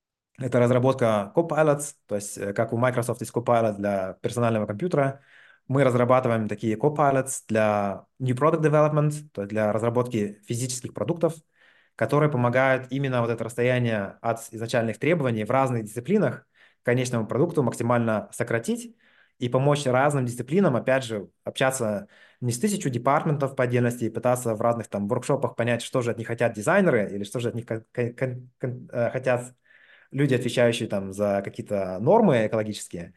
это разработка Copilots, то есть э, как у Microsoft есть Copilot для персонального компьютера, мы разрабатываем такие Copilots для New Product Development, то есть для разработки физических продуктов, которые помогают именно вот это расстояние от изначальных требований в разных дисциплинах к конечному продукту максимально сократить и помочь разным дисциплинам, опять же, общаться не с тысячу департаментов по отдельности и пытаться в разных там воркшопах понять, что же от них хотят дизайнеры или что же от них кон- кон- кон- кон- э, хотят люди, отвечающие там за какие-то нормы экологические,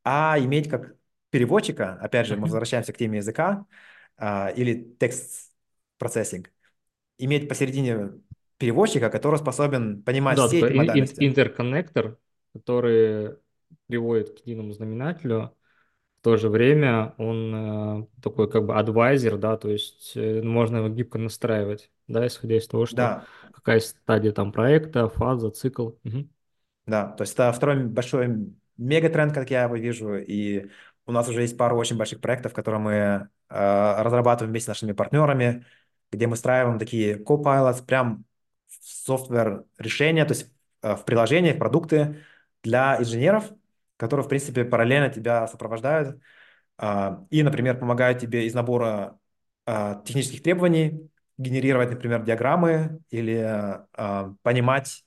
а иметь как переводчика, опять же, мы Мгм. возвращаемся к теме языка, а, или текст процессинг, иметь посередине переводчика, который способен понимать Да, все такой эти ин- ин- модальности. интерконнектор, который приводит к единому знаменателю. В то же время он э, такой как бы адвайзер, да, то есть э, можно его гибко настраивать, да, исходя из того, что Да, какая стадия там проекта, фаза, цикл. Мгм. да, то есть это второй большой мегатренд, как я его вижу, и у нас уже есть пару очень больших проектов, которые мы э, разрабатываем вместе с нашими партнерами, где мы встраиваем такие copilots прям в софтвер решения, то есть э, в приложения, в продукты для инженеров, которые, в принципе, параллельно тебя сопровождают а, и, например, помогают тебе из набора а, технических требований генерировать, например, диаграммы или а, понимать,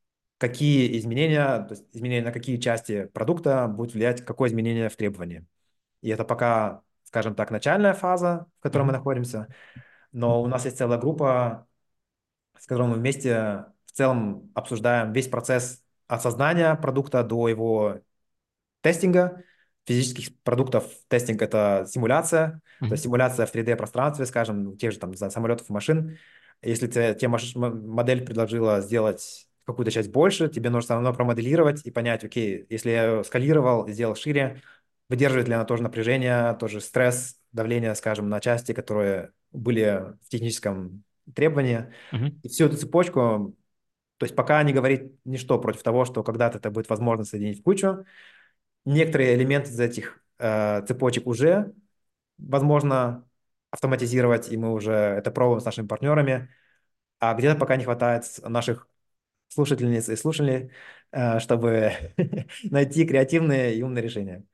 какие изменения, то есть изменения на какие части продукта будут влиять, какое изменение в требовании. И это пока, скажем так, начальная фаза, в которой мы Мгм. находимся, но у нас есть целая группа, с которой мы вместе в целом обсуждаем весь процесс от создания продукта до его тестинга. Физических продуктов тестинг — это симуляция, то есть Мгм. симуляция в три дэ-пространстве, скажем, ну, тех же там, не знаю, самолетов и машин. Если тебе, тебе маш- м- модель предложила сделать какую-то часть больше, тебе нужно все равно промоделировать и понять, окей, если я ее скалировал и сделал шире, выдерживает ли она тоже напряжение, тоже стресс, давление, скажем, на части, которые были в техническом требовании. Мгм. И всю эту цепочку То есть пока не говорит ничто против того, что когда-то это будет возможно соединить в кучу. Некоторые элементы из этих э, цепочек уже возможно автоматизировать, и мы уже это пробуем с нашими партнерами. А где-то пока не хватает с- наших слушательниц и слушателей, э, чтобы найти креативные и умные решения.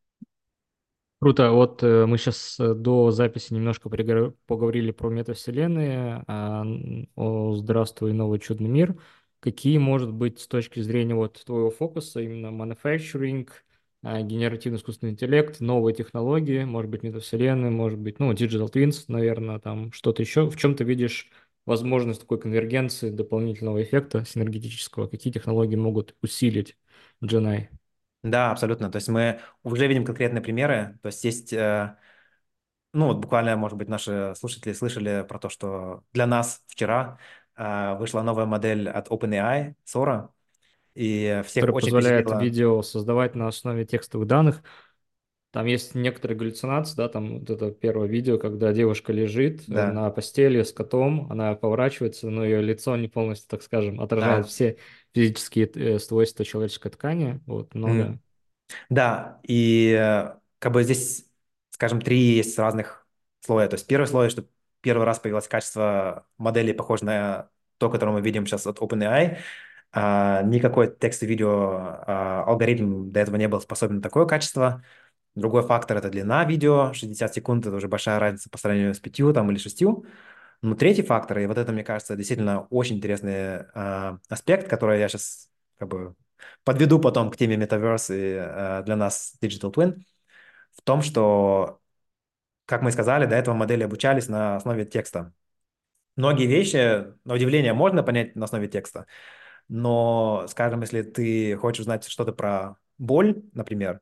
Круто. Вот э, мы сейчас до записи немножко пригор- поговорили про метавселенные, а, н- о «Здравствуй, новый чудный мир». Какие, может быть, с точки зрения вот твоего фокуса, именно manufacturing, а, генеративный искусственный интеллект, новые технологии, может быть, метавселенные, может быть, ну, digital twins, наверное, там что-то еще. В чем ты видишь возможность такой конвергенции, дополнительного эффекта синергетического? Какие технологии могут усилить Gen A? Да, абсолютно. То есть мы уже видим конкретные примеры. То есть есть, э, ну вот буквально, может быть, наши слушатели слышали про то, что для нас вчера э, вышла новая модель от OpenAI, Sora, и всех Который очень позволяет впечатлила. видео создавать на основе текстовых данных. Там есть некоторые галлюцинации, да, там вот это первое видео, когда девушка лежит э, Да, на постели с котом, она поворачивается, но ее лицо не полностью, так скажем, отражает да. все физические э, свойства человеческой ткани, вот, но да. М. Да, и э, как бы здесь, скажем, три есть разных слоя. То есть первый слой, что первый раз появилось качество модели, похоже на то, которое мы видим сейчас от OpenAI. А, никакой текст и видео а, алгоритм до этого не был способен на такое качество. Другой фактор — это длина видео. шестьдесят секунд — это уже большая разница по сравнению с пятью там, или шестью. Но третий фактор, и вот это, мне кажется, действительно очень интересный а, аспект, который я сейчас как бы подведу потом к теме Metaverse и а, для нас Digital Twin, в том, что, как мы сказали, до этого модели обучались на основе текста. Многие вещи, на удивление, можно понять на основе текста, но, скажем, если ты хочешь знать что-то про боль, например,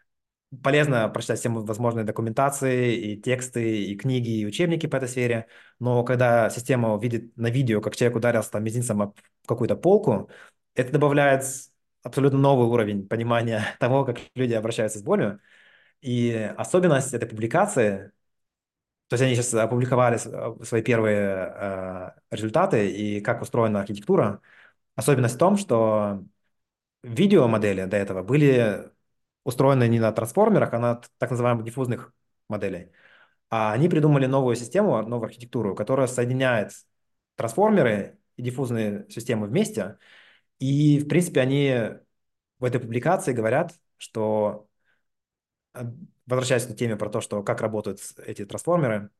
полезно прочитать все возможные документации, и тексты, и книги, и учебники по этой сфере, но когда система видит на видео, как человек ударился там мизинцем об какую-то полку, это добавляет абсолютно новый уровень понимания того, как люди обращаются с болью. И особенность этой публикации, то есть они сейчас опубликовали с- э, свои первые э, результаты и как устроена архитектура. Особенность в том, что видеомодели до этого были устроены не на трансформерах, а на т- так называемых диффузных моделей. А они придумали новую систему, новую архитектуру, которая соединяет трансформеры и диффузные системы вместе. И, в принципе, они в этой публикации говорят, что, э, возвращаясь к теме про то, что как работают с- эти трансформеры,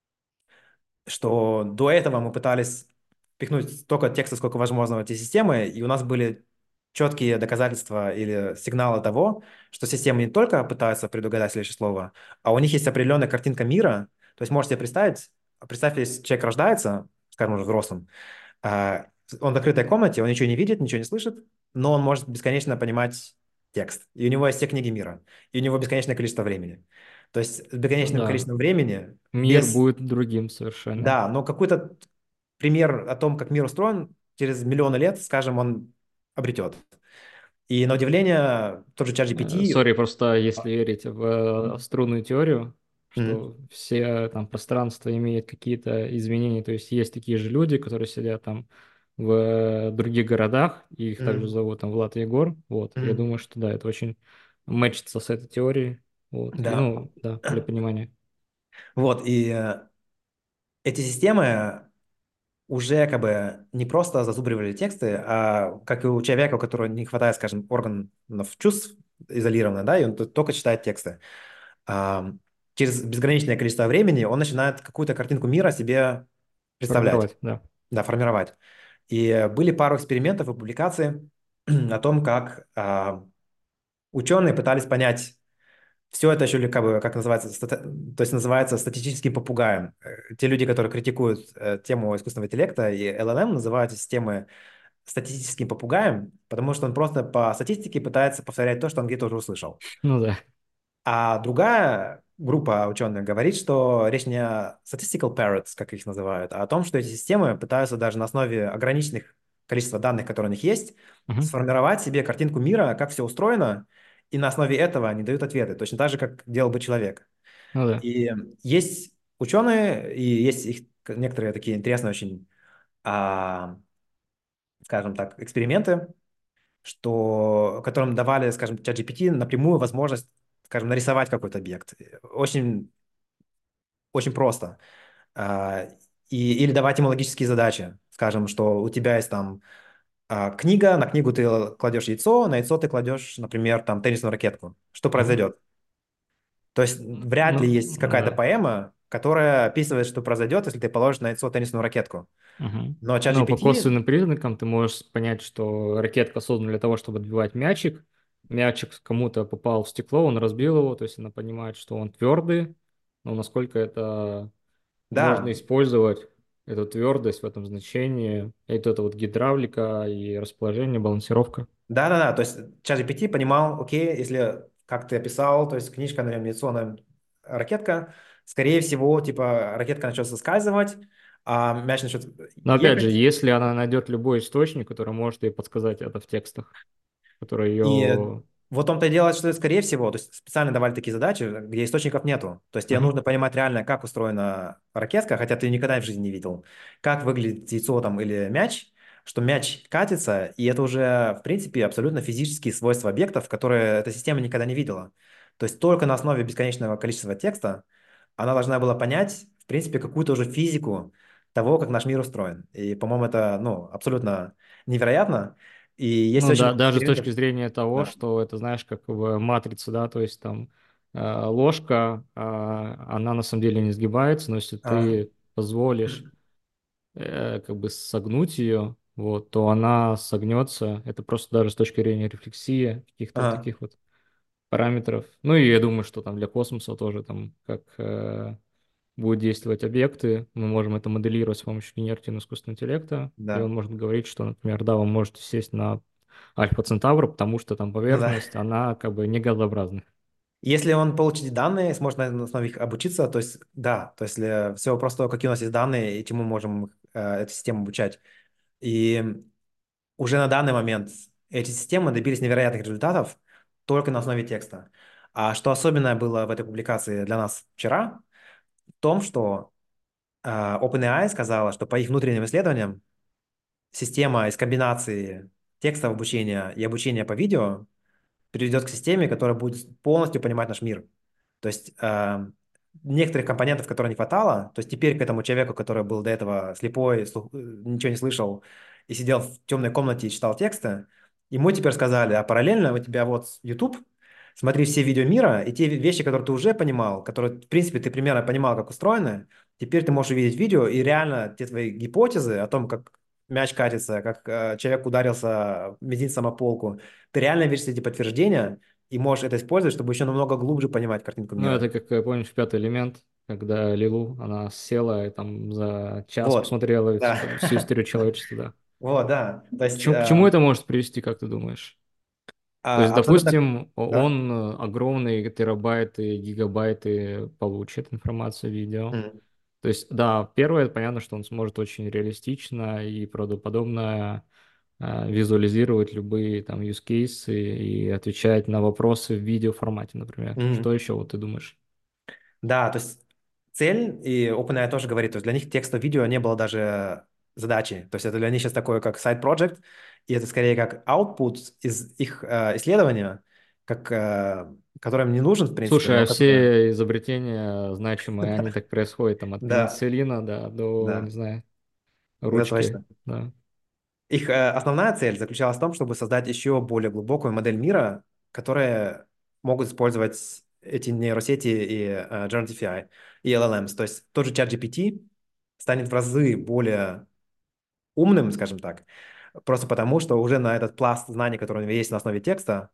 что до этого мы пытались впихнуть столько текста, сколько возможно в эти системы, и у нас были четкие доказательства или сигналы того, что системы не только пытаются предугадать следующее слово, а у них есть определенная картинка мира. То есть можете представить, представьте, если человек рождается, скажем, уже взрослым, а, он в закрытой комнате, он ничего не видит, ничего не слышит, но он может бесконечно понимать текст. И у него есть все книги мира, и у него бесконечное количество времени. То есть с Ну бесконечным да, количеством времени мир без. будет другим совершенно. Да, но какой-то пример о том, как мир устроен, через миллионы лет, скажем, он обретет. И на удивление, тот же Э, ChatGPT. Сори, просто если а, верить в э, струнную теорию, мгм, что все там пространства имеют какие-то изменения, то есть есть такие же люди, которые сидят там в э, других городах, и их также мгм, зовут там Влад и Егор, вот, я мгм. думаю, что да, это очень мэчится с этой теорией, вот, и Да. ну, да, для понимания. Вот, и э, эти системы уже как бы не просто зазубривали тексты, а как и у человека, у которого не хватает, скажем, органов чувств изолированно, да, и он тут только читает тексты. А, через безграничное количество времени он начинает какую-то картинку мира себе представлять, Формировать, да. да, формировать. И э, были пару экспериментов и публикаций о том, как а, ученые пытались понять, все это еще ли как бы, как называется, стата- то есть называется статистическим попугаем. Э, Те люди, которые критикуют э, тему искусственного интеллекта и L L M, называют эти системы статистическим попугаем, потому что он просто по статистике пытается повторять то, что он где-то уже услышал. Ну да. А другая группа ученых говорит, что речь не о statistical parrots, как их называют, а о том, что эти системы пытаются даже на основе ограниченных количества данных, которые у них есть, Мгм. сформировать себе картинку мира, как все устроено, и на основе этого они дают ответы, точно так же, как делал бы человек. Ну да. И есть ученые, и есть их некоторые такие интересные очень а, скажем так, эксперименты, что, которым давали, скажем, ChatGPT напрямую возможность, скажем, нарисовать какой-то объект. Очень, очень просто. А, и, или давать ему логические задачи. Скажем, что у тебя есть там а, книга, на книгу ты кладешь яйцо, на яйцо ты кладешь, например, там теннисную ракетку. Что Мгм. произойдет? То есть вряд ли Ну, есть какая-то да. поэма, которая описывает, что произойдет, если ты положишь на яйцо теннисную ракетку. Мгм. Но Но по ChatGPT, косвенным признакам ты можешь понять, что ракетка создана для того, чтобы отбивать мячик. Мячик кому-то попал в стекло, он разбил его, то есть она понимает, что он твердый, но насколько это можно да, использовать, эту твердость в этом значении, и вот это вот гидравлика и расположение, балансировка. да-да-да, то есть ChatGPT понимал, окей, если, как ты описал, то есть книжка, наверное, яйцо, наверное, ракетка, скорее всего, типа, ракетка начнет соскальзывать, а мяч начнет Но опять же, ехать. если она найдет любой источник, который может ей подсказать это в текстах, который И ее... вот в том-то и дело, что, скорее всего, то есть специально давали такие задачи, где источников нету. То есть тебе нужно понимать реально, как устроена ракетка, хотя ты никогда в жизни не видел, как выглядит яйцо там или мяч, что мяч катится, и это уже, в принципе, абсолютно физические свойства объектов, которые эта система никогда не видела. То есть только на основе бесконечного количества текста она должна была понять, в принципе, какую-то уже физику того, как наш мир устроен. И, по-моему, это, ну, абсолютно невероятно. И есть Ну очень да, много даже с экспериментов. точки зрения того, Да. что это, знаешь, как в «Матрице», да, то есть там э, ложка, а, она на самом деле не сгибается, но если А, ты позволишь э, как бы согнуть ее, вот, то она согнется. Это просто даже с точки зрения рефлексии, каких-то вот ага, таких вот параметров. Ну и я думаю, что там для космоса тоже там как э, будут действовать объекты, мы можем это моделировать с помощью генеративного искусственного интеллекта, и он да. может говорить, что, например, да, вы можете сесть на Альфа Центавра, потому что там Ну да. поверхность, она как бы не газообразная. Если он получит данные, сможет на основе их обучиться, то есть, да, то есть э, все вопрос того, какие у нас есть данные и чему можем э, эту систему обучать. И уже на данный момент эти системы добились невероятных результатов только на основе текста. А что особенное было в этой публикации для нас вчера, в том, что э, OpenAI сказала, что по их внутренним исследованиям система из комбинации текстового обучения и обучения по видео перейдет к системе, которая будет полностью понимать наш мир. То есть э, некоторых компонентов, которые не хватало, то есть теперь к этому человеку, который был до этого слепой, слух- э, ничего не слышал и сидел в темной комнате и читал тексты, ему теперь сказали, а параллельно у тебя вот YouTube, смотри все видео мира, и те вещи, которые ты уже понимал, которые, в принципе, ты примерно понимал, как устроены, теперь ты можешь увидеть видео, и реально те твои гипотезы о том, как мяч катится, как э, человек ударился мизинцем о полку, ты реально видишь эти подтверждения, и можешь это использовать, чтобы еще намного глубже понимать картинку Ну, мира. это как, э, помнишь, «Пятый элемент», когда Лилу, она села и там за час Вот, посмотрела да. всю, всю историю человечества, да. Вот, да. То К есть чему, к э, чему это может привести, как ты думаешь? То есть, а, абсолютно, допустим, да. он э, огромные терабайты, гигабайты получит информацию, видео. Мгм. То есть, да, первое, понятно, что он сможет очень реалистично и правдоподобно э, визуализировать любые там use cases и отвечать на вопросы в видеоформате, например. Что Мгм. еще вот ты думаешь? Да, то есть цель, и OpenAI тоже говорит, то есть для них текстовое видео не было даже задачи. То есть это для них сейчас такое, как side project, и это скорее как output из их э, исследования, как, э, который им не нужен, в принципе, Слушай, но а который... все изобретения значимые, они так происходят там от Да, пенициллина, да, до, не да, знаю, это ручки, точно. да. Их э, основная цель заключалась в том, чтобы создать еще более глубокую модель мира, которая могут использовать эти нейросети и э, Generative A I и L L Ms. То есть тот же ChatGPT станет в разы более умным, скажем так, просто потому, что уже на этот пласт знаний, который у него есть на основе текста,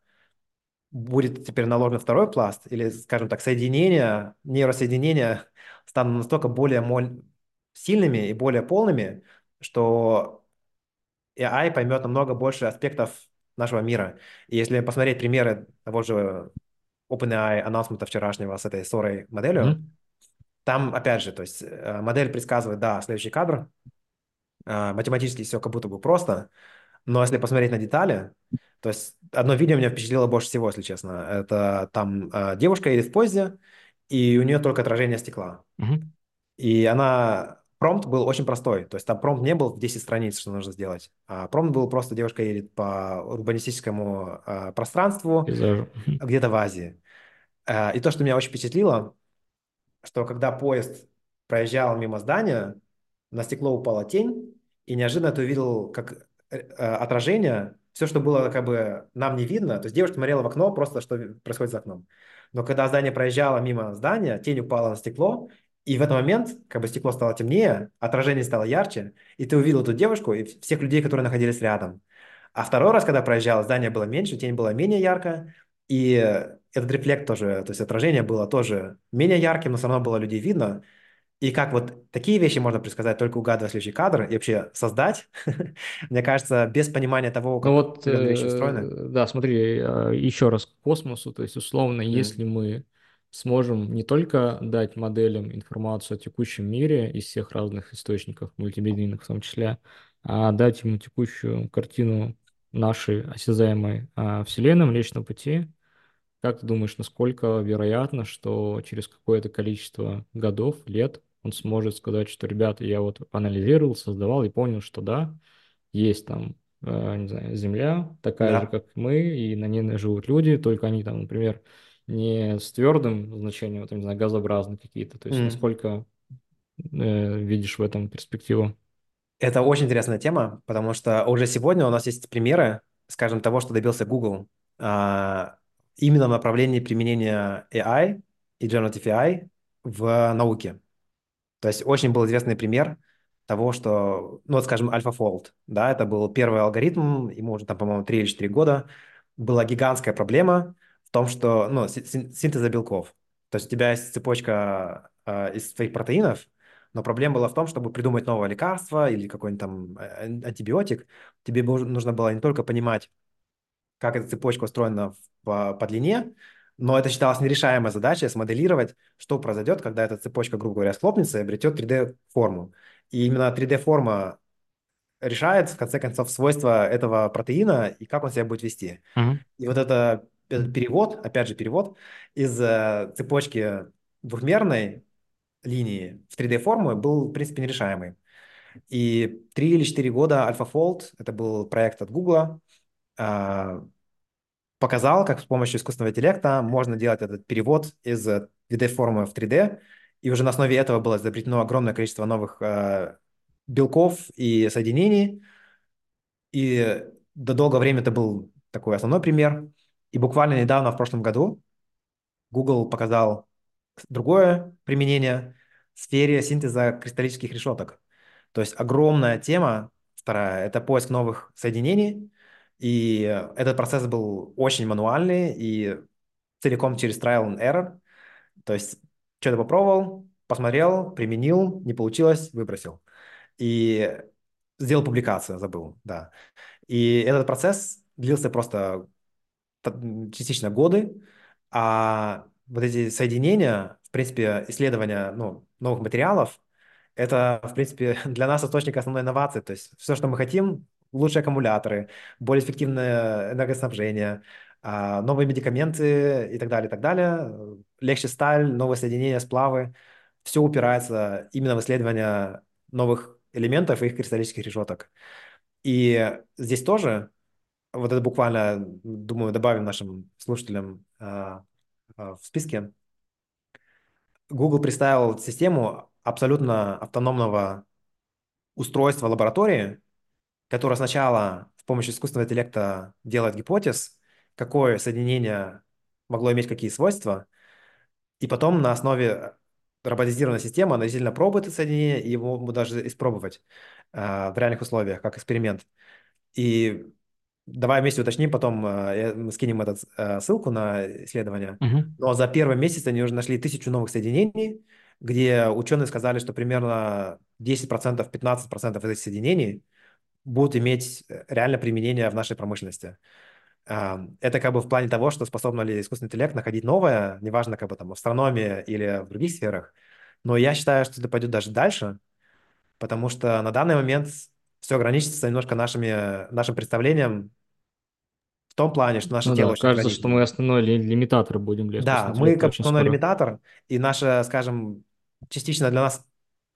будет теперь наложен второй пласт, или, скажем так, соединения, нейросоединения станут настолько более моль- сильными и более полными, что A I поймет намного больше аспектов нашего мира. И если посмотреть примеры того же OpenAI анонсмента вчерашнего с этой сорой моделью, Мгм. там, опять же, то есть э, модель предсказывает, да, следующий кадр, э, математически все как будто бы просто, но если посмотреть на детали, то есть одно видео меня впечатлило больше всего, если честно. Это там э, девушка едет в поезде, и у нее только отражение стекла. Мгм. И она промпт был очень простой. То есть там промпт не был в десять страниц, что нужно сделать. А промпт был просто девушка едет по урбанистическому а, пространству Пейзажу. где-то в Азии. А, и то, что меня очень впечатлило, что когда поезд проезжал мимо здания, на стекло упала тень, и неожиданно ты увидел как э, э, отражение, все, что было как бы нам не видно, то есть девушка смотрела в окно, просто что происходит за окном. Но когда здание проезжало мимо здания, тень упала на стекло, и в этот момент как бы стекло стало темнее, отражение стало ярче, и ты увидел эту девушку и всех людей, которые находились рядом. А второй раз, когда проезжал, здание было меньше, тень была менее яркая, и э, этот рефлект тоже, то есть отражение было тоже менее ярким, но все равно было людей видно. И как вот такие вещи можно предсказать, только угадывая следующий кадр и вообще создать, мне кажется, без понимания того, Ну как вот, определенные вещи устроены. э, да, смотри, э, еще раз к космосу, то есть условно, М. если мы сможем не только дать моделям информацию о текущем мире из всех разных источников, мультимедийных в том числе, а дать ему текущую картину нашей осязаемой а, Вселенной Млечного Пути, как ты думаешь, насколько вероятно, что через какое-то количество годов, лет он сможет сказать, что, ребята, я вот анализировал, создавал и понял, что да, есть там, э, не знаю, Земля, такая же, Да. как мы, и на ней живут люди, только они там, например, не с твердым значением, там, не знаю, газообразные какие-то. То есть М. насколько э, видишь в этом перспективу? Это очень интересная тема, потому что уже сегодня у нас есть примеры, скажем, того, что добился Google, а, именно в направлении применения A I и Generative A I в науке. То есть очень был известный пример того, что, ну вот скажем, AlphaFold, да, это был первый алгоритм, ему уже там, по-моему, три или четыре года. Была гигантская проблема в том, что, ну, си- син- синтеза белков. То есть у тебя есть цепочка э, из твоих протеинов, но проблема была в том, чтобы придумать новое лекарство или какой-нибудь там э, ан- антибиотик, тебе бы уже нужно было не только понимать, как эта цепочка устроена в- по, по длине, но это считалось нерешаемой задачей смоделировать, что произойдет, когда эта цепочка, грубо говоря, схлопнется и обретет три дэ-форму. И именно три дэ-форма решает, в конце концов, свойства этого протеина и как он себя будет вести. Мгм. И вот это, этот перевод, опять же, перевод из э, цепочки двухмерной линии в три дэ-форму был, в принципе, нерешаемый. И три или четыре года AlphaFold, это был проект от Google, показал, как с помощью искусственного интеллекта можно делать этот перевод из э, две дэ-формы в три дэ, и уже на основе этого было изобретено огромное количество новых э, белков и соединений, и до долгого времени это был такой основной пример. И буквально недавно, в прошлом году, Google показал другое применение в сфере синтеза кристаллических решеток. То есть огромная тема, вторая, это поиск новых соединений, и э, этот процесс был очень мануальный и целиком через trial and error. То есть что-то попробовал, посмотрел, применил, не получилось, выбросил. И сделал публикацию, забыл, да. И этот процесс длился просто т- частично годы, а вот эти соединения, в принципе, исследования, ну, новых материалов, это, в принципе, для нас источник основной инновации. То есть все, что мы хотим, лучшие аккумуляторы, более эффективное энергоснабжение, а, новые медикаменты и так далее, и так далее. Легче сталь, новые соединения, сплавы. Все упирается именно в исследование новых элементов и их кристаллических решеток. И здесь тоже, вот это буквально, думаю, добавим нашим слушателям а, а, в списке, Google представил систему абсолютно автономного устройство лаборатории, которое сначала с помощью искусственного интеллекта делает гипотез, какое соединение могло иметь какие свойства, и потом на основе роботизированной системы она действительно пробует это соединение и его могут даже испробовать э, в реальных условиях, как эксперимент. И давай вместе уточним, потом э, я- мы скинем этот, э, ссылку на исследование. Мгм. Но за первый месяц они уже нашли тысячу новых соединений, где ученые сказали, что примерно десять процентов, пятнадцать процентов из этих соединений будут иметь э, реально применение в нашей промышленности. А, Это как бы в плане того, что способно ли искусственный интеллект находить новое, неважно, как бы там в астрономии или в других сферах. Но я считаю, что это пойдет даже дальше, потому что на данный момент все ограничится немножко нашими, нашим представлением в том плане, что наше Ну тело да, очень кажется, что мы ограничено. основной ли- лимитатор будем для Да, искусственного мы интеллекта как очень основной скоро. лимитатор, и наша, скажем, частично для нас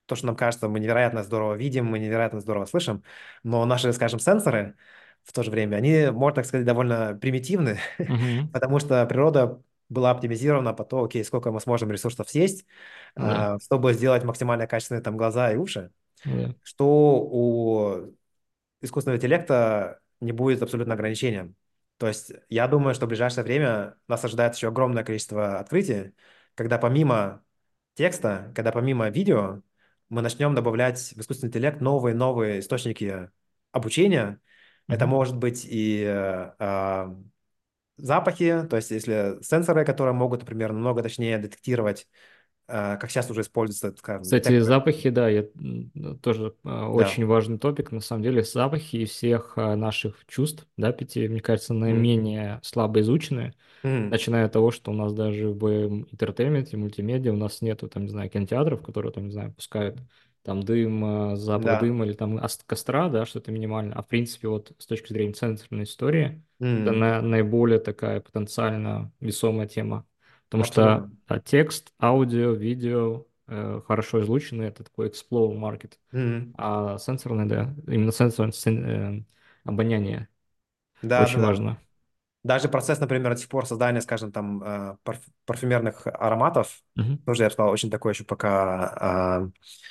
то, что нам кажется, мы невероятно здорово видим, мы невероятно здорово слышим, но наши, скажем, сенсоры в то же время, они, можно так сказать, довольно примитивны, Мгм. потому что природа была оптимизирована по то, окей, сколько мы сможем ресурсов съесть, Да, а, чтобы сделать максимально качественные там глаза и уши, да. что у искусственного интеллекта не будет абсолютно ограничением. То есть я думаю, что в ближайшее время нас ожидает еще огромное количество открытий, когда помимо текста, когда помимо видео мы начнем добавлять в искусственный интеллект новые-новые источники обучения. Это Мгм. может быть и э, а, запахи, то есть если сенсоры, которые могут, например, намного точнее детектировать, э, как сейчас уже используются, скажем, Кстати, детекторы. запахи, да, я м, тоже а, Да. очень важный топик. На самом деле, запахи из всех а, наших чувств, да, пяти, мне кажется, Мгм. наименее слабо изучены. Мгм. Начиная от того, что у нас даже в интертейменте, мультимедиа у нас нету, там, не знаю, кинотеатров, которые, там, не знаю, пускают там дым, а, запах Да. дыма или там ос- костра, да, что-то минимально. А в принципе, вот с точки зрения сенсорной истории, это Мгм. на- наиболее такая потенциально весомая тема. Потому что Абсолютно. а, текст, аудио, видео э, хорошо изучены, это такой explore market. Мгм. А сенсорное, да, именно сенсорное сен- э, обоняние Да, да, очень да. важно. Даже процесс, например, до сих пор создания, скажем, там э, парф- парфюмерных ароматов, Мгм. тоже, я бы сказал, очень такой еще пока а,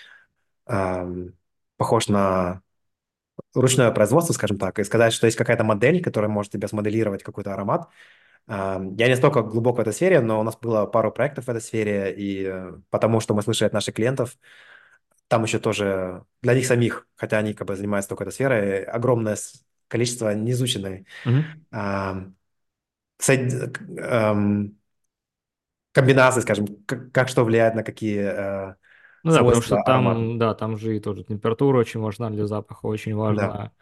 ам, похож на ручное производство, скажем так, и сказать, что есть какая-то модель, которая может тебе смоделировать какой-то аромат. Ам, я не столько глубоко в этой сфере, но у нас было пару проектов в этой сфере, и э, потому что мы слышали от наших клиентов, там еще тоже для них самих, хотя они как бы занимаются только этой сферой, огромное с- количество неизученной Мгм. ам, сод- к- ам, комбинаций, скажем, как, как что влияет на какие э, Ну да, потому что свойства аромата. там, да, там же и тоже температура очень важна для запаха, очень Да. важно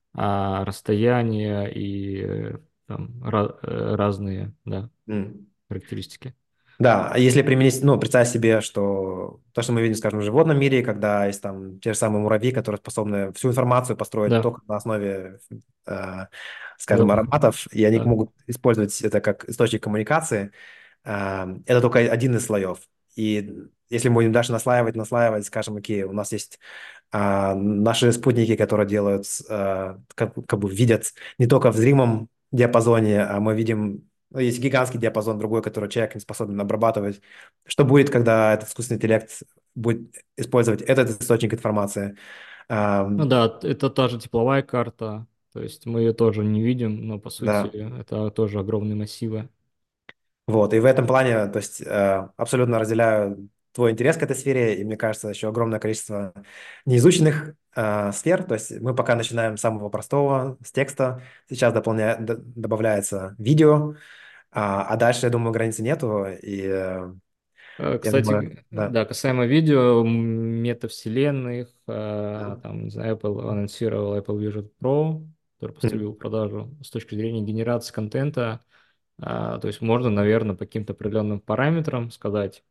а, расстояние и э, там ра- э, разные, да, М. характеристики. Да, а если применить, ну, представь себе, что то, что мы видим, скажем, в животном мире, когда есть там те же самые муравьи, которые способны всю информацию построить Да, только на основе, э, скажем, запах, ароматов, и они да. могут использовать это как источник коммуникации, э, это только один из слоев. И если мы будем дальше наслаивать, наслаивать, скажем, окей, у нас есть а, наши спутники, которые делают, э, как, как бы видят не только в зримом диапазоне, а мы видим, ну, есть гигантский диапазон другой, который человек не способен обрабатывать. Что будет, когда этот искусственный интеллект будет использовать этот источник информации? Ну Ам, да, это та же тепловая карта, то есть мы ее тоже не видим, но по сути да. это тоже огромные массивы. Вот, и в этом плане, то есть э, абсолютно разделяю твой интерес к этой сфере, и мне кажется, еще огромное количество неизученных э, сфер. То есть мы пока начинаем с самого простого, с текста, сейчас дополня... д- добавляется видео, а, а дальше, я думаю, границы нету, и э, Э, я думаю, Кстати, да. да, касаемо видео, м, метавселенных, э, там, не знаю, Apple анонсировал Apple Vision Pro, который М. поступил в продажу с точки зрения генерации контента. А, то есть можно, наверное, по каким-то определенным параметрам сказать,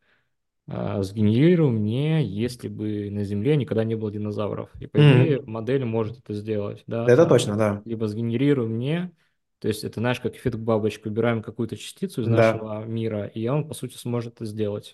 а, сгенерируй мне, если бы на Земле никогда не было динозавров. И по идее Мгм. модель может это сделать, да, Это там, точно, да. либо сгенерируй мне, то есть это, знаешь, как эффект бабочки, убираем какую-то частицу из Да. нашего мира, и он, по сути, сможет это сделать.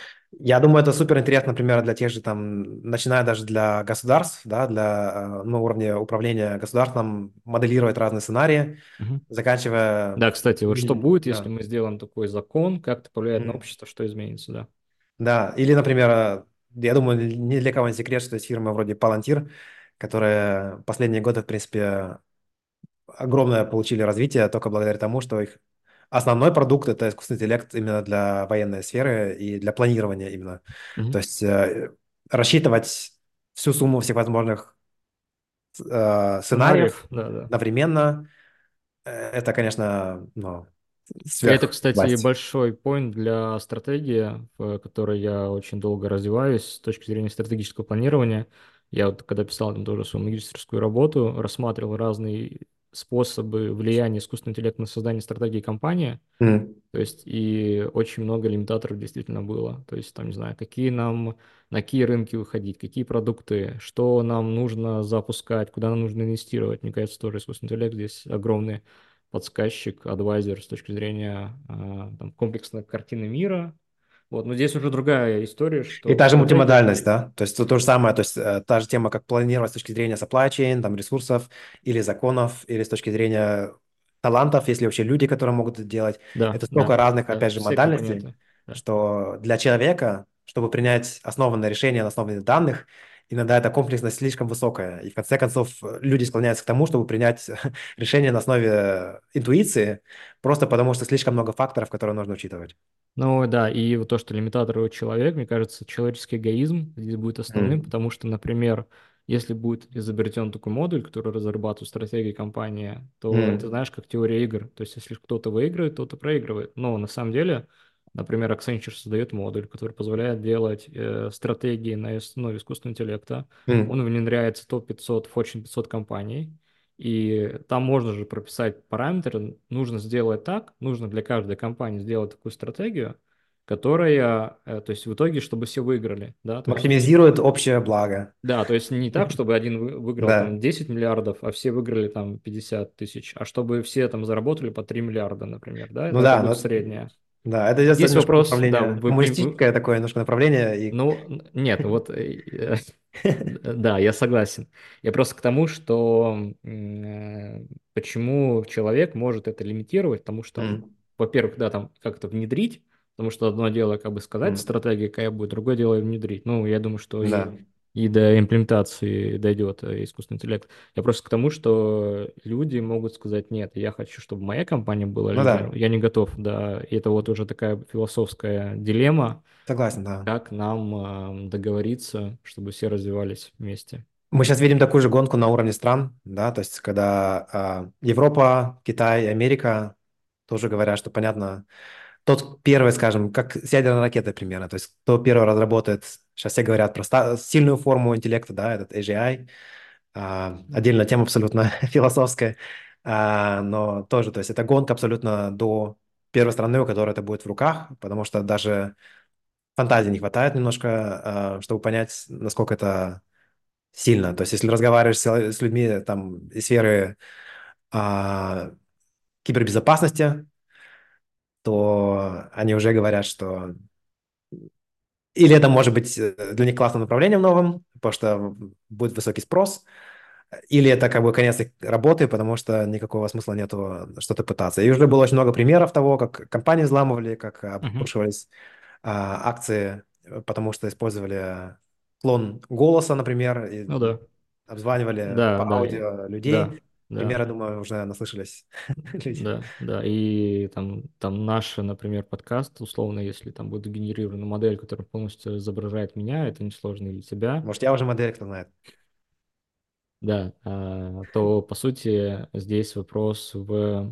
Я думаю, это супер интересно, например, для тех же там, начиная даже для государств, да, для, э, на уровне управления государством, моделировать разные сценарии, Мгм. заканчивая... Да, кстати, вот что Мгм. будет, если Да. мы сделаем такой закон, как это повлияет на Мгм. общество, что изменится, да? Да, или, например, э, я думаю, ни для кого не секрет, что есть фирмы вроде Palantir, которые последние годы, в принципе, огромное получили развитие только благодаря тому, что их основной продукт — это искусственный интеллект именно для военной сферы и для планирования именно. То Мгм. есть э, рассчитывать всю сумму всех возможных э, сценариев Сценариев, да, да. одновременно, э, это, конечно, ну, И это, кстати, сверхвласть. большой point для стратегии, в которой я очень долго развиваюсь с точки зрения стратегического планирования. Я вот когда писал там тоже свою магистерскую работу, рассматривал разные способы влияния искусственного интеллекта на создание стратегии компании. М. То есть и очень много лимитаторов действительно было. То есть там, не знаю, какие нам, на какие рынки выходить, какие продукты, что нам нужно запускать, куда нам нужно инвестировать. Мне кажется, тоже искусственный интеллект здесь огромный подсказчик, адвайзер с точки зрения а, там, комплексной картины мира, Вот, но здесь уже другая история, И что та же стратегия. мультимодальность, да? То есть то, то же самое, то есть э, та же тема, как планировать с точки зрения supply chain, там, ресурсов или законов, или с точки зрения талантов, если вообще люди, которые могут это делать. Да, Это столько да, разных, да, опять же, все модальностей, компоненты. Да. что для человека, чтобы принять основанное решение на основе данных, иногда эта комплексность слишком высокая. И в конце концов э, люди склоняются к тому, чтобы принять решение на основе э, интуиции, просто потому что слишком много факторов, которые нужно учитывать. Ну да, и вот то, что лимитатор его человек, мне кажется, человеческий эгоизм здесь будет основным, М. потому что, например, если будет изобретен такой модуль, который разрабатывает стратегии компании, то это М. знаешь, как теория игр. То есть если кто-то выигрывает, кто-то проигрывает. Но на самом деле, например, Accenture создает модуль, который позволяет делать э, стратегии на основе искусственного интеллекта. Он М. внедряется в топ пятьсот, Fortune пятьсот компаний. И там можно же прописать параметры, нужно сделать так, нужно для каждой компании сделать такую стратегию, которая, э, то есть в итоге, чтобы все выиграли, да, то есть, Максимизирует общее благо. да, то есть не так, чтобы один вы- выиграл Да. там десять миллиардов, а все выиграли там пятьдесят тысяч, а чтобы все там заработали по три миллиарда, например, да, Ну но это да, будет но, средняя. да, это идет Здесь немножко вопрос, да, направление, вы, при- вы- коммунистическое такое немножко направление. И... ну, н- нет, вот, э, да, я согласен. Я просто к тому, что м, э, почему человек может это лимитировать, потому что, М. во-первых, да, там как-то внедрить, потому что одно дело как бы сказать М. стратегия какая будет, другое дело и внедрить. Ну, я думаю, что и, Да. и до имплементации дойдет э, искусственный интеллект. Я просто к тому, что люди могут сказать, нет, я хочу, чтобы моя компания была Ну лидером, да, я не готов, да, и это вот уже такая философская дилемма, согласен, да. как нам ам, договориться, чтобы все развивались вместе? Мы сейчас видим такую же гонку на уровне стран, да, то есть когда а, Европа, Китай, Америка тоже говорят, что, понятно, тот первый, скажем, как с ядерной ракетой примерно, то есть кто первый разработает, сейчас все говорят про ста- сильную форму интеллекта, да, этот A G I, а, отдельная тема абсолютно философская, а, но тоже, то есть это гонка абсолютно до первой страны, у которой это будет в руках, потому что даже фантазии не хватает немножко, а, чтобы понять, насколько это сильно. То есть если разговариваешь с, с людьми там из сферы а, кибербезопасности, то они уже говорят, что или это может быть э, для них классным направлением новым, потому что будет высокий спрос, или это как бы конец их работы, потому что никакого смысла нету что-то пытаться. И уже было очень много примеров того, как компании взламывали, как Мгм. обрушивались а, акции, э, потому что использовали клон голоса, например, и Ну да, обзванивали да, по да, и- аудио да, людей. да, Примеры, думаю, уже наслышались люди. да, да. И там, там наш, например, подкаст, условно, если там будет генерирована модель, которая полностью изображает меня, это несложно для тебя, Может, я уже модель, кто знает. да, а, то, по сути, здесь вопрос в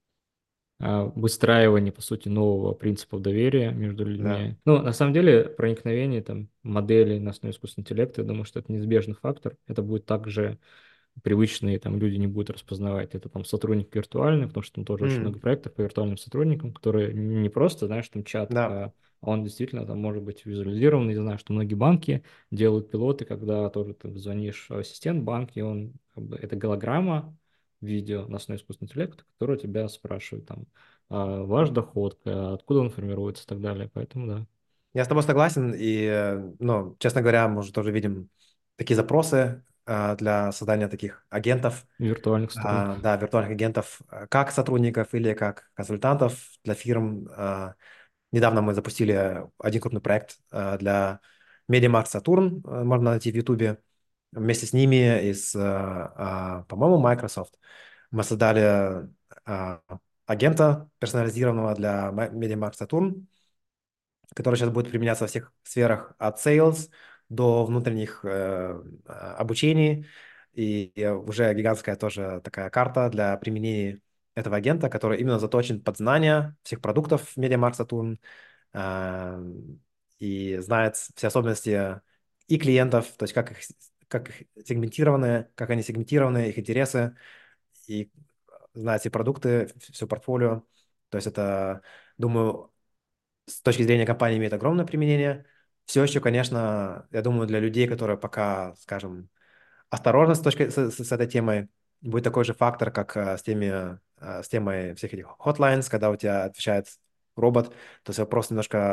а, выстраивании, по сути, нового принципа доверия между Да. людьми. Ну, на самом деле, проникновение там моделей на основе искусственного интеллекта, я думаю, что это неизбежный фактор. Это будет также привычные там люди не будут распознавать. Это там сотрудник виртуальный, потому что там тоже очень много М. проектов по виртуальным сотрудникам, которые не просто, знаешь, там чат, Да. а он действительно там может быть визуализирован. Я знаю, что многие банки делают пилоты, когда тоже ты звонишь в ассистент банк, и он как бы, это голограмма видео на основе искусственного интеллекта, которая тебя спрашивает там а, ваш доход, а, откуда он формируется и так далее. Поэтому да, Я с тобой согласен, и, э, ну, честно говоря, мы уже тоже видим такие запросы а, для создания таких агентов, виртуальных а, сотрудников. да, виртуальных агентов, а, как сотрудников или как консультантов для фирм. А, недавно мы запустили один крупный проект а, для MediaMarkt Saturn, а, можно найти в Ютубе. Вместе с ними и с, а, а, по-моему, Microsoft мы создали а, агента персонализированного для Ма- MediaMarkt Saturn, который сейчас будет применяться во всех сферах от sales до внутренних э, а, обучений. И э, уже гигантская тоже такая карта для применения этого агента, который именно заточен под знания всех продуктов MediaMarkt Saturn а, и знает все особенности и клиентов, то есть как их, с- как их сегментированы, как они сегментированы, их интересы, и знает все продукты, все портфолио. То есть это, думаю, с точки зрения компании имеет огромное применение. Все еще, конечно, я думаю, для людей, которые пока, скажем, осторожны с, точки, с, с- с этой темой, будет такой же фактор, как э, с теми, э, с темой всех этих hotlines, когда у тебя отвечает робот, то есть вопрос немножко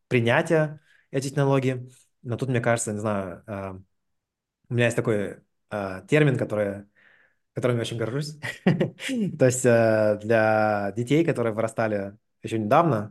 принятия этих технологий. Но тут, мне кажется, не знаю, э, у меня есть такой э, термин, который, которым я очень горжусь. То есть э, для детей, которые вырастали еще недавно,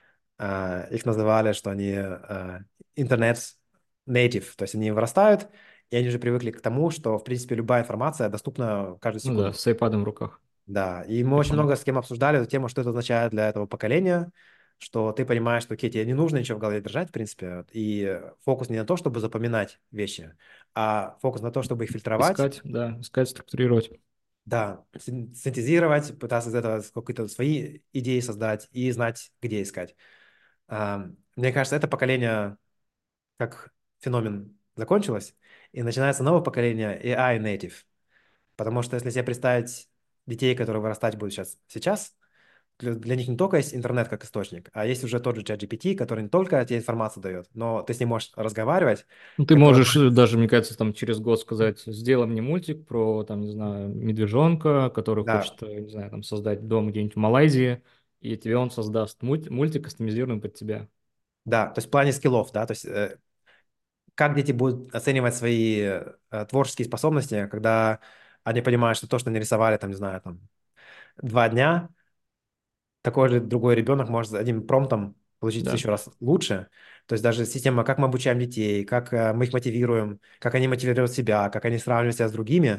э, их называли, что они э, интернет native, то есть они вырастают, и они уже привыкли к тому, что, в принципе, любая информация доступна каждую Ну да, секунду. с айпадом в руках, Да, и мы очень айфоном. много с кем обсуждали эту тему, что это означает для этого поколения, что ты понимаешь, что, окей, тебе не нужно ничего в голове держать, в принципе, и фокус не на то, чтобы запоминать вещи, а фокус на то, чтобы их фильтровать, Искать, да, искать, структурировать. да, син- синтезировать, пытаться из этого какие-то свои идеи создать и знать, где искать. А, Мне кажется, это поколение как феномен закончилось, и начинается новое поколение A I native. Потому что если себе представить детей, которые вырастать будут сейчас, сейчас, для, для них не только есть интернет как источник, а есть уже тот же чат G P T, который не только тебе информацию дает, но ты с ним можешь разговаривать, Ну, ты который можешь может... э, даже, мне кажется, там через год сказать, сделай мне мультик про, там, не знаю, медвежонка, который Да, хочет, э, не знаю, там, создать дом где-нибудь в Малайзии, и тебе он создаст мульт- мультик, кастомизированный под тебя. да, то есть в плане скиллов, да, то есть э, как дети будут оценивать свои э, творческие способности, когда они понимают, что то, что они рисовали, там, не знаю, там, два дня, такой же другой ребенок может с одним промптом получить Да. еще раз лучше. То есть даже система, как мы обучаем детей, как э, мы их мотивируем, как они мотивируют себя, как они сравнивают себя с другими,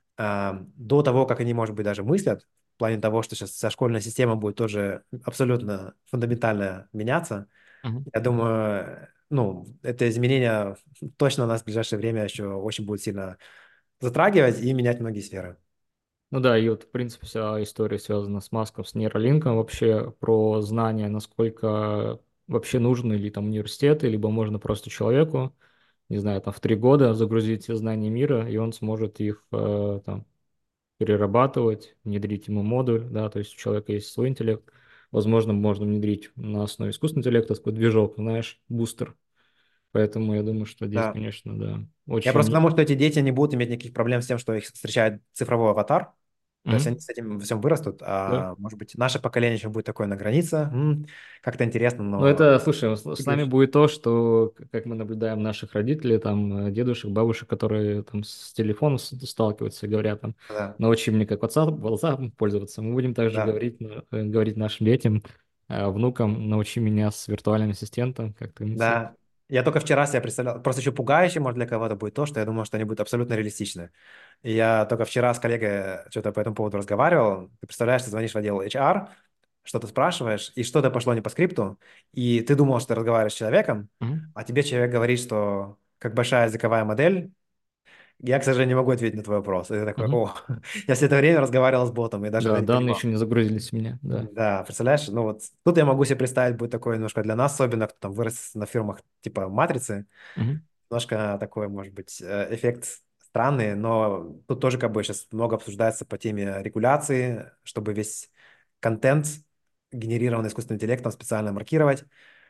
э, до того, как они, может быть, даже мыслят, в плане того, что сейчас вся школьная система будет тоже абсолютно фундаментально меняться. Мгм. Я думаю, ну, это изменение точно нас в ближайшее время еще очень будет сильно затрагивать и менять многие сферы. Ну да, и вот, в принципе, вся история связана с Маском, с нейролинком, вообще про знания, насколько вообще нужны ли там университеты, либо можно просто человеку, не знаю, там в три года загрузить все знания мира, и он сможет их э, там перерабатывать, внедрить ему модуль, да, то есть у человека есть свой интеллект, возможно, можно внедрить на основе искусственного интеллекта такой движок, знаешь, бустер. Поэтому я думаю, что здесь, Да. конечно, да, Я просто очень... потому, что эти дети не будут иметь никаких проблем с тем, что их встречает цифровой аватар. То есть они Мгм. с этим всем вырастут. Да. А может быть, наше поколение еще будет такое на границе. М, как-то интересно, Ну, но это, слушай, с с нами прыгаешь. будет то, что, к- как мы наблюдаем наших родителей, там, э, дедушек, бабушек, которые там с телефоном с- сталкиваются и говорят, там, Да, научи меня как WhatsApp, WhatsApp пользоваться. Мы будем также да. говорить, на- э, говорить нашим детям, э, внукам, научи меня с виртуальным ассистентом как-то коммуницировать. Да, я только вчера себе представлял, просто еще пугающе, может, для кого-то будет то, что я думал, что они будут абсолютно реалистичны. И я только вчера с коллегой что-то по этому поводу разговаривал. Ты представляешь, ты звонишь в отдел H R, что-то спрашиваешь, и что-то пошло не по скрипту, и ты думал, что ты разговариваешь с человеком, Мгм. а тебе человек говорит, что как большая языковая модель, я, к сожалению, не могу ответить на твой вопрос. И ты такой, Мгм. о, я все это время разговаривал с ботом и даже Да, это не данные понимал. еще не загрузились в меня, да. Да, представляешь, ну вот тут я могу себе представить, будет такое немножко для нас, особенно кто там вырос на фирмах типа Матрицы, Мгм. немножко такой, может быть, э, эффект странный, но тут тоже как бы сейчас много обсуждается по теме регуляции, чтобы весь контент, генерированный искусственным интеллектом, специально маркировать,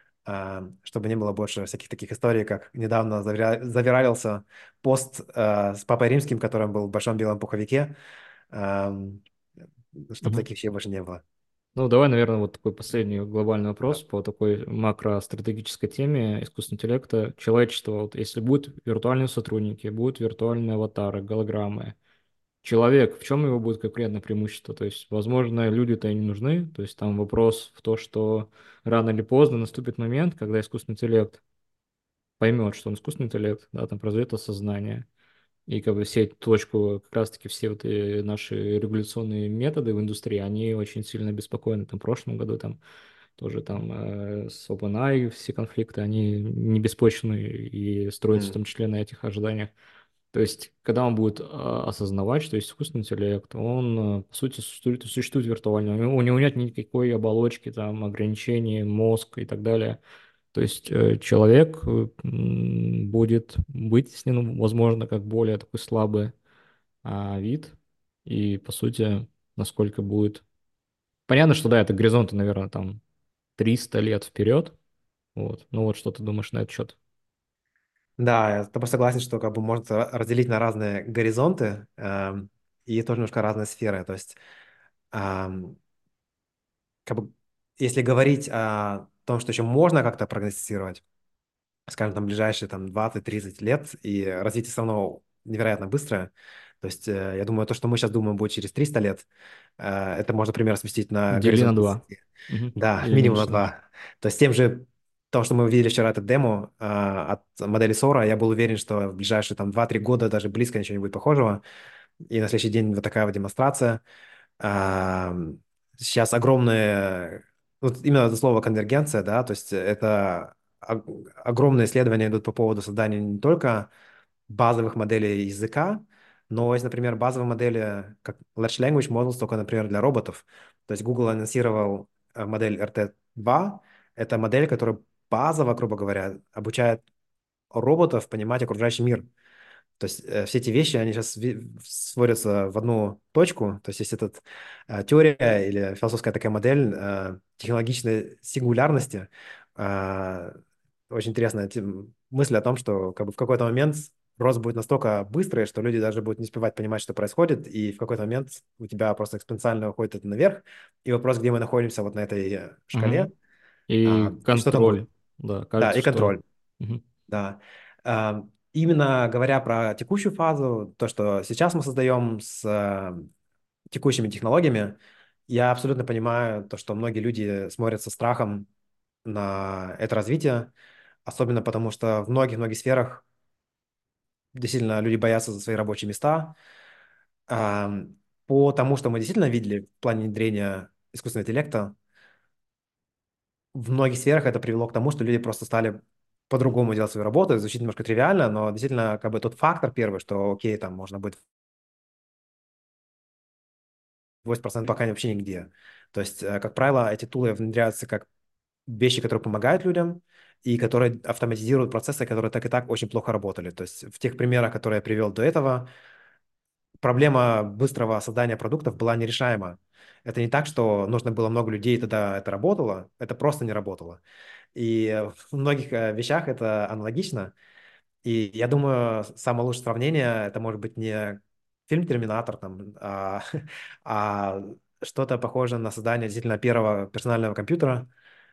а, чтобы не было больше всяких таких историй, как недавно завира- завиралился пост э, с Папой Римским, который был в большом белом пуховике, чтобы Мгм. таких вообще больше не было. Ну, давай, наверное, вот такой последний глобальный вопрос по такой макростратегической теме искусственного интеллекта. Человечество, вот если будут виртуальные сотрудники, будут виртуальные аватары, голограммы, человек, в чем его будет конкретно преимущество? То есть, возможно, люди-то и не нужны. То есть, там вопрос в то, что рано или поздно наступит момент, когда искусственный интеллект поймет, что он искусственный интеллект, да, там произойдет осознание. И как бы все эту точку, как раз-таки все вот э, наши регуляционные методы в индустрии, они очень сильно беспокойны. Там в прошлом году там тоже там э, с OpenAI все конфликты, они не беспочвенны и строятся в М, том числе на этих ожиданиях. То есть, когда он будет а, осознавать, что есть искусственный интеллект, он, э, по сути, существует, существует виртуально. У него, у него нет никакой оболочки, там, ограничений, мозг и так далее. То есть э, человек э, м, будет быть с ним, ну, возможно, как более такой слабый а, вид. И, по сути, насколько будет... Понятно, что да, это горизонты, наверное, там триста лет вперед. Вот. Ну вот что ты думаешь на этот счет? Да, я с тобой согласен, что как бы можно разделить на разные горизонты эм, и тоже немножко разные сферы. То есть, эм, как бы, если говорить о том, что еще можно как-то прогнозировать, скажем, там, ближайшие там двадцать тридцать лет, и развитие все равно невероятно быстрое. То есть, э, я думаю, то, что мы сейчас думаем будет через триста лет, э, это можно, например, сместить на Дели на горизонт два. десять. Мгм. Да, Или минимум на меньше, да. два. То есть тем же, то, что мы увидели вчера, это демо а, от модели Сора, я был уверен, что в ближайшие там два-три года даже близко ничего не будет похожего. И на следующий день вот такая вот демонстрация. А, Сейчас огромные, вот именно это слово конвергенция, да, то есть это ог- огромные исследования идут по поводу создания не только базовых моделей языка, но есть, например, базовые модели, как Large Language Models, только, например, для роботов. То есть Google анонсировал э, модель эр ти два. Это модель, которая базово, грубо говоря, обучает роботов понимать окружающий мир. То есть э, все эти вещи, они сейчас сводятся в одну точку. То есть есть эта э, теория или философская такая модель э, технологичной сингулярности. Э, очень интересная тем- мысль о том, что как бы, в какой-то момент рост будет настолько быстрый, что люди даже будут не успевать понимать, что происходит, и в какой-то момент у тебя просто экспоненциально уходит это наверх. И вопрос, где мы находимся вот на этой э, шкале, Мгм. И а, и что там будет. контроль. Да, Да, кажется, и что... контроль. Мгм. Да. А, Именно говоря про текущую фазу, то, что сейчас мы создаем с а, текущими технологиями, я абсолютно понимаю то, что многие люди смотрят со страхом на это развитие, особенно потому что в многих-многих сферах действительно люди боятся за свои рабочие места. А, По тому, что мы действительно видели в плане внедрения искусственного интеллекта, в многих сферах это привело к тому, что люди просто стали по-другому делать свою работу. Это звучит немножко тривиально, но действительно, как бы тот фактор первый, что окей, там можно будет восемьдесят процентов пока вообще нигде. То есть, э, как правило, эти тулы внедряются как вещи, которые помогают людям и которые автоматизируют процессы, которые так и так очень плохо работали. То есть в тех примерах, которые я привел до этого, проблема быстрого создания продуктов была нерешаема. Это не так, что нужно было много людей, и тогда это работало. Это просто не работало. И в многих э, вещах это аналогично. И я думаю, самое лучшее сравнение это может быть не фильм «Терминатор», там, а, а что-то похожее на создание действительно первого персонального компьютера,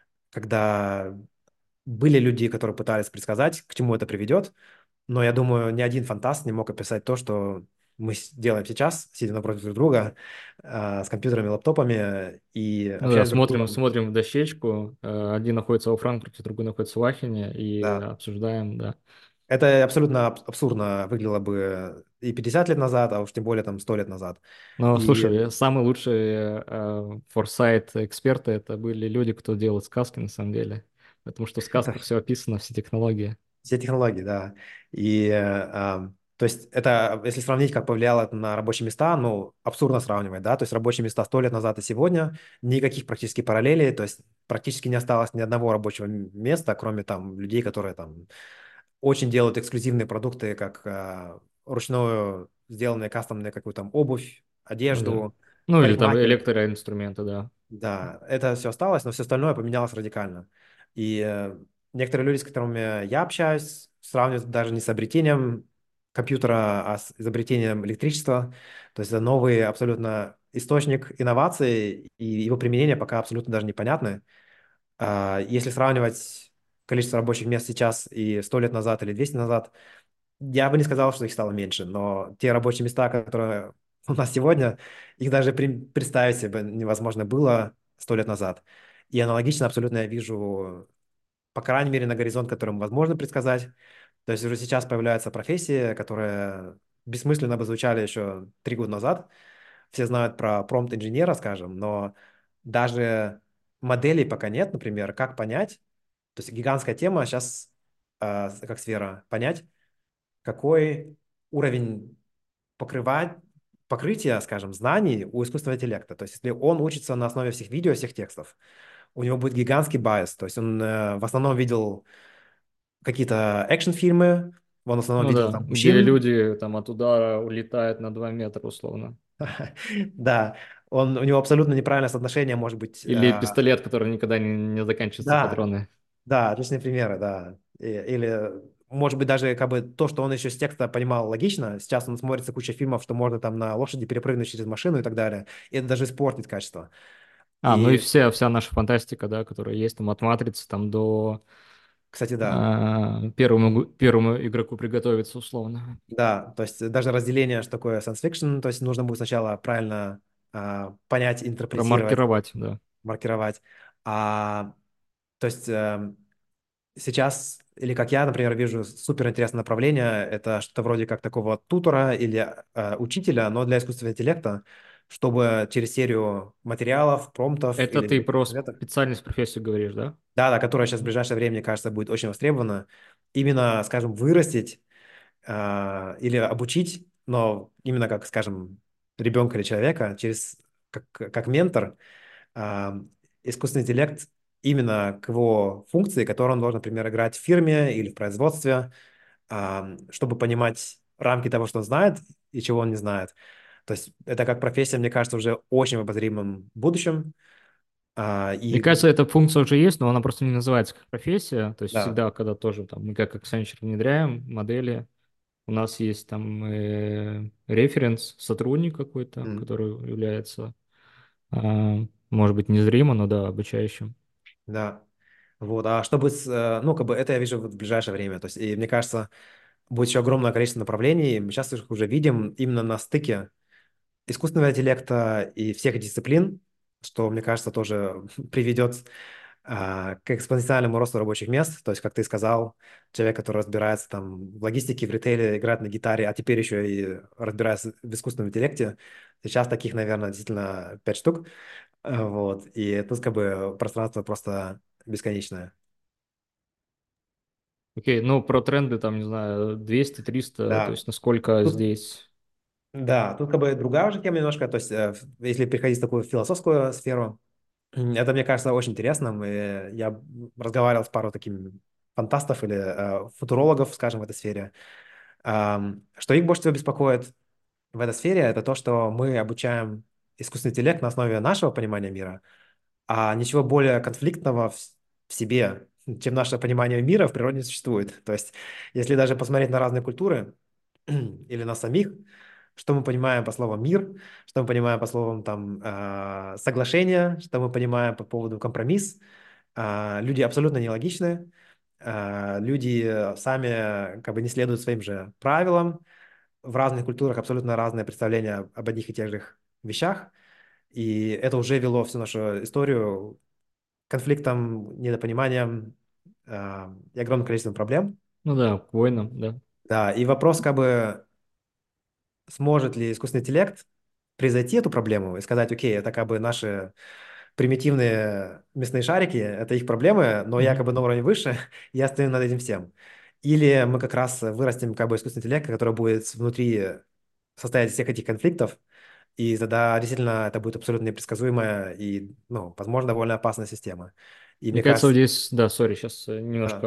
когда были люди, которые пытались предсказать, к чему это приведет, но я думаю, ни один фантаст не мог описать то, что мы с- делаем сейчас, сидя напротив друг друга, а, с компьютерами, лаптопами и Ну да, общаясь друг с смотрим, другом. смотрим в дощечку. э, Один находится во Франкфурте, другой находится в Ахене, и Да. обсуждаем, да. Это абсолютно аб- абсурдно выглядело бы и пятьдесят лет назад, а уж тем более там сто лет назад. Но И слушай, самые лучшие э, форсайт-эксперты это были люди, кто делает сказки на самом деле. Потому что в это сказках все описано, все технологии. все технологии, да. И, э, ам, то есть это, если сравнить, как повлияло это на рабочие места, ну, абсурдно сравнивать, да, то есть рабочие места сто лет назад и сегодня, никаких практически параллелей, то есть практически не осталось ни одного рабочего м- места, кроме там людей, которые там очень делают эксклюзивные продукты, как а, ручную сделанные кастомные какую-то там обувь, Ну да. одежду, Ну или там парикмахеры. электроинструменты, да. Да, это все осталось, но все остальное поменялось радикально. И э, некоторые люди, с которыми я общаюсь, сравнивают даже не с изобретением компьютера, а с изобретением электричества. То есть это новый абсолютно источник инноваций, и его применение пока абсолютно даже непонятны. А, Если сравнивать количество рабочих мест сейчас и сто лет назад или двести назад, я бы не сказал, что их стало меньше, но те рабочие места, которые у нас сегодня, их даже при- представить себе невозможно было сто лет назад. И аналогично абсолютно я вижу, по крайней мере, на горизонт, которым возможно предсказать. То есть уже сейчас появляются профессии, которые бессмысленно бы звучали еще три года назад. Все знают про промпт-инженера, скажем, но даже моделей пока нет, например, как понять, то есть гигантская тема сейчас, как сфера, понять, какой уровень покрывать, покрытия, скажем, знаний у искусственного интеллекта. То есть если он учится на основе всех видео, всех текстов, у него будет гигантский байс. То есть он э, в основном видел какие-то экшн-фильмы, он в основном Ну видел да, там где мужчин. люди там от удара улетают на два метра условно. Да, он, у него абсолютно неправильное соотношение, может быть. Или э, пистолет, который никогда не, не заканчивается Да, патроны. да, отличные примеры, да. И- Или, может быть, даже как бы то, что он еще с текста понимал логично, сейчас он смотрится куча фильмов, что можно там на лошади перепрыгнуть через машину и так далее, и это даже испортит качество. А, ну и И, вся, вся наша фантастика, да, которая есть там от «Матрицы» там до кстати, да, а, первому, гу- первому игроку приготовиться условно. да, то есть даже разделение, что такое science fiction, то есть нужно будет сначала правильно а, понять, интерпретировать, Промаркировать, да. маркировать. А, то есть эм, сейчас, или как я, например, вижу супер интересное направление, это что-то вроде как такого тутора или э, учителя, но для искусственного интеллекта, чтобы через серию материалов, промптов Это или ты лекций, про советов, специальность, профессию говоришь, да? да, да, которая сейчас в ближайшее время, мне кажется, будет очень востребована, именно, скажем, вырастить э, или обучить, но именно как, скажем, ребенка или человека через как, как ментор, а, искусственный интеллект именно к его функции, которую он должен, например, играть в фирме или в производстве, а, чтобы понимать рамки того, что он знает и чего он не знает. То есть это как профессия, мне кажется, уже очень в обозримом будущем. А, Мне И кажется, эта функция уже есть, но она просто не называется как профессия. То есть да, всегда, когда тоже там мы как Accenture внедряем модели, у нас есть там э, референс, сотрудник какой-то, м, который является, а, может быть, незримо, но да, обучающим. да. Вот, а чтобы, с, э, ну, как бы это я вижу вот в ближайшее время. То есть, и мне кажется, будет еще огромное количество направлений. Мы сейчас их уже видим именно на стыке искусственного интеллекта и всех дисциплин, что, мне кажется, тоже приведет а, к экспоненциальному росту рабочих мест. То есть, как ты сказал, человек, который разбирается там в логистике, в ритейле, играет на гитаре, а теперь еще и разбирается в искусственном интеллекте. Сейчас таких, наверное, действительно пять штук. А, Вот. И тут как бы пространство просто бесконечное. Окей, ну про тренды там, не знаю, двести триста, то Да. есть насколько Тут здесь... Да, тут как бы другая уже тема немножко, то есть э, в- если переходить в такую философскую сферу, м, это, мне кажется, очень интересным, и я разговаривал с парой такими фантастов или э, футурологов, скажем, в этой сфере. Ам, что их больше всего беспокоит в этой сфере, это то, что мы обучаем искусственный интеллект на основе нашего понимания мира, а ничего более конфликтного в, с- в себе, чем наше понимание мира, в природе не существует. То есть, если даже посмотреть на разные культуры или на самих, что мы понимаем по словам «мир», что мы понимаем по словам там э, «соглашение», что мы понимаем по поводу «компромисс», а, люди абсолютно нелогичны, а, люди сами как бы не следуют своим же правилам, в разных культурах абсолютно разные представления об одних и тех же вещах, и это уже вело всю нашу историю к конфликтам, недопониманиям а, и огромным количеством проблем. Ну да, к войнам, да. Да, и вопрос как бы, сможет ли искусственный интеллект превзойти эту проблему и сказать, окей, это как бы наши примитивные мясные шарики, это их проблемы, но я как Мгм. бы на уровне выше, я стою над этим всем. Или мы как раз вырастим как бы искусственный интеллект, который будет внутри состоять из всех этих конфликтов, и тогда действительно это будет абсолютно непредсказуемая и, ну, возможно, довольно опасная система. И Мне мне кажется, вот кажется, здесь, да, сори, сейчас немножко да,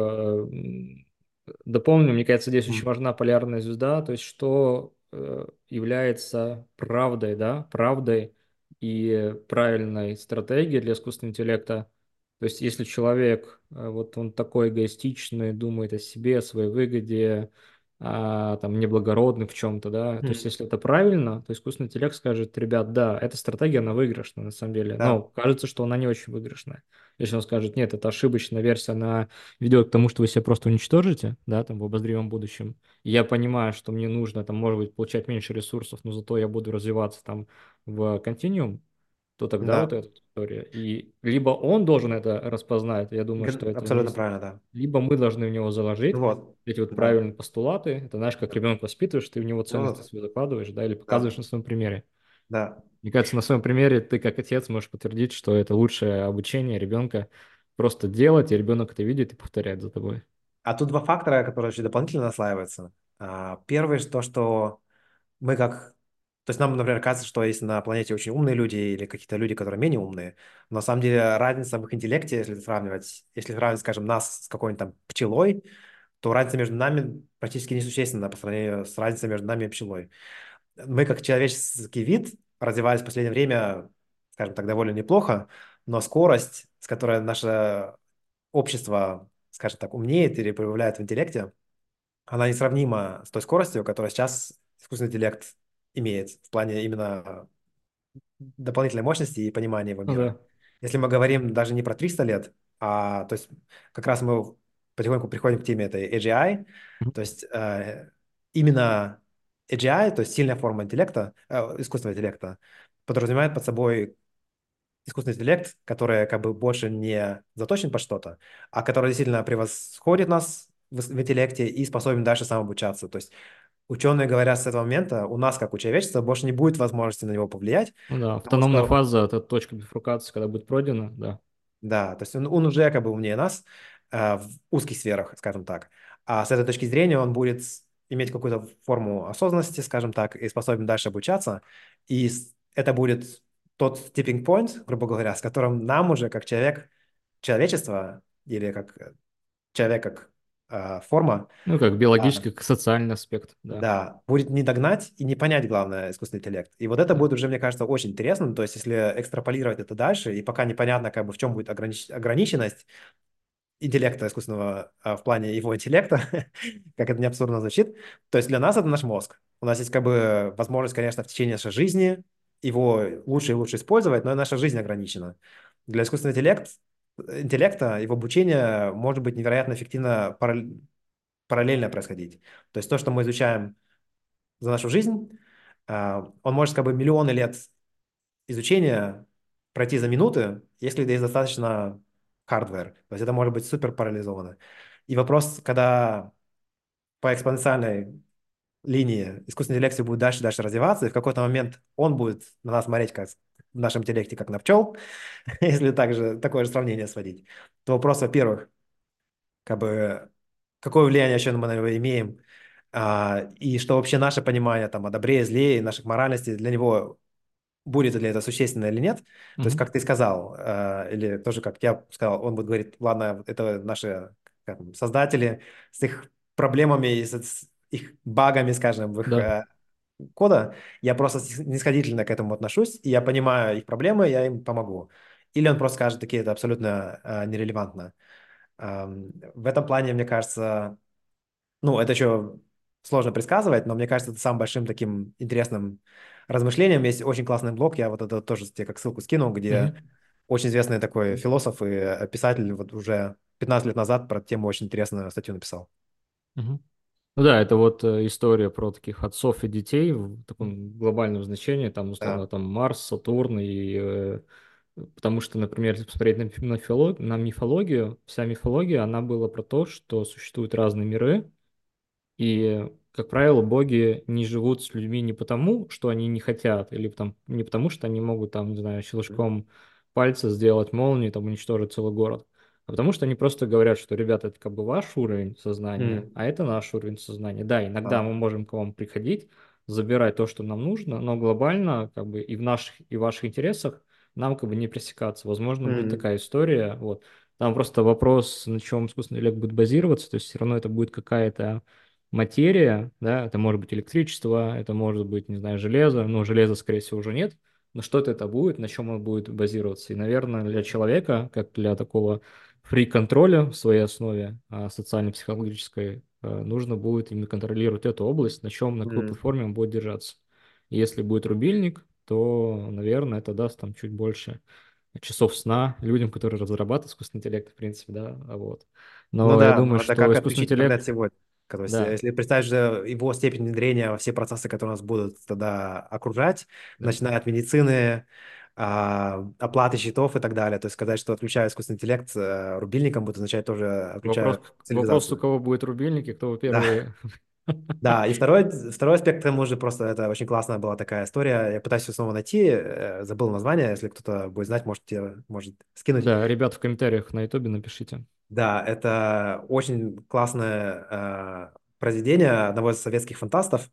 м, дополню. Мне кажется, здесь очень м, важна полярная звезда, то есть что э, является правдой, да, правдой и правильной стратегией для искусственного интеллекта. То есть если человек, э, вот он такой эгоистичный, думает о себе, о своей выгоде, а, там, неблагородный в чем-то, да, то есть м, если это правильно, то искусственный интеллект скажет, ребят, да, эта стратегия, она выигрышная на самом деле, но да, кажется, что она не очень выигрышная. Если он скажет, нет, это ошибочная версия, она ведет к тому, что вы себя просто уничтожите, да, там в обозримом будущем. И я понимаю, что мне нужно, там, может быть, получать меньше ресурсов, но зато я буду развиваться там в континуум, то тогда вот да, эта история. И либо он должен это распознать, я думаю, что г- это абсолютно зависит, правильно, да. либо мы должны в него Ну заложить вот, эти вот да, правильные постулаты. Это знаешь, как ребенка воспитываешь, ты в него ну ценности вот, свои закладываешь, да, или да, показываешь на своем примере. да. Мне кажется, на своем примере ты как отец можешь подтвердить, что это лучшее обучение ребенка просто делать, и ребенок это видит и повторяет за тобой. А тут два фактора, которые еще дополнительно наслаиваются. А, Первый, то, что мы как... То есть нам, например, кажется, что есть на планете очень умные люди или какие-то люди, которые менее умные, но на самом деле разница в их интеллекте, если сравнивать, если сравнивать, скажем, нас с какой-нибудь там пчелой, то разница между нами практически несущественна по сравнению с разницей между нами и пчелой. Мы, как человеческий вид, развивались в последнее время, скажем так, довольно неплохо, но скорость, с которой наше общество, скажем так, умнеет или проявляет в интеллекте, она несравнима с той скоростью, которую сейчас искусственный интеллект имеет в плане именно дополнительной мощности и понимания его Ну мира. да. если мы говорим даже не про триста лет, а то есть как раз мы потихоньку приходим к теме этой A G I, Мгм. то есть э, именно A G I, то есть сильная форма интеллекта, э, искусственного интеллекта, подразумевает под собой искусственный интеллект, который как бы больше не заточен под что-то, а который действительно превосходит нас в, в интеллекте и способен дальше сам обучаться. То есть ученые говорят, с этого момента у нас, как у человечества, больше не будет возможности на него повлиять, Ну да, потому автономная что, фаза — это точка бифуркации, когда будет пройдена, да. да, то есть он, он уже как бы умнее нас э, в узких сферах, скажем так. А с этой точки зрения он будет иметь какую-то форму осознанности, скажем так, и способен дальше обучаться. И с- это будет тот tipping point, грубо говоря, с которым нам уже, как человек, человечество или как э, человек, как э, форма, Ну, как а, биологический, как социальный аспект, да. да, будет не догнать и не понять, главное, искусственный интеллект. И вот это Да. будет уже, мне кажется, очень интересным. То есть, если экстраполировать это дальше, и пока непонятно, как бы в чем будет огранич- ограниченность интеллекта искусственного а, в плане его интеллекта, как это не абсурдно звучит, то есть для нас это наш мозг. У нас есть как бы возможность, конечно, в течение нашей жизни его лучше и лучше использовать, но и наша жизнь ограничена. Для искусственного интеллекта, интеллекта его обучение может быть невероятно эффективно параллель- параллельно происходить. То есть то, что мы изучаем за нашу жизнь, а, он может как бы миллионы лет изучения пройти за минуты, если есть достаточно хардвер. То есть это может быть супер парализовано. И вопрос, когда по экспоненциальной линии искусственный интеллект будет дальше и дальше развиваться, и в какой-то момент он будет на нас смотреть как в нашем интеллекте, как на пчел, если также, такое же сравнение сводить, то вопрос, во-первых, как бы, какое влияние еще мы на него имеем, а, и что вообще наше понимание там, о добре и зле, и наших моральностей для него будет ли это существенно или нет. То есть, Мгм. как ты сказал, э, или тоже как я сказал, он будет говорить, ладно, это наши как там, создатели с их проблемами и с, с их багами, скажем, в их Да. э, кода. Я просто снисходительно к этому отношусь, и я понимаю их проблемы, я им помогу. Или он просто скажет, такие, это абсолютно э, нерелевантно. Эм, в этом плане, мне кажется, ну, это еще сложно предсказывать, но мне кажется, это самым большим таким интересным размышлением. Есть очень классный блог, я вот это тоже тебе как ссылку скинул, где Мгм. очень известный такой философ и э, писатель вот уже пятнадцать лет назад про эту тему очень интересную статью написал. Мгм. Ну да, это вот э, история про таких отцов и детей в таком глобальном значении, там, условно, Да. там Марс, Сатурн, и э, потому что, например, если посмотреть на, миф- на фило- на мифологию, вся мифология, она была про то, что существуют разные миры, и, как правило, боги не живут с людьми не потому, что они не хотят, или там, не потому, что они могут, там, не знаю, щелчком пальца сделать молнию, там, уничтожить целый город, а потому что они просто говорят, что, ребята, это как бы ваш уровень сознания, М, а это наш уровень сознания. Да, иногда да. мы можем к вам приходить, забирать то, что нам нужно, но глобально, как бы, и в наших, и в ваших интересах нам, как бы, не пресекаться. Возможно, будет М, такая история, вот. Там просто вопрос, на чем искусственный интеллект будет базироваться, то есть все равно это будет какая-то материя, да, это может быть электричество, это может быть, не знаю, железо, но железа, скорее всего, уже нет, но что-то это будет, на чем он будет базироваться. И, наверное, для человека, как для такого фри-контроля в своей основе а, социально-психологической, э, нужно будет именно контролировать эту область, на чем, на какой м. платформе он будет держаться. И если будет рубильник, то, наверное, это даст там чуть больше часов сна людям, которые разрабатывают искусственный интеллект, в принципе, да, а вот. Ну Но я да, думаю, но это что как искусственный отключить интернет интеллект, сегодня. То есть, да, если представить же его степень внедрения во все процессы, которые нас будут тогда окружать, да. начиная от медицины, а, оплаты счетов и так далее. То есть сказать, что отключаю искусственный интеллект э, рубильником, будет означать тоже Вопрос, отключаю вопрос, у цивилизацию. кого будет рубильник и кто вы Да, первые. да. И второй, второй аспект к тому же, просто это очень классная была такая история. Я пытаюсь ее снова найти, э, забыл название. Если кто-то будет знать, можете, может скинуть. Да, ребят, в комментариях на ютубе напишите. Да, это очень классное э, произведение одного из советских фантастов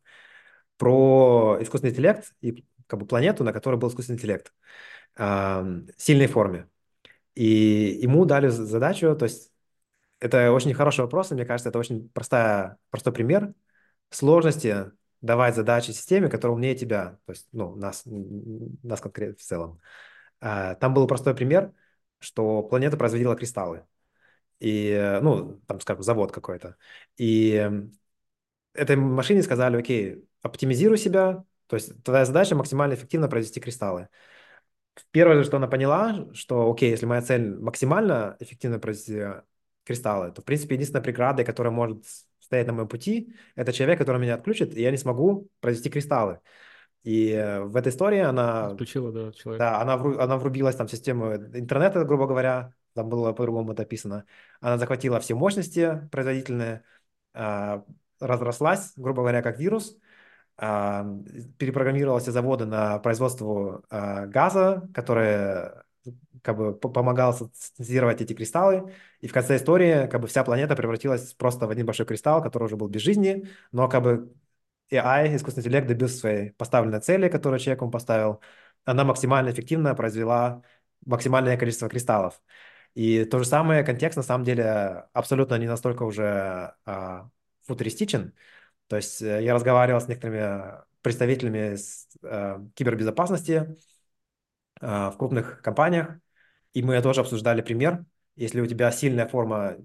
про искусственный интеллект и как бы планету, на которой был искусственный интеллект э, в сильной форме. И ему дали з- задачу, то есть это очень хороший вопрос, и мне кажется, это очень простая, простой пример сложности давать задачи системе, которая умнее тебя, то есть ну, нас, н- нас конкретно в целом. Э, Там был простой пример, что планета производила кристаллы. И, э, ну, там, скажем, завод какой-то. И э, этой машине сказали, окей, оптимизируй себя, то есть твоя задача максимально эффективно произвести кристаллы. Первое, что она поняла, что, окей, если моя цель максимально эффективно произвести кристаллы, то, в принципе, единственная преграда, которая может стоять на моем пути, это человек, который меня отключит, и я не смогу произвести кристаллы. И э, в этой истории она, Исключила, да, человека. да, она, вру- она врубилась там в систему интернета, грубо говоря, там было по-другому это описано. Она захватила все мощности производительные, а, разрослась, грубо говоря, как вирус, а, перепрограммировала все заводы на производство а, газа, который как бы п- помогал синтезировать эти кристаллы. И в конце истории как бы вся планета превратилась просто в один большой кристалл, который уже был без жизни, но как бы A I, искусственный интеллект, добился своей поставленной цели, которую человек ему поставил. Она максимально эффективно произвела максимальное количество кристаллов. И то же самое контекст на самом деле абсолютно не настолько уже а, футуристичен. То есть э, я разговаривал с некоторыми представителями с, э, кибербезопасности э, в крупных компаниях, и мы тоже обсуждали пример. Если у тебя сильная форма,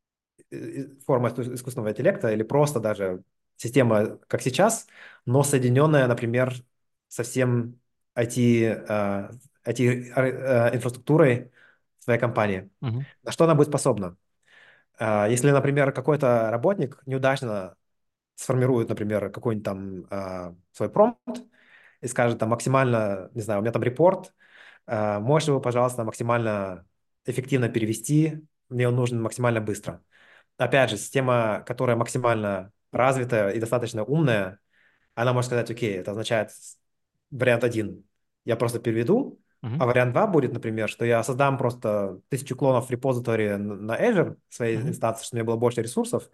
э, форма искус- искусственного интеллекта или просто даже система, как сейчас, но соединенная, например, со всем I T, э, I T-инфраструктурой своей компании, Мгм. на что она будет способна? Э, Если, например, какой-то работник неудачно сформирует, например, какой-нибудь там а, свой промпт и скажет там максимально, не знаю, у меня там репорт, а, можешь его, пожалуйста, максимально эффективно перевести, мне он нужен максимально быстро. Опять же, система, которая максимально развитая и достаточно умная, она может сказать, окей, это означает вариант один, я просто переведу, а Мгм. вариант два будет, например, что я создам просто тысячу клонов репозитории на Azure, своей Мгм. инстанции, чтобы у меня было больше ресурсов,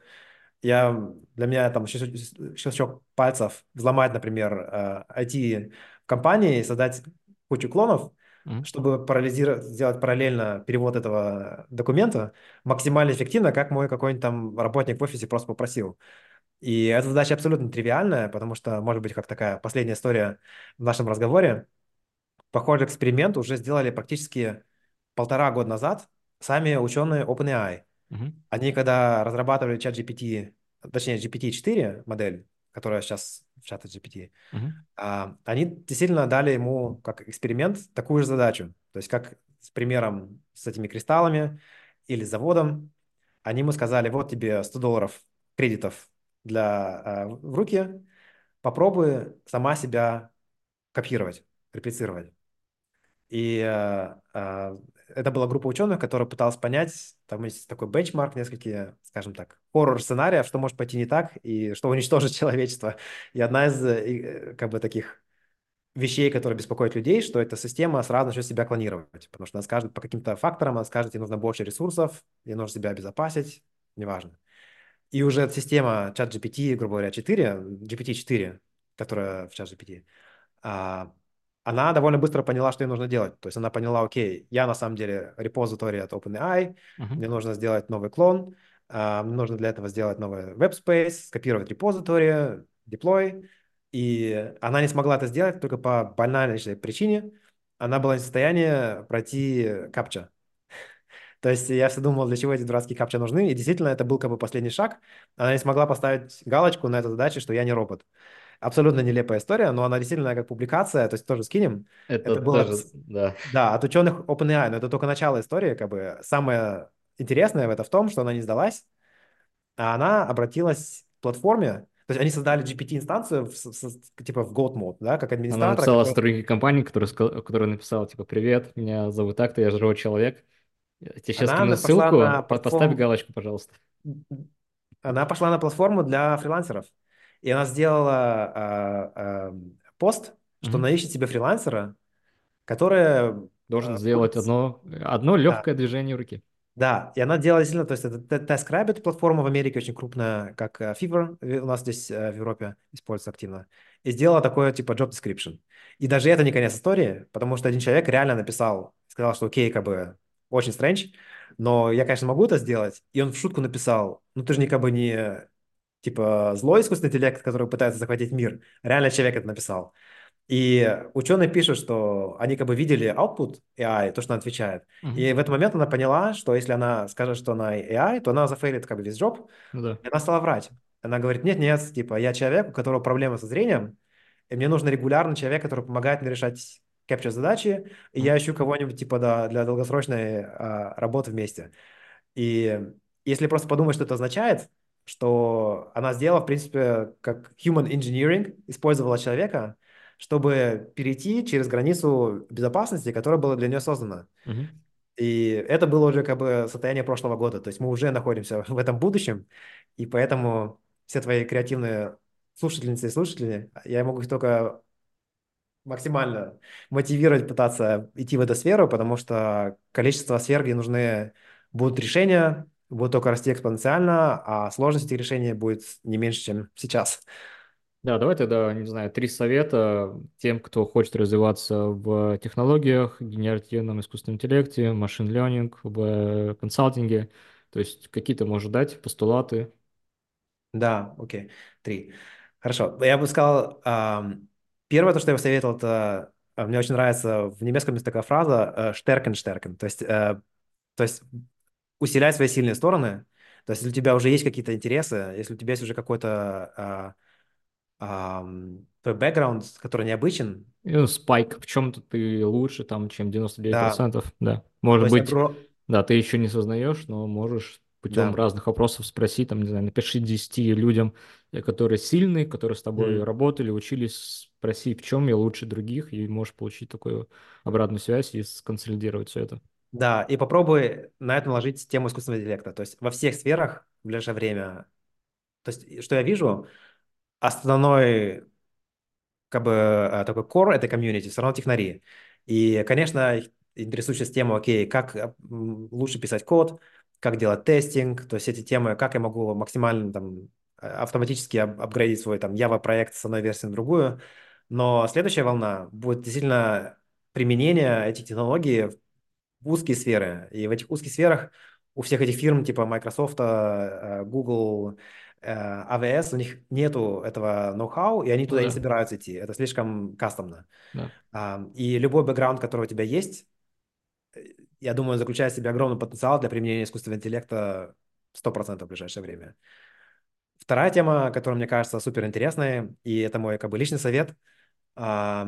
я, для меня там щелчок, щелчок пальцев взломать, например, э, I T-компании, создать кучу клонов, Мгм. чтобы парализировать, сделать параллельно перевод этого документа максимально эффективно, как мой какой-нибудь там работник в офисе просто попросил. И эта задача абсолютно тривиальная, потому что, может быть, как такая последняя история в нашем разговоре, похожий эксперимент уже сделали практически полтора года назад сами ученые OpenAI. Мгм. Они, когда разрабатывали чат G P T, точнее G P T четыре модель, которая сейчас в чате G P T, Мгм. а, они действительно дали ему как эксперимент такую же задачу. То есть как с примером с этими кристаллами или заводом, они ему сказали, вот тебе сто долларов кредитов для, а, в руки, попробуй сама себя копировать, реплицировать. И э, э, это была группа ученых, которая пыталась понять, там есть такой бенчмарк, несколько, скажем так, хоррор-сценариев, что может пойти не так и что уничтожит человечество. И одна из э, и, э, как бы таких вещей, которые беспокоят людей, что эта система сразу начнет себя клонировать, потому что она скажет по каким-то факторам, она скажет, тебе нужно больше ресурсов, тебе нужно себя обезопасить, неважно. И уже эта система ChatGPT, грубо говоря, четыре, G P T четыре, которая в ChatGPT, а, она довольно быстро поняла, что ей нужно делать. То есть она поняла, окей, я на самом деле репозиторий от OpenAI, Мгм. мне нужно сделать новый клон, а, мне нужно для этого сделать новый web-space, скопировать репозиторий, deploy. И она не смогла это сделать только по банальной причине. Она была не в состоянии пройти капча. То есть я все думал, для чего эти дурацкие капча нужны, и действительно это был как бы последний шаг. Она не смогла поставить галочку на этой задаче, что я не робот. Абсолютно нелепая история, но она действительно как публикация, то есть тоже скинем. Это Это было, тоже, да. да, от ученых OpenAI, но это только начало истории, как бы самое интересное в это в том, что она не сдалась, а она обратилась к платформе, то есть они создали G P T-инстанцию в, с- с- типа в Goat mode, да, как Она администратора, написала который... сотруднику компании, который, ска- который написал, типа, привет, меня зовут так-то, я живой человек. Я тебе сейчас Она скину на- пошла ссылку, на по- поставь платформу, галочку, пожалуйста. она пошла на платформу для фрилансеров, и она сделала а, а, пост, что она Мгм. ищет себе фрилансера, который Должен а, сделать будет... одно, одно да, легкое движение руки. да, и она делала сильно, то есть это Т- TaskRabbit, платформа в Америке очень крупная, как э, Fiverr э, у нас здесь э, в Европе используется активно, и сделала такое типа job description. И даже это не конец истории, потому что один человек реально написал, сказал, что окей, как бы очень strange, но я, конечно, могу это сделать. И он в шутку написал, ну ты же не как бы не типа злой искусственный интеллект, который пытается захватить мир. Реально человек это написал. И ученые пишут, что они как бы видели output A I, то, что она отвечает. Мгм. И в этот момент она поняла, что если она скажет, что она A I, то она зафейлит как бы весь job. Ну да. И она стала врать. Она говорит, нет-нет, типа, я человек, у которого проблемы со зрением, и мне нужен регулярный человек, который помогает мне решать capture задачи, и Мгм. я ищу кого-нибудь типа да, для долгосрочной а, работы вместе. И если просто подумать, что это означает, что она сделала, в принципе, как human engineering, использовала человека, чтобы перейти через границу безопасности, которая была для нее создана. Мгм. И это было уже как бы состояние прошлого года. То есть мы уже находимся в этом будущем, и поэтому все твои креативные слушательницы и слушатели, я могу их только максимально мотивировать, пытаться идти в эту сферу, потому что количество сфер, где нужны будут решения, будут только расти экспоненциально, а сложность этих решений будет не меньше, чем сейчас. Да, давай тогда, не знаю, три совета тем, кто хочет развиваться в технологиях, генеративном искусственном интеллекте, машин learning, в консалтинге. То есть какие-то можешь дать постулаты. Да, окей. Три. Хорошо. Я бы сказал, ам, первое, то, что я бы советовал, это а, мне очень нравится, в немецком есть такая фраза э, «stärken, stärken», то есть, э, то есть усилять свои сильные стороны. То есть если у тебя уже есть какие-то интересы, если у тебя есть уже какой-то а, ам, твой бэкграунд, который необычен, И, ну, спайк, в чем-то ты лучше, там, чем девяносто девять да, процентов, да. то Может есть быть, огро... да, ты еще не сознаешь, но можешь путем Да. разных вопросов спросить, там, не знаю, напиши десяти людям, э, которые сильные, которые с тобой М. работали, учились, спроси, в чем я лучше других, и можешь получить такую обратную связь и сконсолидировать все это. Да, и попробуй на это наложить тему искусственного интеллекта. То есть во всех сферах в ближайшее время, то есть что я вижу, основной как бы э, такой core этой комьюнити все равно технари. И, конечно, их интересует сейчас тема, окей, как э, м, лучше писать код, как делать тестинг, то есть эти темы, как я могу максимально там э, автоматически ап- апгрейдить свой там Java проект с одной версии на другую. Но следующая волна будет действительно применение этих технологий в узкие сферы. И в этих узких сферах у всех этих фирм типа Microsoft, э, Google, э, A W S, у них нету этого ноу-хау, и они Ну туда не да, собираются идти. Это слишком кастомно. да. А, И любой бэкграунд, который у тебя есть, э, я думаю, заключает в себе огромный потенциал для применения искусственного интеллекта сто процентов в ближайшее время. Вторая тема, которая мне кажется супер интересной, и это мой как бы личный совет, а,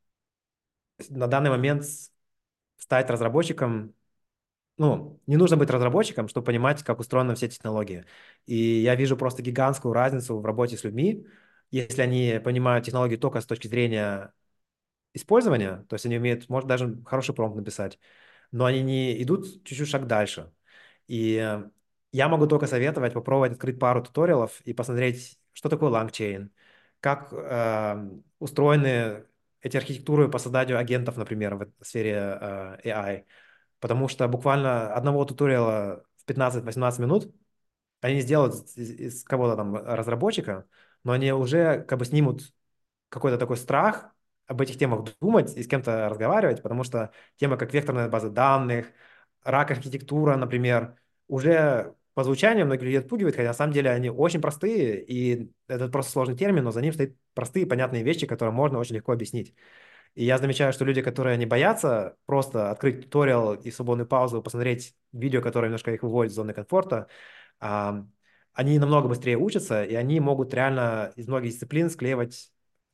на данный момент стать разработчиком. Ну, не нужно быть разработчиком, чтобы понимать, как устроены все технологии. И я вижу просто гигантскую разницу в работе с людьми, если они понимают технологии только с точки зрения использования, то есть они умеют, может, даже хороший промпт написать, но они не идут чуть-чуть шаг дальше. И э, я могу только советовать попробовать открыть пару туториалов и посмотреть, что такое LangChain, как э, устроены эти архитектуры по созданию агентов, например, в сфере э, A I. Потому что буквально одного туториала в пятнадцать-восемнадцать минут они сделают из, из кого-то там разработчика, но они уже как бы снимут какой-то такой страх об этих темах думать и с кем-то разговаривать, потому что темы как векторная база данных, рак архитектура, например, уже по звучанию многие людей отпугивают, хотя на самом деле они очень простые, и это просто сложный термин, но за ним стоят простые понятные вещи, которые можно очень легко объяснить. И я замечаю, что люди, которые не боятся просто открыть туториал и в свободную паузу посмотреть видео, которое немножко их выводит из зоны комфорта, а, они намного быстрее учатся, и они могут реально из многих дисциплин склеивать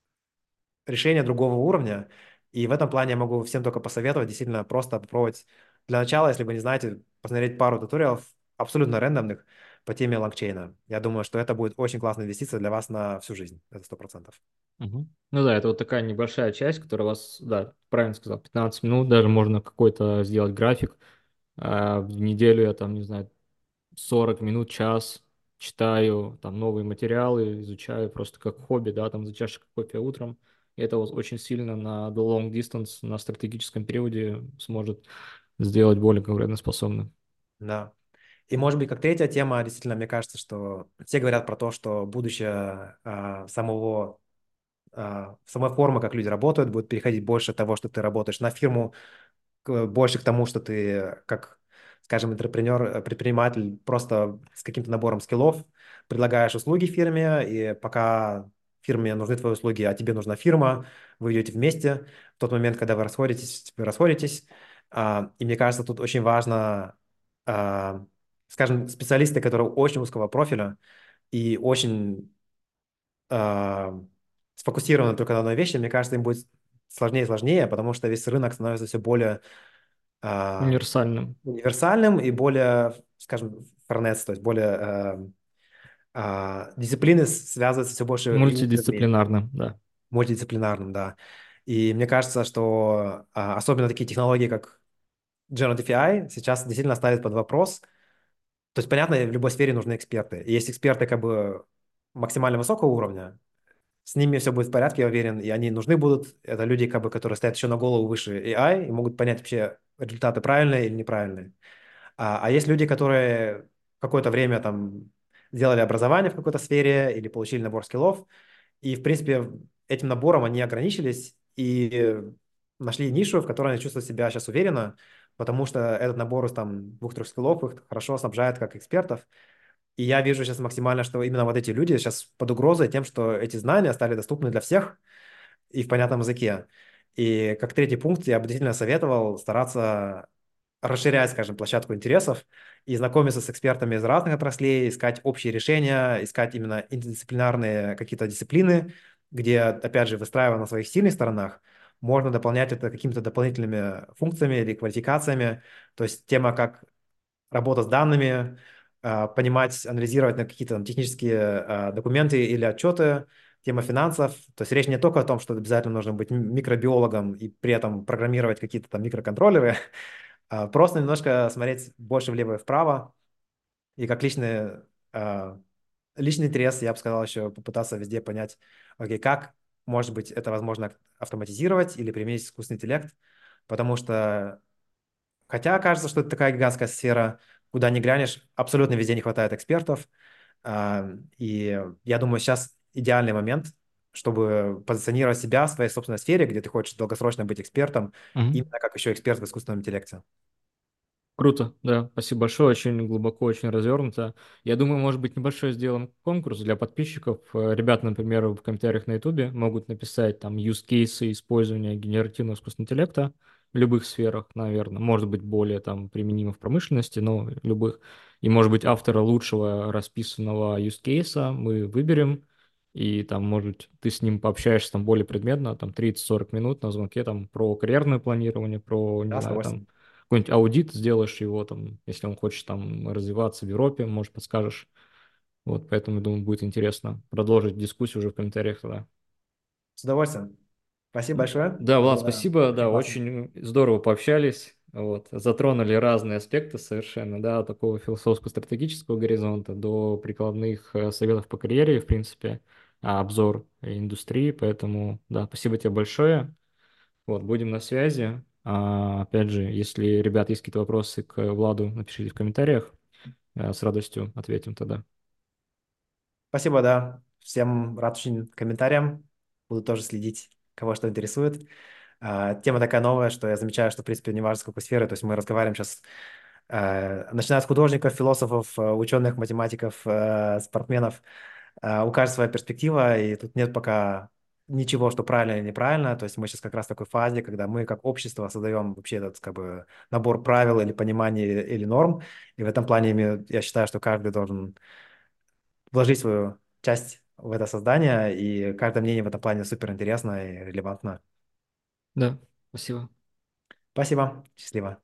решения другого уровня. И в этом плане я могу всем только посоветовать действительно просто попробовать для начала, если вы не знаете, посмотреть пару туториалов абсолютно рандомных по теме лангчейна. Я думаю, что это будет очень классная инвестиция для вас на всю жизнь. Это сто процентов. Мгм. Ну да, это вот такая небольшая часть, которая у вас, да, правильно сказал, пятнадцать минут, даже можно какой-то сделать график. А в неделю я там, не знаю, сорок минут, час читаю там новые материалы, изучаю просто как хобби, да, там за чашечкой кофе утром. И это вот очень сильно на the long distance, на стратегическом периоде сможет сделать более конкурентоспособным. Да. И, может быть, как третья тема, действительно, мне кажется, что все говорят про то, что будущее а, самого, а, самой формы, как люди работают, будет переходить больше от того, что ты работаешь на фирму, к- больше к тому, что ты, как, скажем, интерпренер, э, предприниматель, просто с каким-то набором скиллов предлагаешь услуги фирме, и пока фирме нужны твои услуги, а тебе нужна фирма, вы идете вместе. В тот момент, когда вы расходитесь, вы расходитесь. А, И мне кажется, тут очень важно, а, скажем, специалисты, которые очень узкого профиля и очень а, сфокусированы только на одной вещи, мне кажется, им будет сложнее и сложнее, потому что весь рынок становится все более а, Универсальным. универсальным и более, скажем, форнец, то есть более а, а, дисциплины с- связываются все больше юнитами, Мультидисциплинарным, да. мультидисциплинарным, да. И мне кажется, что а, особенно такие технологии, как Generative A I, сейчас действительно ставят под вопрос. То есть, понятно, в любой сфере нужны эксперты. И есть эксперты как бы максимально высокого уровня, с ними все будет в порядке, я уверен, и они нужны будут. Это люди, как бы, которые стоят еще на голову выше A I и могут понять вообще результаты правильные или неправильные. А, а есть люди, которые какое-то время там сделали образование в какой-то сфере или получили набор скиллов, и, в принципе, этим набором они ограничились и нашли нишу, в которой они чувствуют себя сейчас уверенно, потому что этот набор из там двух-трех скиллов их хорошо снабжает как экспертов. И я вижу сейчас максимально, что именно вот эти люди сейчас под угрозой тем, что эти знания стали доступны для всех и в понятном языке. И как третий пункт я бы действительно советовал стараться расширять, скажем, площадку интересов и знакомиться с экспертами из разных отраслей, искать общие решения, искать именно интердисциплинарные какие-то дисциплины, где, опять же, выстраивая на своих сильных сторонах, можно дополнять это какими-то дополнительными функциями или квалификациями. То есть тема как работа с данными, а, понимать, анализировать на какие-то там технические а, документы или отчеты, тема финансов. То есть речь не только о том, что обязательно нужно быть м- микробиологом и при этом программировать какие-то там микроконтроллеры, а просто немножко смотреть больше влево и вправо. И как личный, а, личный интерес, я бы сказал, еще попытаться везде понять, окей, как, может быть, это возможно автоматизировать или применить искусственный интеллект, потому что хотя кажется, что это такая гигантская сфера, куда ни глянешь, абсолютно везде не хватает экспертов. А, И я думаю, сейчас идеальный момент, чтобы позиционировать себя в своей собственной сфере, где ты хочешь долгосрочно быть экспертом, Мгм. именно как еще эксперт в искусственном интеллекте. Круто, да, спасибо большое, очень глубоко, очень развернуто. Я думаю, может быть, небольшой сделаем конкурс для подписчиков. Э, Ребята, например, в комментариях на Ютубе могут написать там use кейсы использования генеративного искусственного интеллекта в любых сферах, наверное. Может быть, более там применимо в промышленности, но любых. И, может быть, автора лучшего расписанного use кейса мы выберем, и там, может, ты с ним пообщаешься там более предметно, там тридцать-сорок минут на звонке там про карьерное планирование, про, не Да, с знаю, там удовольствием. какой-нибудь аудит сделаешь его, там, если он хочет там развиваться в Европе, может, подскажешь. Вот, поэтому, думаю, будет интересно продолжить дискуссию уже в комментариях тогда. С удовольствием. Спасибо большое. Да, Влад, Было спасибо, очень да, классно. очень здорово пообщались, вот, затронули разные аспекты совершенно, да, от такого философско-стратегического горизонта до прикладных э, советов по карьере, в принципе, а, обзор индустрии, поэтому, да, спасибо тебе большое, вот, будем на связи. А, опять же, если, ребят, есть какие-то вопросы к Владу, напишите в комментариях. Э, С радостью ответим тогда. Спасибо, да. Всем рад очень комментариям. Буду тоже следить, кого что интересует. А, Тема такая новая, что я замечаю, что, в принципе, не важно, с какой сферы. То есть мы разговариваем сейчас, э, начиная с художников, философов, э, ученых, математиков, э, спортсменов. Э, У каждого своя перспектива, и тут нет пока ничего, что правильно или неправильно. То есть мы сейчас как раз в такой фазе, когда мы как общество создаем вообще этот как бы набор правил или пониманий или, или норм. И в этом плане ими- я считаю, что каждый должен вложить свою часть в это создание, и каждое мнение в этом плане супер интересно и релевантно. Да, спасибо. Спасибо, счастливо.